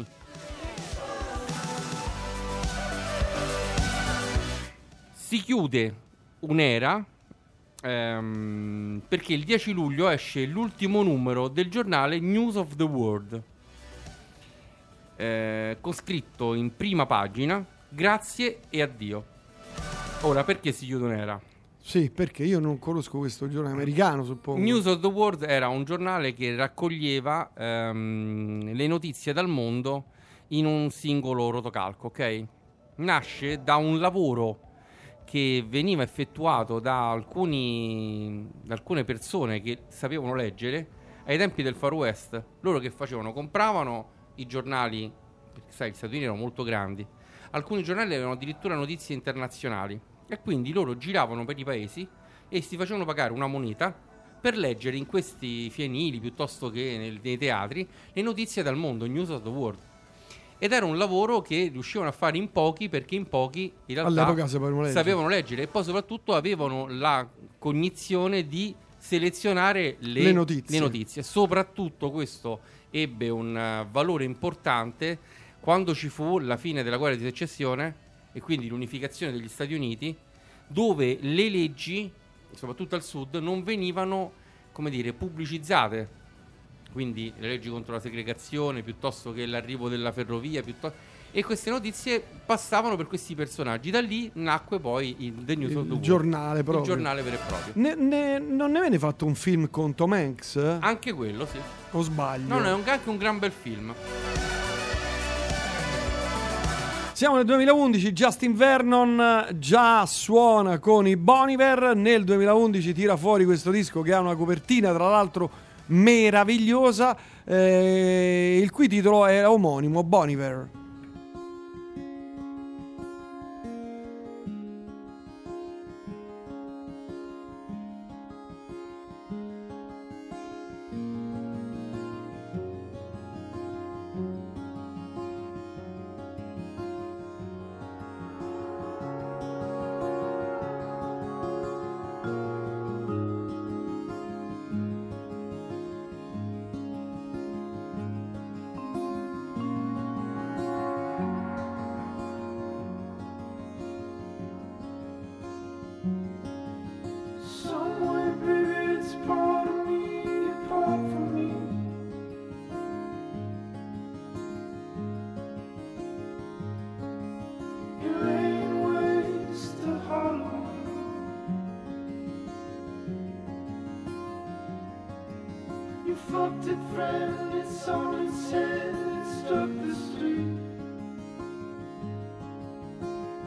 Si chiude un'era perché il 10 luglio esce l'ultimo numero del giornale News of the World, con scritto in prima pagina: grazie e addio. Ora, perché si chiude un'era? Sì, perché io non conosco questo giornale americano, suppongo. News of the World era un giornale che raccoglieva le notizie dal mondo in un singolo rotocalco, ok? Nasce da un lavoro che veniva effettuato da alcune persone che sapevano leggere ai tempi del Far West. Loro che facevano? Compravano i giornali, perché sai, gli Stati Uniti erano molto grandi. Alcuni giornali avevano addirittura notizie internazionali. E quindi loro giravano per i paesi e si facevano pagare una moneta per leggere in questi fienili piuttosto che nei teatri le notizie dal mondo, News of the World. Ed era un lavoro che riuscivano a fare in pochi, perché in pochi in realtà all'epoca sapevano leggere e poi soprattutto avevano la cognizione di selezionare le notizie. Soprattutto questo ebbe un valore importante quando ci fu la fine della guerra di secessione e quindi l'unificazione degli Stati Uniti, dove le leggi, soprattutto al sud, non venivano, come dire, pubblicizzate. Quindi le leggi contro la segregazione, piuttosto che l'arrivo della ferrovia, e queste notizie passavano per questi personaggi. Da lì nacque poi il The News of the World, giornale proprio. Il giornale vero e proprio. Non ne venne fatto un film con Tom Hanks? Anche quello, sì. O sbaglio? No, è anche un gran bel film. Siamo nel 2011, Justin Vernon già suona con i Bon Iver. Nel 2011 tira fuori questo disco che ha una copertina tra l'altro meravigliosa, il cui titolo è omonimo, Bon Iver. fucked it, friend, it's on its head, it struck the street.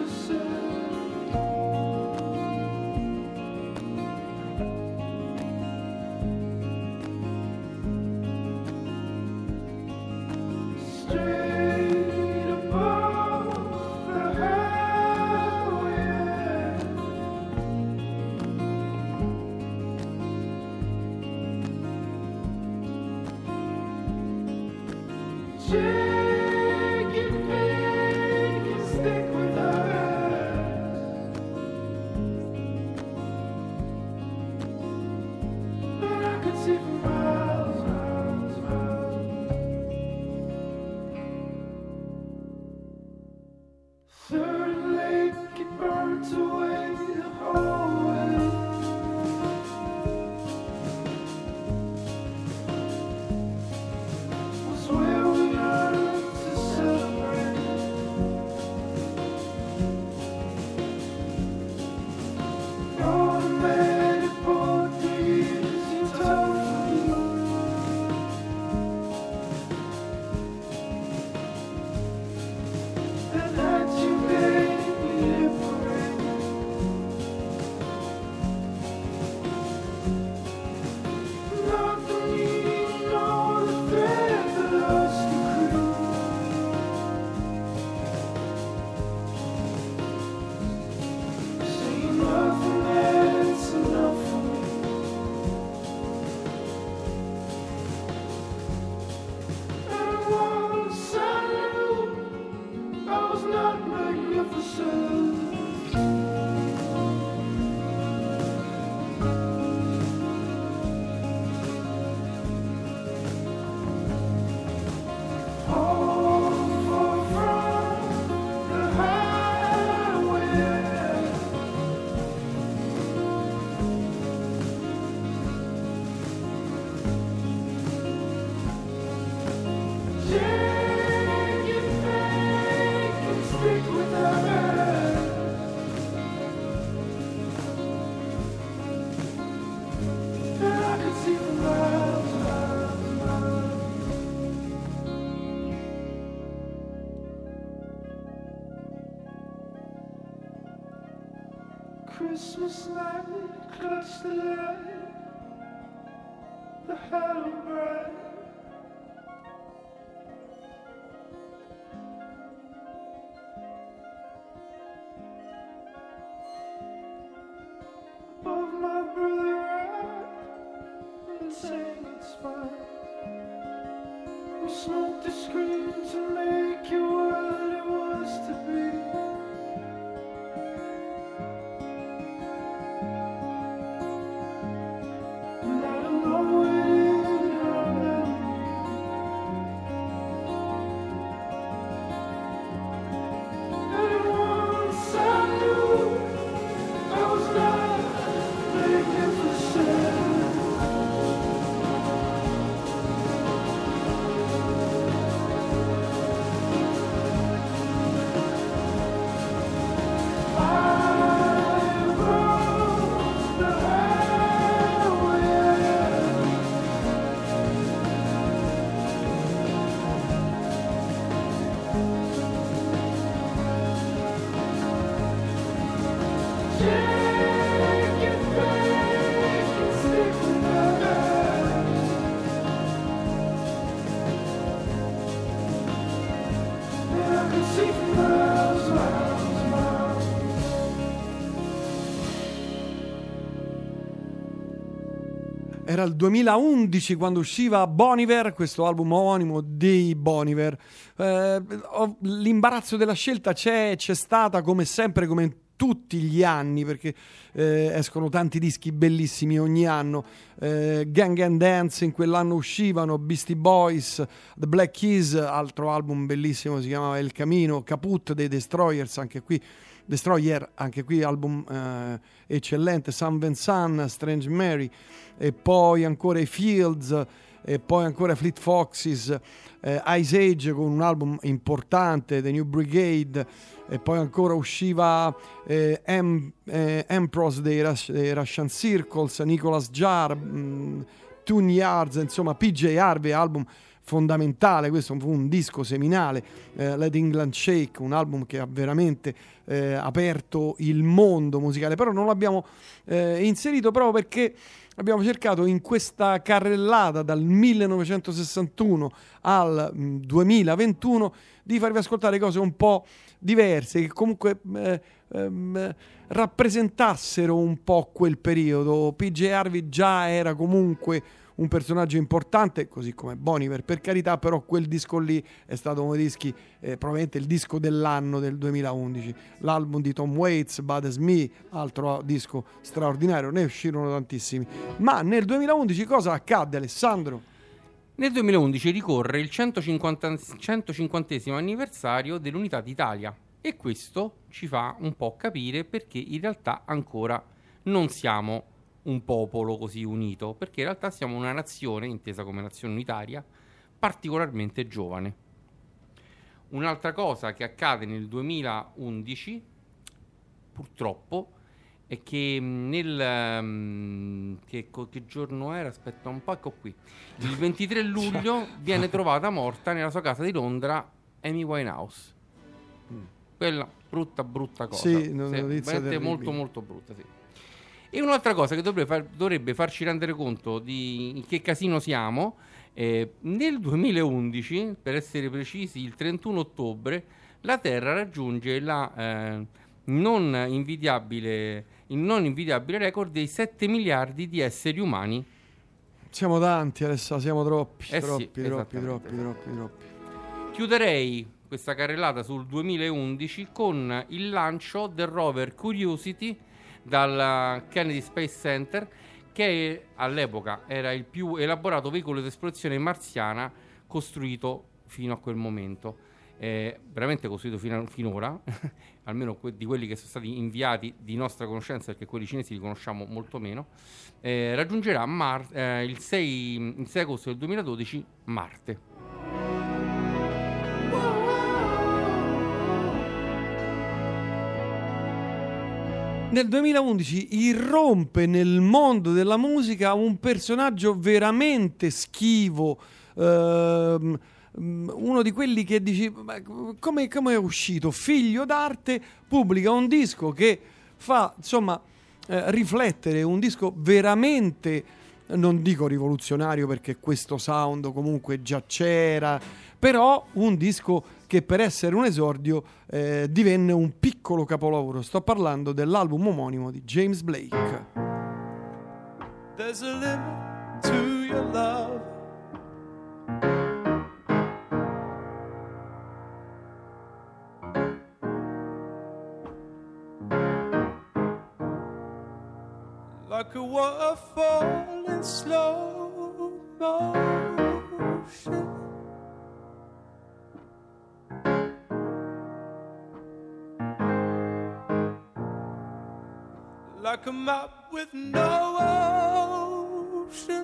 Christmas night, clutch the light, the hollow bright. Above my brother right, and saying it's fine. We smoked the screen to make you what it was to be. Era il 2011 quando usciva Bon Iver, questo album omonimo dei Bon Iver. L'imbarazzo della scelta c'è stata come sempre, come in tutti gli anni, perché escono tanti dischi bellissimi ogni anno. Gang and Dance in quell'anno uscivano, Beastie Boys, The Black Keys, altro album bellissimo, si chiamava El Camino, Caput dei Destroyer, anche qui album eccellente, Sun Vincent, Strange Mary, e poi ancora i Fields, e poi ancora Fleet Foxes, Ice Age con un album importante, The New Brigade, e poi ancora usciva Empress dei Russian Circles, Nicholas Jar, Tune Yards, insomma PJ Harvey, album fondamentale, questo fu un disco seminale, Let England Shake, un album che ha veramente aperto il mondo musicale, però non l'abbiamo inserito proprio perché abbiamo cercato in questa carrellata dal 1961 al 2021 di farvi ascoltare cose un po' diverse, che comunque rappresentassero un po' quel periodo. PJ Harvey già era comunque un personaggio importante, così come Bon Iver, per carità, però quel disco lì è stato uno dei dischi, probabilmente il disco dell'anno del 2011. L'album di Tom Waits, Bad As Me, altro disco straordinario, ne uscirono tantissimi. Ma nel 2011 cosa accadde, Alessandro? Nel 2011 ricorre il 150° anniversario dell'Unità d'Italia e questo ci fa un po' capire perché in realtà ancora non siamo un popolo così unito, perché in realtà siamo una nazione, intesa come nazione unitaria, particolarmente giovane. Un'altra cosa che accade nel 2011, purtroppo, è che che giorno era? Aspetta un po', ecco qui. Il 23 luglio viene trovata morta nella sua casa di Londra Amy Winehouse. Quella brutta cosa. Sì, notizia veramente molto molto brutta, sì. E un'altra cosa che dovrebbe farci rendere conto di in che casino siamo, nel 2011, per essere precisi il 31 ottobre, la Terra raggiunge il non invidiabile record dei 7 miliardi di esseri umani. Siamo tanti, Alessà, siamo troppi. Troppi. Chiuderei questa carrellata sul 2011 con il lancio del rover Curiosity dal Kennedy Space Center, che all'epoca era il più elaborato veicolo di esplorazione marziana costruito fino a quel momento. Veramente costruito finora, almeno di quelli che sono stati inviati di nostra conoscenza, perché quelli cinesi li conosciamo molto meno. Raggiungerà il 6 agosto del 2012 Marte. Nel 2011 irrompe nel mondo della musica un personaggio veramente schivo, uno di quelli che dici come è uscito, figlio d'arte, pubblica un disco che fa insomma riflettere, un disco veramente, non dico rivoluzionario perché questo sound comunque già c'era, però un disco che per essere un esordio divenne un piccolo capolavoro. Sto parlando dell'album omonimo di James Blake. There's a limit to your love. Like a waterfall in slow motion. Like a map with no ocean.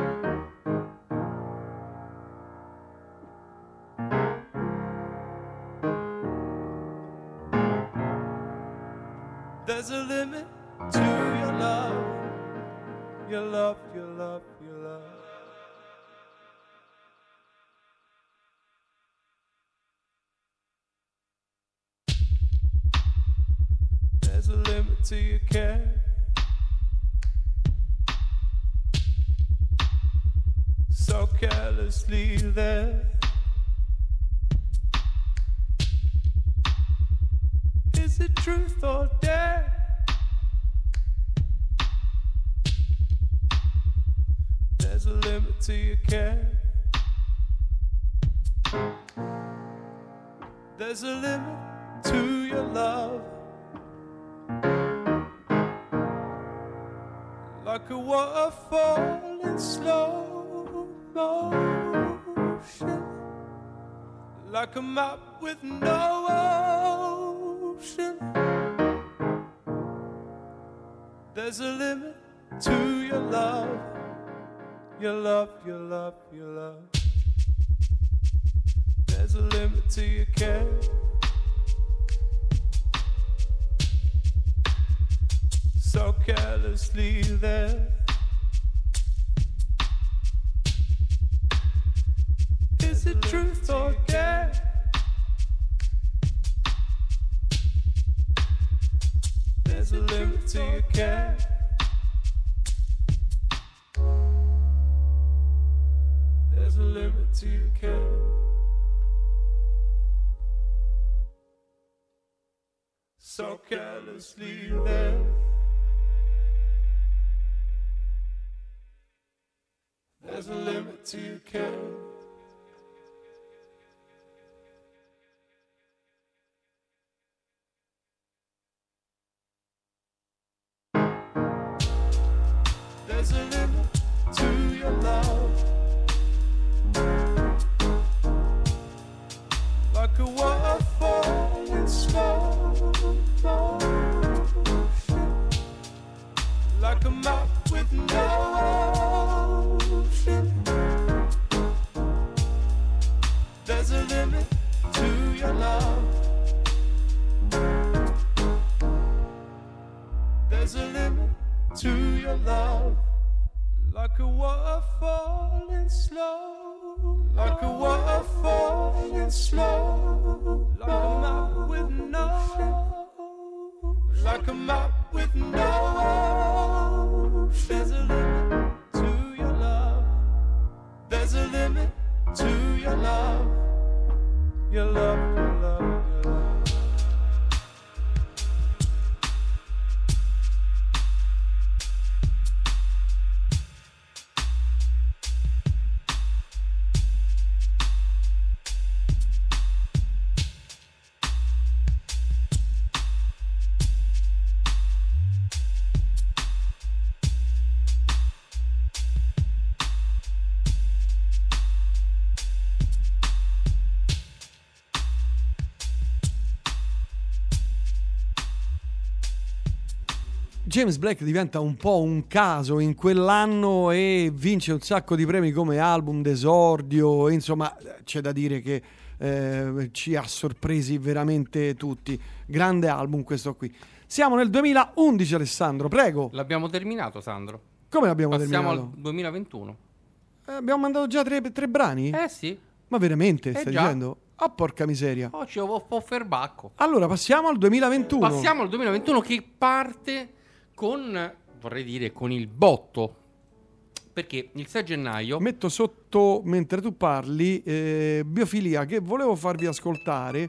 There's a limit to your love, your love, your love, your love. There's a limit to your care. So carelessly there. Is it truth or dare? There's a limit to your care. There's a limit to your love. Like a waterfall in slow motion. Like a map with no ocean. There's a limit to your love. Your love, your love, your love. There's a limit to your care. So carelessly there. There's a limit to your care. There's a limit to your care. So carelessly there. There's a limit to your care. There's a limit to your love. Like a waterfall in slow motion. Like a map with no ocean. There's a limit to your love. There's a limit to your love. Like a waterfall in slow. Like a waterfall in slow. Like a map with no. Like a map with no. There's a limit to your love. There's a limit to your love. Your love, your love, your love. James Blake diventa un po' un caso in quell'anno e vince un sacco di premi come album d'esordio, insomma c'è da dire che ci ha sorpresi veramente tutti. Grande album questo qui. Siamo nel 2011, Alessandro, prego. L'abbiamo terminato, Sandro. Come l'abbiamo terminato? Passiamo al 2021. Abbiamo mandato già tre brani? Sì. Ma veramente, stai già. dicendo? Ah, porca miseria. Oh, ci ho ferbacco. Allora, passiamo al 2021. Passiamo al 2021 che parte con, vorrei dire, con il botto. Perché il 6 gennaio... Metto sotto, mentre tu parli, Biofilia, che volevo farvi ascoltare.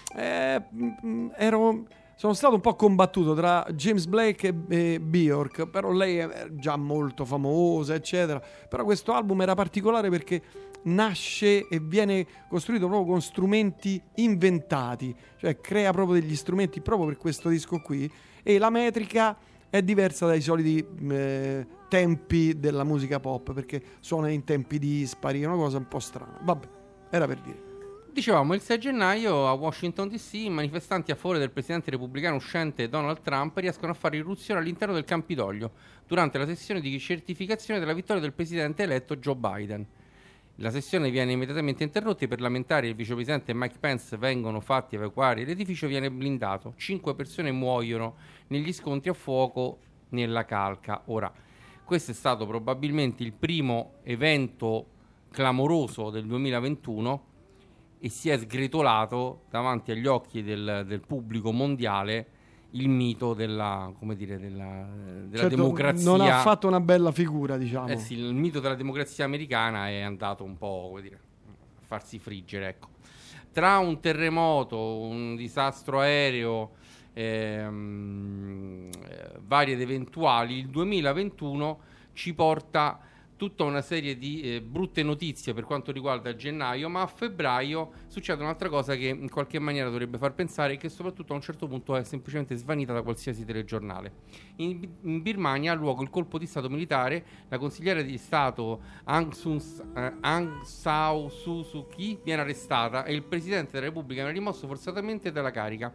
Sono stato un po' combattuto tra James Blake e Bjork, però lei è già molto famosa, eccetera. Però questo album era particolare perché nasce e viene costruito proprio con strumenti inventati, cioè crea proprio degli strumenti proprio per questo disco qui, e la metrica è diversa dai soliti tempi della musica pop, perché suona in tempi dispari, è una cosa un po' strana. Vabbè, era per dire. Dicevamo, il 6 gennaio a Washington DC i manifestanti a favore del presidente repubblicano uscente Donald Trump riescono a fare irruzione all'interno del Campidoglio durante la sessione di certificazione della vittoria del presidente eletto Joe Biden. La sessione viene immediatamente interrotta, i parlamentari e il vicepresidente Mike Pence vengono fatti evacuare, l'edificio viene blindato, 5 persone muoiono negli scontri a fuoco nella calca. Ora, questo è stato probabilmente il primo evento clamoroso del 2021 e si è sgretolato davanti agli occhi del pubblico mondiale il mito della, come dire, della certo, democrazia. Non ha fatto una bella figura, diciamo. Sì, il mito della democrazia americana è andato un po', come dire, a farsi friggere, ecco. Tra un terremoto, un disastro aereo, vari ed eventuali, il 2021 ci porta tutta una serie di brutte notizie per quanto riguarda gennaio, ma a febbraio succede un'altra cosa che in qualche maniera dovrebbe far pensare che soprattutto a un certo punto è semplicemente svanita da qualsiasi telegiornale. In Birmania ha luogo il colpo di stato militare, la consigliera di stato Aung San Suu Kyi viene arrestata e il presidente della Repubblica viene rimosso forzatamente dalla carica.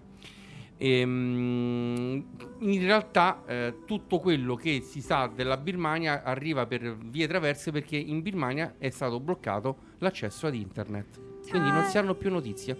In realtà tutto quello che si sa della Birmania arriva per vie traverse, perché in Birmania è stato bloccato l'accesso ad internet, quindi non si hanno più notizie.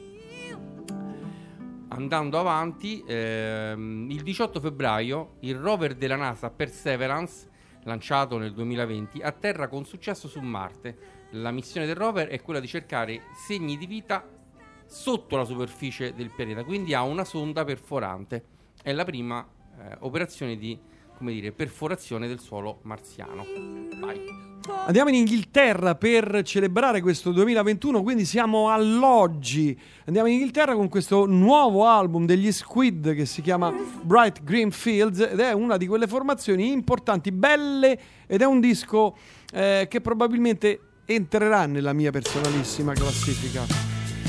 Andando avanti, il 18 febbraio il rover della NASA Perseverance, lanciato nel 2020, atterra con successo su Marte. La missione del rover è quella di cercare segni di vita sotto la superficie del pianeta, quindi ha una sonda perforante. È la prima operazioni di, come dire, perforazione del suolo marziano. Vai. Andiamo in Inghilterra per celebrare questo 2021, quindi siamo all'oggi. Andiamo in Inghilterra con questo nuovo album degli Squid che si chiama Bright Green Fields ed è una di quelle formazioni importanti, belle, ed è un disco che probabilmente entrerà nella mia personalissima classifica.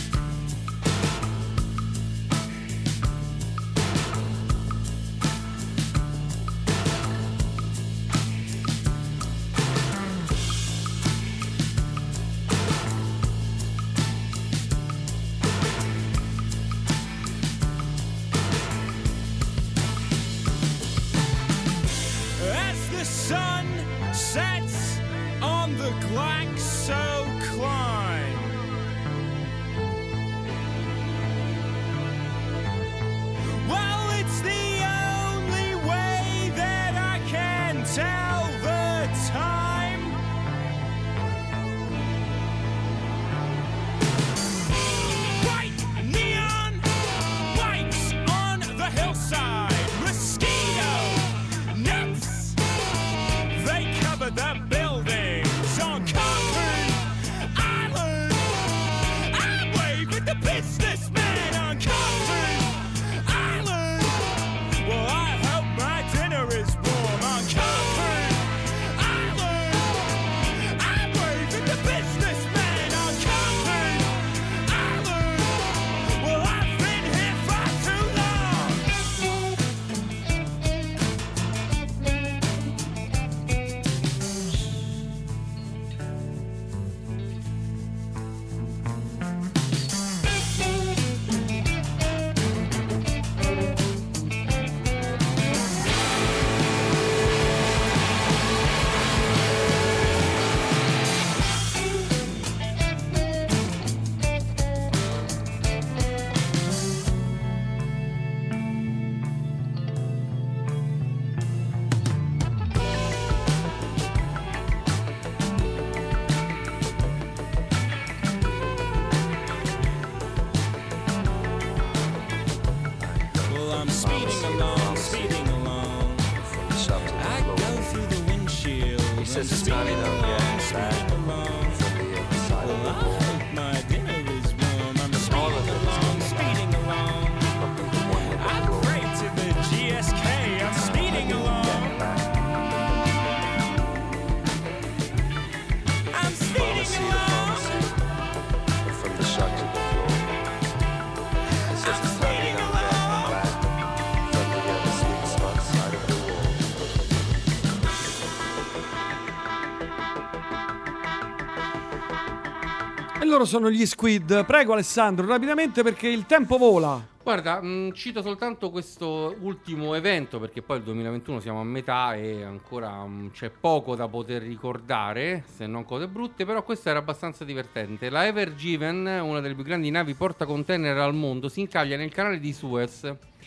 Loro sono gli Squid. Prego Alessandro, rapidamente perché il tempo vola. Guarda, cito soltanto questo ultimo evento perché poi il 2021 siamo a metà e ancora c'è poco da poter ricordare, se non cose brutte, però questo era abbastanza divertente. La Ever Given, una delle più grandi navi portacontainer al mondo, si incaglia nel canale di Suez.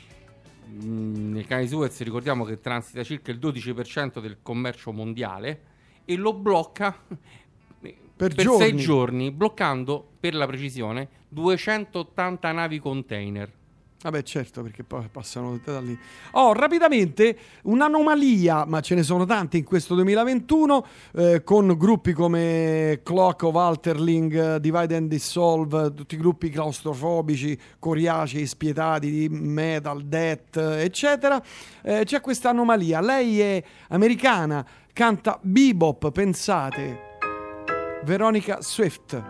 Nel canale di Suez ricordiamo che transita circa il 12% del commercio mondiale e lo blocca per 6 giorni, bloccando, per la precisione, 280 navi container. Vabbè, certo, perché poi passano tutte da lì. Rapidamente, un'anomalia, ma ce ne sono tante in questo 2021, con gruppi come Clock of Alterling, Divide and Dissolve, tutti i gruppi claustrofobici, coriacei, spietati, di metal, death, eccetera. C'è questa anomalia. Lei è americana, canta bebop, pensate. Veronica Swift.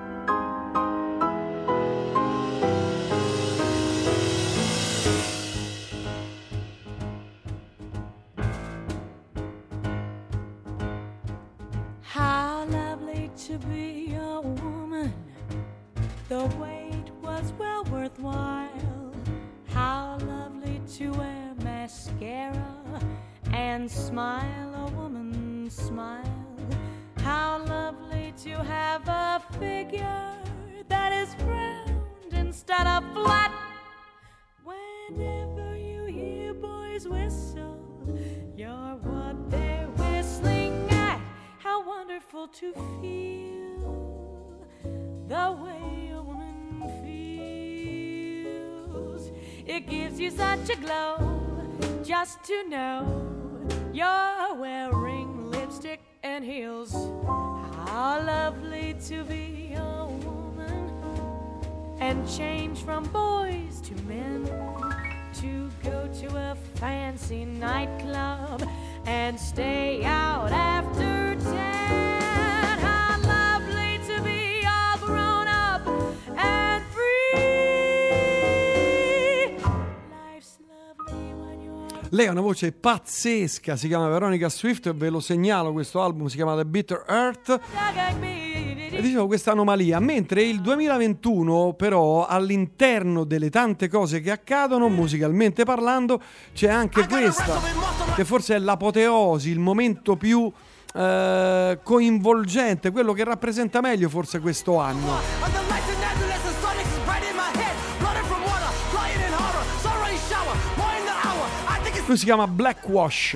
How lovely to be a woman. The wait was well worthwhile. How lovely to wear mascara and smile, a woman's smile. How lovely to have a figure that is round instead of flat. Whenever you hear boys whistle, you're what they're whistling at. How wonderful to feel the way a woman feels. It gives you such a glow just to know you're wearing lipstick and heels. How lovely to be a woman and change from boys to men, to go to a fancy nightclub and stay out after 10. How lovely to be all grown up and free. Life's lovely when you're... Lei ha una voce pazzesca, si chiama Veronica Swift, ve lo segnalo, questo album si chiama The Bitter Earth. E dicevo questa anomalia, mentre il 2021 però all'interno delle tante cose che accadono musicalmente parlando c'è anche questa, che forse è l'apoteosi, il momento più coinvolgente, quello che rappresenta meglio forse questo anno. Lui si chiama Blackwash.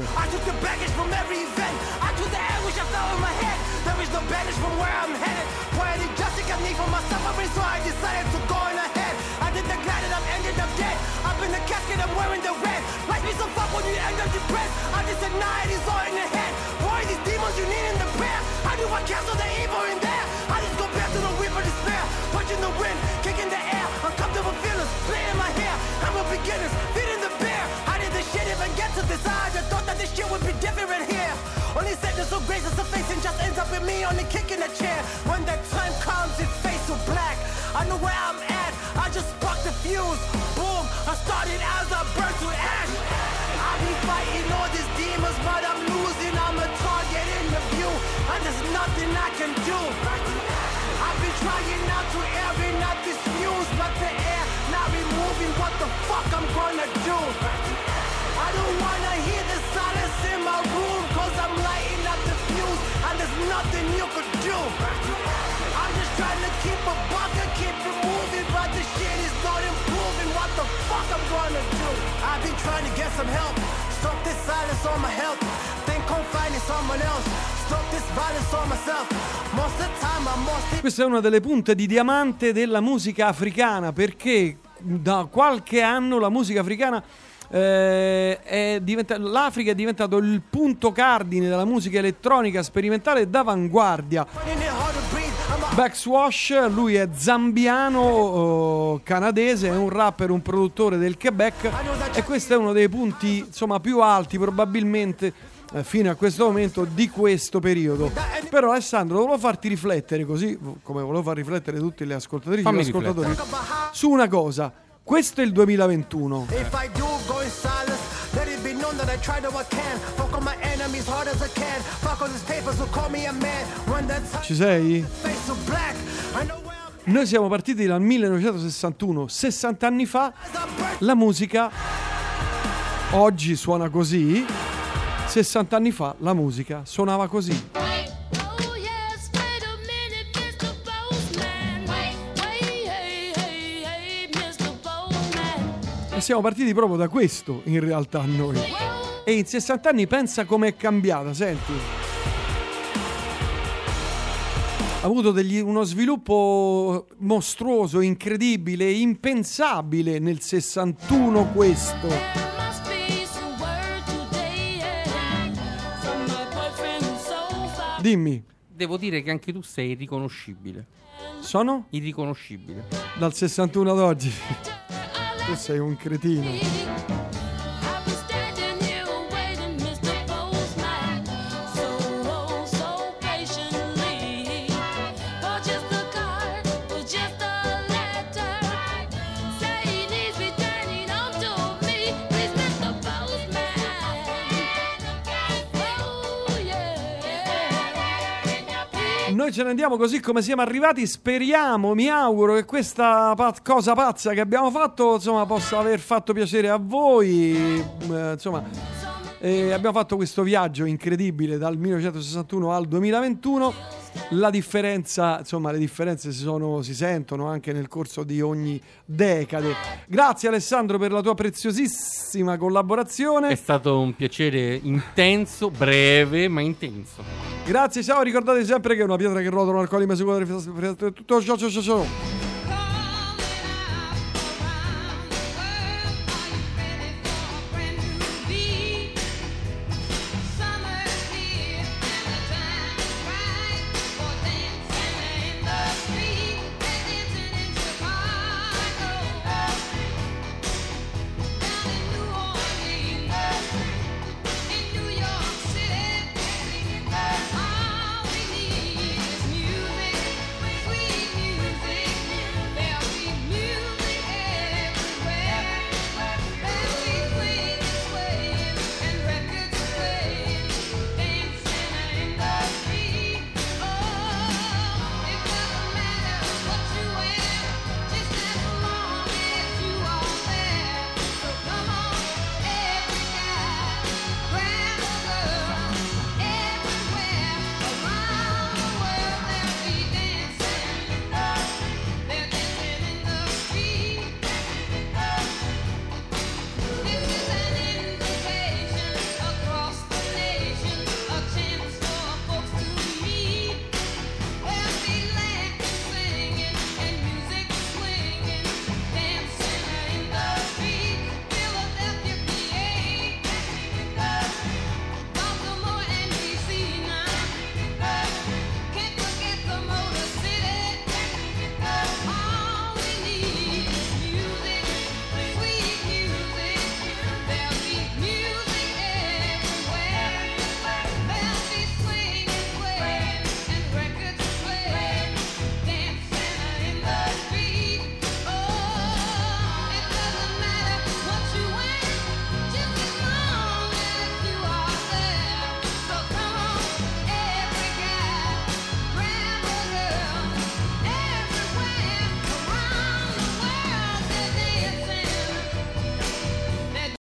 Cancel the evil in there. I just go back to the whip of despair. Punching the wind, kicking the air. Uncomfortable feelings, playing my hair. I'm a beginner, feeding the bear. How did this shit even get to this? I just thought that this shit would be different here. Only sadness so gracious a face and just ends up with me only kicking a chair. When that time comes, it's face so black. I know where I'm at. I just sparked the fuse. Boom, I started as I burned to ash. I've been fighting all these demons, but I'm losing. I'm a target in the view. And there's nothing I can do. I've been trying not to air it, not this fuse, but the air not removing. What the fuck I'm gonna do? I don't wanna hear the silence in my room, cause I'm lighting up the fuse, and there's nothing you could do. I'm just trying to keep a buck and keep it moving, but the shit is not improving. What the fuck I'm gonna do? I've been trying to get some help. Stop this silence on my health. Think I'm finding someone else. Stop this violence on myself. Most of the time I'm mostly... Questa è una delle punte di diamante della musica africana, perché da qualche anno la musica africana l'Africa è diventato il punto cardine della musica elettronica sperimentale d'avanguardia. Backswash, lui è zambiano, canadese, è un rapper, un produttore del Quebec, e questo è uno dei punti insomma più alti probabilmente fino a questo momento di questo periodo. Però Alessandro, volevo farti riflettere, così come volevo far riflettere tutti le ascoltatrici e gli ascoltatori, su una cosa. Questo è il 2021. Ci sei? Noi siamo partiti dal 1961, 60 anni fa. La musica oggi suona così. 60 anni fa la musica suonava così. E siamo partiti proprio da questo, in realtà, noi. E in 60 anni pensa com'è cambiata, senti. Ha avuto uno sviluppo mostruoso, incredibile, impensabile nel 61 questo. Dimmi. Devo dire che anche tu sei irriconoscibile. Sono? Irriconoscibile. Dal 61 ad oggi. Tu sei un cretino. Noi ce ne andiamo così come siamo arrivati. Speriamo, mi auguro che questa cosa pazza che abbiamo fatto, insomma, possa aver fatto piacere a voi. Insomma, abbiamo fatto questo viaggio incredibile dal 1961 al 2021. La differenza, insomma, le differenze si sentono anche nel corso di ogni decade. Grazie Alessandro per la tua preziosissima collaborazione. È stato un piacere intenso, breve ma intenso. Grazie, ciao, ricordate sempre che una pietra che rotola, un alcolime sicuro, tutto ciao.